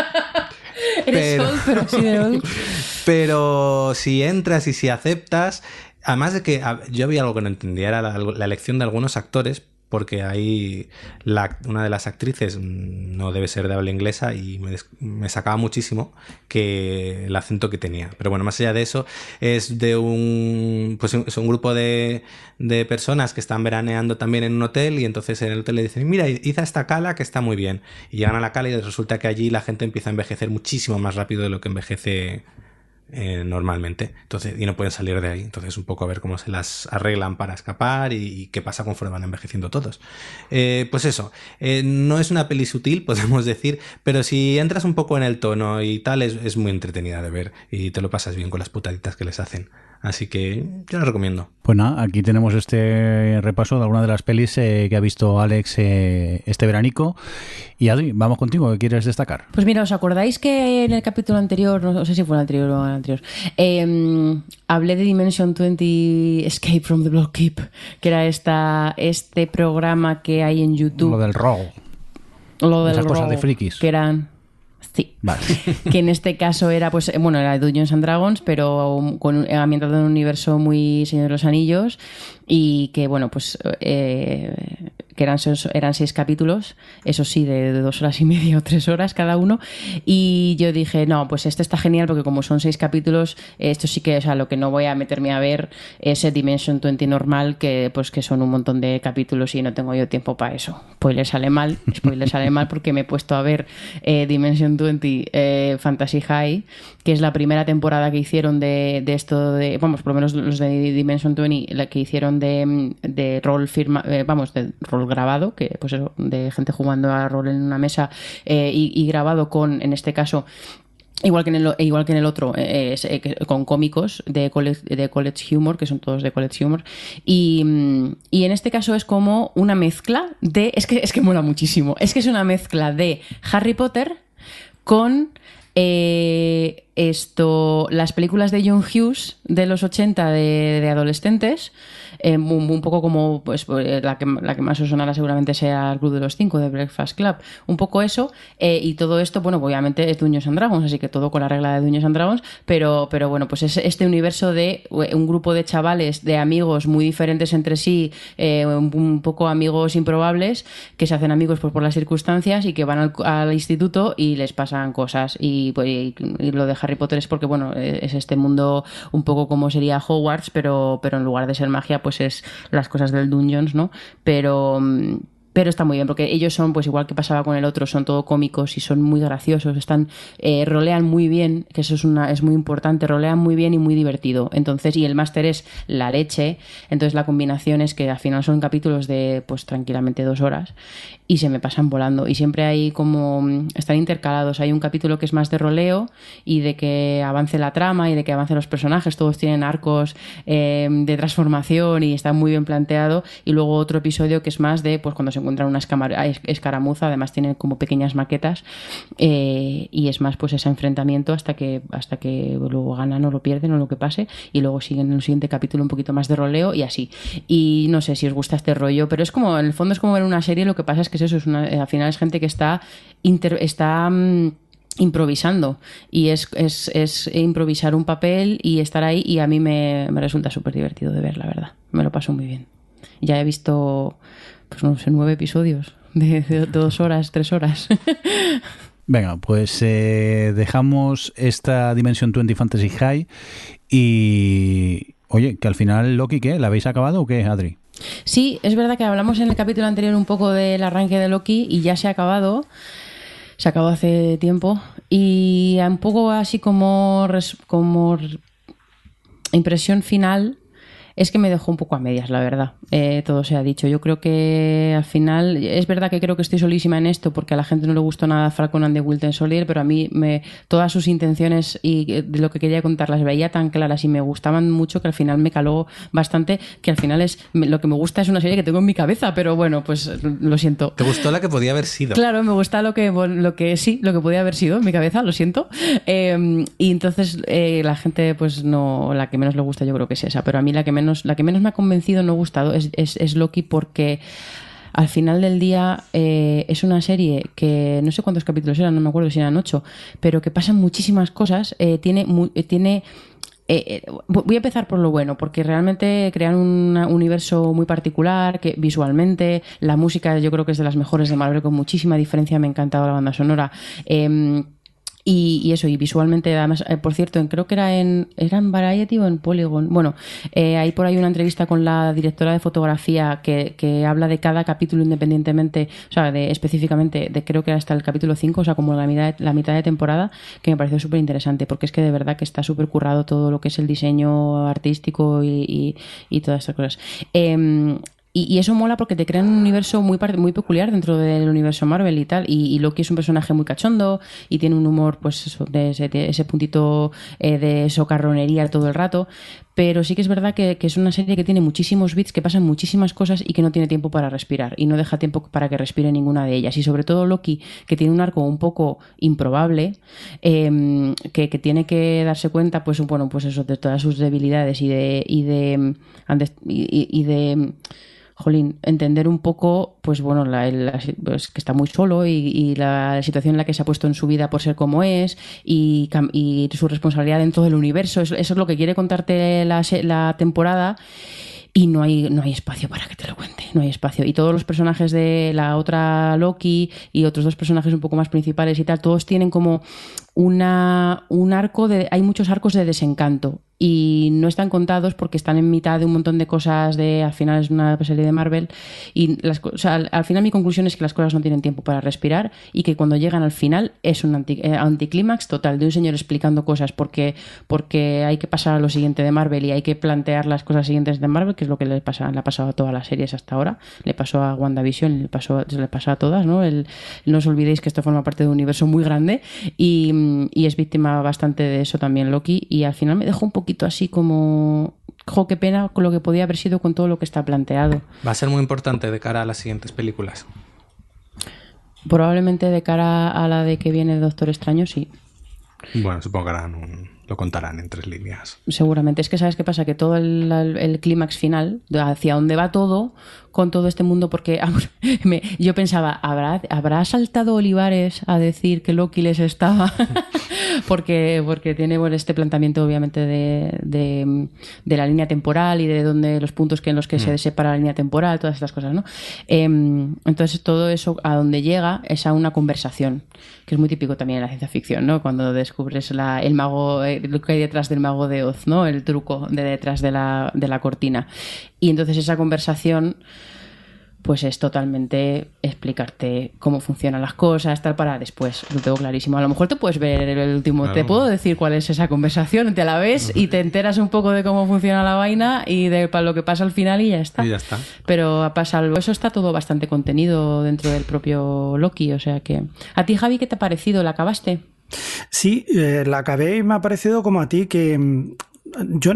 Eres Old, pero sí de Old. Pero si entras y si aceptas, además de que yo había algo que no entendía, era la elección de algunos actores, porque ahí una de las actrices no debe ser de habla inglesa y me sacaba muchísimo que el acento que tenía. Pero bueno, más allá de eso, es de un grupo de personas que están veraneando también en un hotel y entonces en el hotel le dicen, mira, id a esta cala que está muy bien. Y llegan a la cala y resulta que allí la gente empieza a envejecer muchísimo más rápido de lo que envejece normalmente, entonces, y no pueden salir de ahí, entonces un poco a ver cómo se las arreglan para escapar y qué pasa conforme van envejeciendo todos. Pues eso, no es una peli sutil, podemos decir, pero si entras un poco en el tono y tal, es muy entretenida de ver y te lo pasas bien con las putaditas que les hacen. Así que yo la recomiendo. Pues nada, aquí tenemos este repaso de algunas de las pelis que ha visto Alex este veranico. Y Adri, vamos contigo, ¿qué quieres destacar? Pues mira, ¿os acordáis que en el capítulo anterior, no sé si fue el anterior o el anterior, hablé de Dimension 20 Escape from the Block Keep, que era este programa que hay en YouTube? Lo del RAW. Lo del esas cosas RAW, de frikis. Que eran... Sí, Vale. Que en este caso era, pues, bueno, era Dungeons and Dragons, pero ambientado en un universo muy Señor de los Anillos, y que, bueno, pues que eran 6 capítulos, eso sí, de 2 horas y media o 3 horas cada uno, y yo dije, no, pues este está genial, porque como son 6 capítulos, esto sí que, o sea, lo que no voy a meterme a ver es el Dimension 20 normal, que pues que son un montón de capítulos y no tengo yo tiempo para eso. Spoiler sale mal porque me he puesto a ver Dimension 20 Fantasy High, que es la primera temporada que hicieron de esto de, vamos, por lo menos los de Dimension 20, la que hicieron de rol de rol grabado, que pues eso, de gente jugando a rol en una mesa, y grabado con, en este caso, igual que en el otro, con cómicos de College Humor, que son todos de College Humor, y en este caso es como una mezcla de, es que mola muchísimo, es que es una mezcla de Harry Potter con las películas de John Hughes de los 80 de adolescentes, un poco como, pues, la que más os sonará seguramente sea el Club de los 5 de Breakfast Club, un poco eso, y todo esto, bueno, obviamente es Dungeons and Dragons, así que todo con la regla de Dungeons and Dragons, pero bueno, pues es este universo de un grupo de chavales, de amigos muy diferentes entre sí, un poco amigos improbables, que se hacen amigos pues por las circunstancias y que van al instituto y les pasan cosas, y lo de Harry Potter es porque, bueno, es este mundo un poco como sería Hogwarts, pero en lugar de ser magia, pues es las cosas del Dungeons, ¿no? Pero está muy bien, porque ellos son, pues igual que pasaba con el otro, son todo cómicos y son muy graciosos, rolean muy bien, que eso es muy importante, rolean muy bien y muy divertido. Entonces, y el máster es la leche, entonces la combinación es que al final son capítulos de, pues tranquilamente 2 horas, y se me pasan volando. Y siempre hay como, están intercalados, hay un capítulo que es más de roleo y de que avance la trama y de que avancen los personajes, todos tienen arcos de transformación y está muy bien planteado, y luego otro episodio que es más de, pues cuando se encuentran una escaramuza, además tienen como pequeñas maquetas, y es más pues ese enfrentamiento hasta que luego ganan o lo pierden o lo que pase, y luego siguen en el siguiente capítulo un poquito más de roleo y así. Y no sé si os gusta este rollo, pero es como, en el fondo es como ver una serie, lo que pasa es que eso al final es gente que está improvisando, y es improvisar un papel y estar ahí, y a mí me resulta súper divertido de ver, la verdad, me lo paso muy bien. Ya he visto, pues no sé, 9 episodios de 2 horas, 3 horas. Venga, pues dejamos esta Dimension 20 Fantasy High y... Oye, que al final, Loki, ¿qué? ¿La habéis acabado o qué, Adri? Sí, es verdad que hablamos en el capítulo anterior un poco del arranque de Loki y ya se ha acabado. Se acabó hace tiempo. Y un poco así como impresión final, es que me dejó un poco a medias, la verdad. Todo se ha dicho. Yo creo que al final, es verdad que creo que estoy solísima en esto, porque a la gente no le gustó nada Falcon and the Winter Soldier, pero a mí todas sus intenciones y de lo que quería contar las veía tan claras y me gustaban mucho, que al final me caló bastante, que al final lo que me gusta es una serie que tengo en mi cabeza, pero bueno, pues lo siento. ¿Te gustó la que podía haber sido? Claro, me gusta lo que podía haber sido en mi cabeza, lo siento. Y entonces la gente, pues no, la que menos le gusta yo creo que es esa, pero a mí la que menos me ha convencido, no ha gustado, es Loki, porque al final del día es una serie que no sé cuántos capítulos eran, no me acuerdo si eran 8, pero que pasan muchísimas cosas. Voy a empezar por lo bueno, porque realmente crean un universo muy particular, que visualmente, la música yo creo que es de las mejores de Marvel, con muchísima diferencia, me ha encantado la banda sonora. Y eso, y visualmente, además, por cierto, creo que era en Variety o en Polygon. Bueno, hay por ahí una entrevista con la directora de fotografía que habla de cada capítulo independientemente, o sea, específicamente creo que hasta el capítulo 5, o sea, como la mitad de temporada, que me pareció súper interesante, porque es que de verdad que está súper currado todo lo que es el diseño artístico y todas estas cosas. Y eso mola porque te crean un universo muy peculiar dentro del universo Marvel y tal. Y Loki es un personaje muy cachondo y tiene un humor, pues eso, de ese puntito de socarronería todo el rato. Pero sí que es verdad que es una serie que tiene muchísimos bits, que pasan muchísimas cosas y que no tiene tiempo para respirar. Y no deja tiempo para que respire ninguna de ellas. Y sobre todo Loki, que tiene un arco un poco improbable, que tiene que darse cuenta, pues bueno, pues eso, de todas sus debilidades y de jolín, entender un poco, pues bueno, pues que está muy solo y la situación en la que se ha puesto en su vida por ser como es y su responsabilidad dentro del universo. Eso es lo que quiere contarte la temporada. Y no hay espacio para que te lo cuente, no hay espacio. Y todos los personajes de la otra Loki y otros dos personajes un poco más principales y tal, todos tienen como un arco hay muchos arcos de desencanto y no están contados porque están en mitad de un montón de cosas al final es una serie de Marvel y al final mi conclusión es que las cosas no tienen tiempo para respirar y que cuando llegan al final es un anticlímax total de un señor explicando cosas porque hay que pasar a lo siguiente de Marvel y hay que plantear las cosas siguientes de Marvel, que es lo que le ha pasado a todas las series hasta ahora. Le pasó a WandaVision, le pasó a todas, ¿no? No os olvidéis que esto forma parte de un universo muy grande y es víctima bastante de eso también Loki, y al final me dejó un poquito así como, qué pena con lo que podía haber sido con todo lo que está planteado. Va a ser muy importante de cara a las siguientes películas. Probablemente de cara a la de que viene Doctor Extraño, sí. Bueno, supongo que lo contarán en 3 líneas. Seguramente. Es que ¿sabes qué pasa? Que todo el clímax final, hacia dónde va todo, con todo este mundo, porque yo pensaba, ¿habrá saltado Olivares a decir que Loki les estaba? porque tiene este planteamiento obviamente de la línea temporal y de dónde los puntos en los que se separa la línea temporal, todas estas cosas, ¿no? Entonces todo eso a donde llega es a una conversación, que es muy típico también en la ciencia ficción, ¿no? Cuando descubres el mago, lo que hay detrás del mago de Oz, ¿no? El truco de detrás de la cortina. Y entonces esa conversación pues es totalmente explicarte cómo funcionan las cosas, tal, para después. Lo tengo clarísimo. A lo mejor te puedes ver el último, claro. Te puedo decir cuál es esa conversación, te la ves y te enteras un poco de cómo funciona la vaina y de lo que pasa al final y ya está. Y ya está. Pero a pasar eso está todo bastante contenido dentro del propio Loki, o sea que... ¿A ti, Javi, qué te ha parecido? ¿La acabaste? Sí, la acabé y me ha parecido como a ti que yo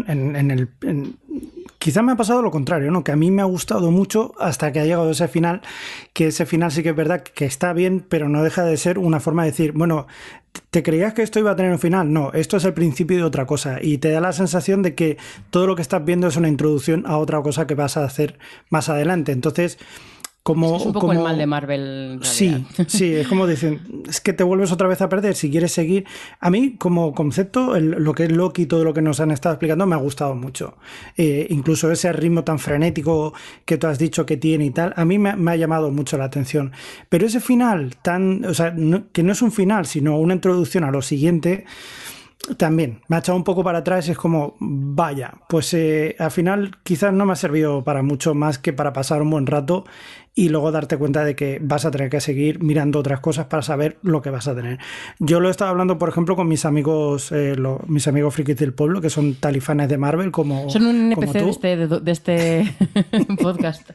quizás me ha pasado lo contrario, ¿no? Que a mí me ha gustado mucho hasta que ha llegado ese final, que ese final sí que es verdad que está bien, pero no deja de ser una forma de decir, bueno, ¿te creías que esto iba a tener un final? No, esto es el principio de otra cosa y te da la sensación de que todo lo que estás viendo es una introducción a otra cosa que vas a hacer más adelante. Entonces... es un poco el mal de Marvel. Sí, es como dicen, es que te vuelves otra vez a perder si quieres seguir. A mí, como concepto, lo que es Loki, todo lo que nos han estado explicando, me ha gustado mucho. Incluso ese ritmo tan frenético que tú has dicho que tiene y tal, a mí me ha llamado mucho la atención. Pero ese final, que no es un final, sino una introducción a lo siguiente, también me ha echado un poco para atrás. Es como, vaya, pues al final quizás no me ha servido para mucho más que para pasar un buen rato y luego darte cuenta de que vas a tener que seguir mirando otras cosas para saber lo que vas a tener. Yo lo he estado hablando, por ejemplo, con mis amigos frikis del pueblo, que son talifanes de Marvel, como son un NPC de este podcast.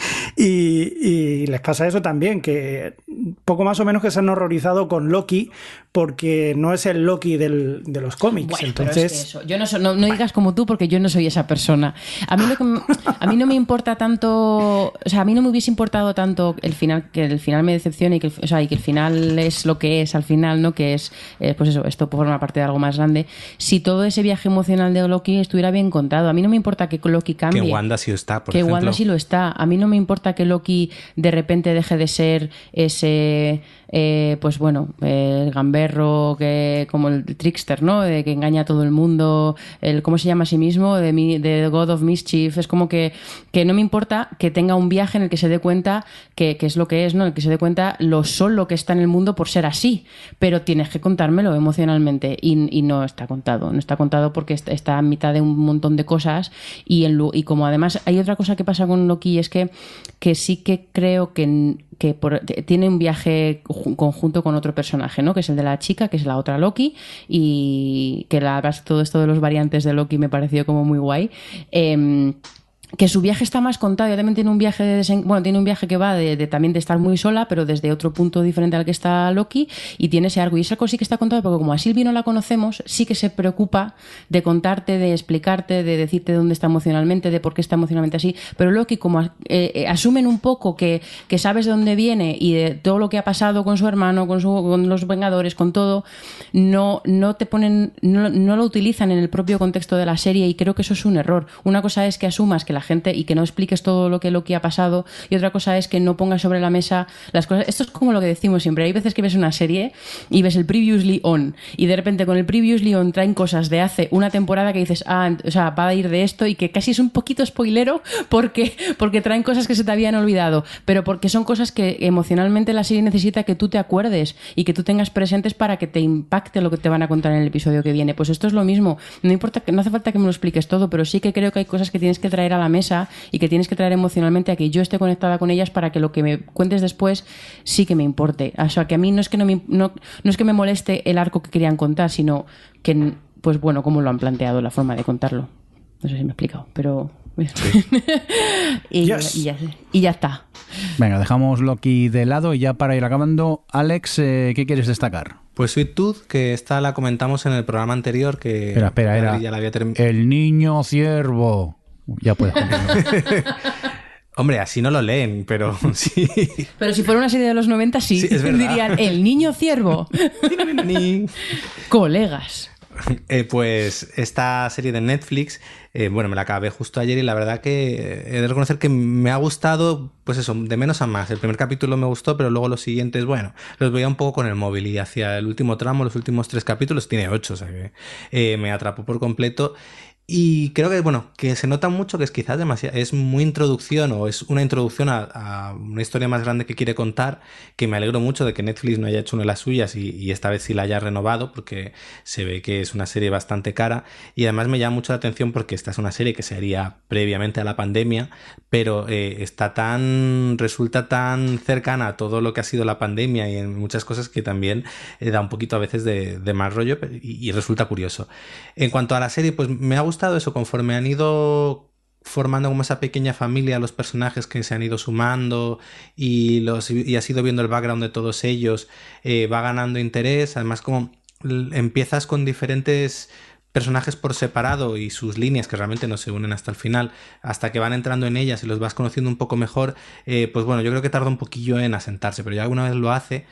Y les pasa eso también, que poco más o menos que se han horrorizado con Loki, porque no es el Loki de los cómics. Bueno, entonces... pero es que eso. No digas como tú, porque yo no soy esa persona. A mí no me importa tanto, o sea, a mí no me hubiese importado tanto el final, que el final me decepcione y que el final es lo que es al final, ¿no? Que es, pues eso, esto forma parte de algo más grande. Si todo ese viaje emocional de Loki estuviera bien contado, a mí no me importa que Loki cambie. Que Wanda sí está, por ejemplo. Que Wanda sí lo está. A mí no me importa que Loki de repente deje de ser ese... pues bueno, el gamberro, como el trickster, ¿no? Que engaña a todo el mundo, ¿cómo se llama a sí mismo? De God of Mischief. Es como que no me importa que tenga un viaje en el que se dé cuenta que es lo que es, ¿no? En el que se dé cuenta lo solo que está en el mundo por ser así, pero tienes que contármelo emocionalmente y no está contado. No está contado porque está en mitad de un montón de cosas y como además hay otra cosa que pasa con Loki, es que sí que creo que tiene un viaje conjunto con otro personaje, ¿no? Que es el de la chica, que es la otra Loki, y que todo esto de los variantes de Loki me pareció como muy guay. Que su viaje está más contado. Ella también tiene un viaje tiene un viaje que va también de estar muy sola, pero desde otro punto diferente al que está Loki, y tiene ese arco. Y ese arco sí que está contado porque como a Sylvie no la conocemos, sí que se preocupa de contarte, de explicarte, de decirte dónde está emocionalmente, de por qué está emocionalmente así. Pero Loki, como asumen un poco que sabes de dónde viene y de todo lo que ha pasado con su hermano, con los Vengadores, con todo, no te ponen, no lo utilizan en el propio contexto de la serie, y creo que eso es un error. Una cosa es que asumas que la gente y que no expliques todo lo que ha pasado, y otra cosa es que no pongas sobre la mesa las cosas. Esto es como lo que decimos siempre, hay veces que ves una serie y ves el previously on y de repente con el previously on traen cosas de hace una temporada que dices, o sea, va a ir de esto, y que casi es un poquito spoilero porque traen cosas que se te habían olvidado, pero porque son cosas que emocionalmente la serie necesita que tú te acuerdes y que tú tengas presentes para que te impacte lo que te van a contar en el episodio que viene. Pues esto es lo mismo, no importa, no hace falta que me lo expliques todo, pero sí que creo que hay cosas que tienes que traer a la mesa y que tienes que traer emocionalmente a que yo esté conectada con ellas para que lo que me cuentes después sí que me importe. O sea, que a mí no es que no es que me moleste el arco que querían contar, sino que, pues bueno, cómo lo han planteado, la forma de contarlo. No sé si me he explicado, pero... Sí. y ya está. Venga, dejámoslo aquí de lado y ya para ir acabando, Alex, ¿qué quieres destacar? Pues Sweet Tooth, que esta la comentamos en el programa anterior, que espera, era ya la había terminado. El niño ciervo. Ya puedes continuar. Hombre, así no lo leen, pero sí. Pero si fuera una serie de los 90, sí dirían El niño ciervo. Colegas. Pues esta serie de Netflix, bueno, me la acabé justo ayer y la verdad que he de reconocer que me ha gustado, pues eso, de menos a más. El primer capítulo me gustó, pero luego los siguientes, bueno, los veía un poco con el móvil y hacia el último tramo, los últimos 3 capítulos, tiene 8, o sea que me atrapó por completo. Y creo que, bueno, que se nota mucho que es quizás demasiado, es muy introducción o es una introducción a una historia más grande que quiere contar, que me alegro mucho de que Netflix no haya hecho una de las suyas y esta vez sí la haya renovado, porque se ve que es una serie bastante cara y además me llama mucho la atención porque esta es una serie que se haría previamente a la pandemia, pero resulta tan cercana a todo lo que ha sido la pandemia y en muchas cosas que también da un poquito a veces de mal rollo y resulta curioso. En cuanto a la serie, pues me ha gustado eso, conforme han ido formando como esa pequeña familia, los personajes que se han ido sumando y has ido viendo el background de todos ellos, va ganando interés. Además, como empiezas con diferentes personajes por separado y sus líneas que realmente no se unen hasta el final, hasta que van entrando en ellas y los vas conociendo un poco mejor, pues bueno, yo creo que tarda un poquillo en asentarse, pero ya alguna vez lo hace.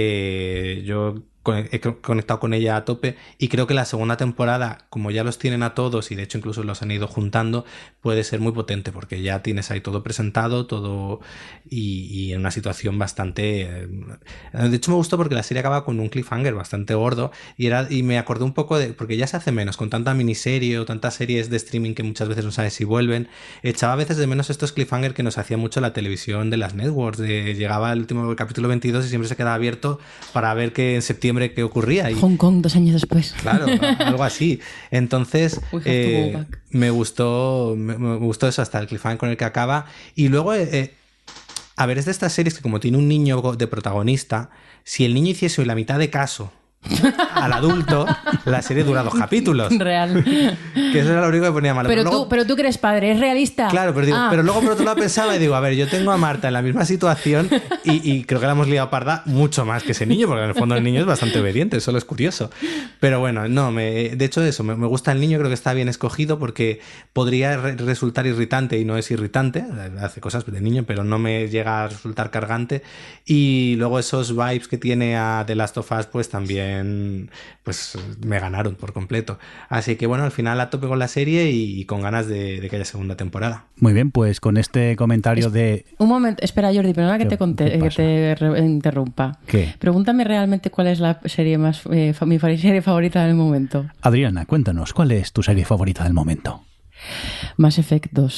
Yo he conectado con ella a tope y creo que la segunda temporada, como ya los tienen a todos y de hecho incluso los han ido juntando, puede ser muy potente porque ya tienes ahí todo presentado, todo y en una situación bastante... De hecho me gustó porque la serie acaba con un cliffhanger bastante gordo y me acordé un poco de... porque ya se hace menos con tanta miniserie o tantas series de streaming que muchas veces no sabes si vuelven. Echaba a veces de menos estos cliffhangers que nos hacía mucho la televisión de las networks, llegaba el último capítulo 22 y siempre se quedaba abierto para ver que en septiembre qué ocurría. Hong Kong 2 años después. Claro, algo así. Entonces, me gustó eso hasta el cliffhanger con el que acaba. Y luego, a ver, es de estas series que como tiene un niño de protagonista, si el niño hiciese la mitad de caso al adulto, la serie dura 2 capítulos. Real. Que eso era lo único que ponía malo. Pero tú que eres padre, ¿es realista? Claro, pero luego por otro lado pensaba y digo, a ver, yo tengo a Marta en la misma situación y creo que la hemos liado parda mucho más que ese niño, porque en el fondo el niño es bastante obediente, solo es curioso. Pero bueno, no, de hecho eso, me gusta el niño, creo que está bien escogido porque podría resultar irritante y no es irritante, hace cosas de niño, pero no me llega a resultar cargante. Y luego esos vibes que tiene a The Last of Us, pues también pues me ganaron por completo. Así que bueno, al final a tope con la serie y con ganas de que haya segunda temporada. Muy bien, pues con este comentario de... Un momento, espera Jordi, pero no que te interrumpa. ¿Qué? Pregúntame realmente cuál es la serie mi serie favorita del momento. Adriana, cuéntanos, ¿cuál es tu serie favorita del momento? Mass Effect 2.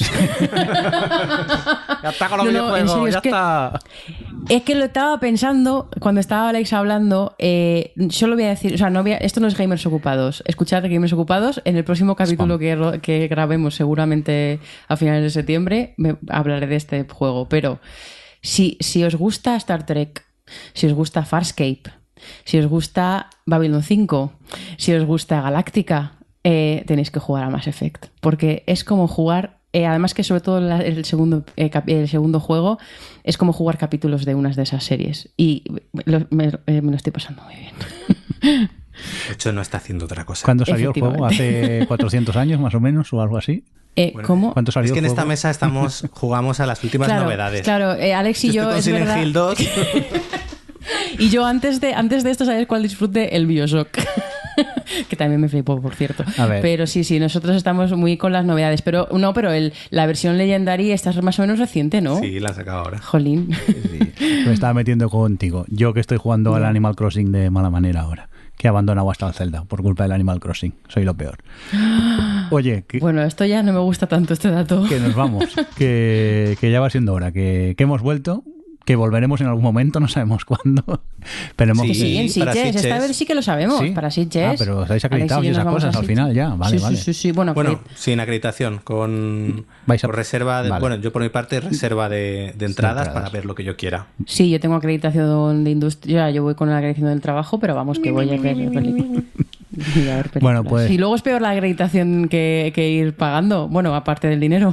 Ya está con los videojuegos, serio, ya está. Es que lo estaba pensando cuando estaba Alex hablando. Solo voy a decir, o sea, esto no es Gamers Ocupados. Escuchad Gamers Ocupados. En el próximo capítulo que grabemos, seguramente a finales de septiembre, hablaré de este juego. Pero si os gusta Star Trek, si os gusta Farscape, si os gusta Babylon 5, si os gusta Galáctica, tenéis que jugar a Mass Effect, porque es como jugar, además que sobre todo el segundo juego es como jugar capítulos de unas de esas series y me lo estoy pasando muy bien. De hecho no está haciendo otra cosa. ¿Cuándo salió el juego? ¿Hace 400 años más o menos o algo así? ¿Cómo? ¿Cuánto salió? Es que el en juego? esta mesa jugamos a las últimas novedades. Claro, Alex y yo, con es Silent verdad. Hill 2. Y yo antes de esto, ¿sabes cuál disfruté? El BioShock. que también me flipó, por cierto. A ver. Pero sí, nosotros estamos muy con las novedades. Pero la versión Legendary esta es más o menos reciente, ¿no? Sí, la han sacado ahora. Jolín. Sí, me estaba metiendo contigo. Yo que estoy jugando al Animal Crossing de mala manera ahora. Que he abandonado hasta el Zelda por culpa del Animal Crossing. Soy lo peor. Oye, bueno, esto ya no me gusta tanto, este dato. Que nos vamos. Que ya va siendo hora. Que hemos vuelto. Que volveremos en algún momento, no sabemos cuándo. Pero hemos... Sí, en Sitges. Esta vez sí que lo sabemos. ¿Sí? Para Sitges. Pero estáis acreditados y esas cosas al final ya. Vale, vale. Sí. Bueno, sin acreditación. Con reserva. Vale. Bueno, yo por mi parte, reserva de entradas para ver lo que yo quiera. Sí, yo tengo acreditación de industria. Yo voy con la acreditación del trabajo, pero vamos, que voy a ver películas. Bueno, pues... Y luego es peor la acreditación que ir pagando, bueno, aparte del dinero,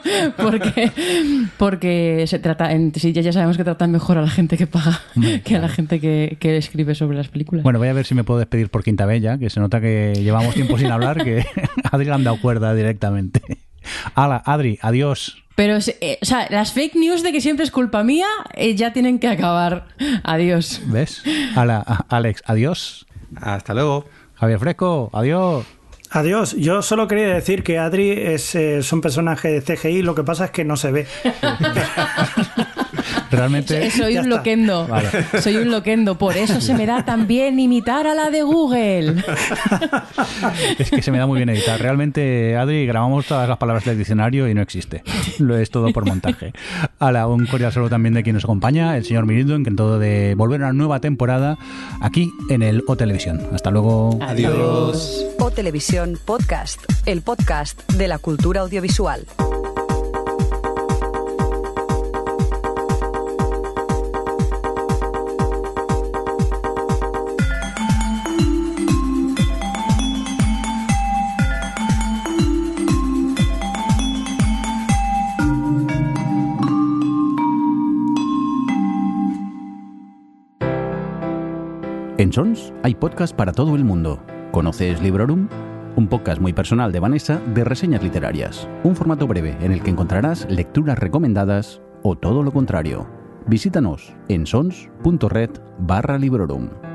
porque se trata, ya sabemos que tratan mejor a la gente que paga que a la gente que escribe sobre las películas. Bueno, voy a ver si me puedo despedir por Quinta Bella, que se nota que llevamos tiempo sin hablar, que Adri le han dado cuerda directamente. Hala, Adri, adiós. Pero, las fake news de que siempre es culpa mía ya tienen que acabar. Adiós. ¿Ves? Hala, Alex, adiós. Hasta luego. Javier Fresco, adiós. Adiós. Yo solo quería decir que Adri es un personaje de CGI, lo que pasa es que no se ve. Realmente... Soy un loquendo. Vale. Soy un loquendo. Por eso se me da tan bien imitar a la de Google. Es que se me da muy bien editar. Realmente, Adri, grabamos todas las palabras del diccionario y no existe. Lo es todo por montaje. Hala, un cordial saludo también de quien nos acompaña, el señor Mirindo, encantado de volver a una nueva temporada aquí en el O Televisión. Hasta luego. Adiós. O Televisión Podcast, el podcast de la cultura audiovisual. En Sons hay podcast para todo el mundo. ¿Conoces Librorum? Un podcast muy personal de Vanessa de reseñas literarias. Un formato breve en el que encontrarás lecturas recomendadas o todo lo contrario. Visítanos en sons.red/Librorum.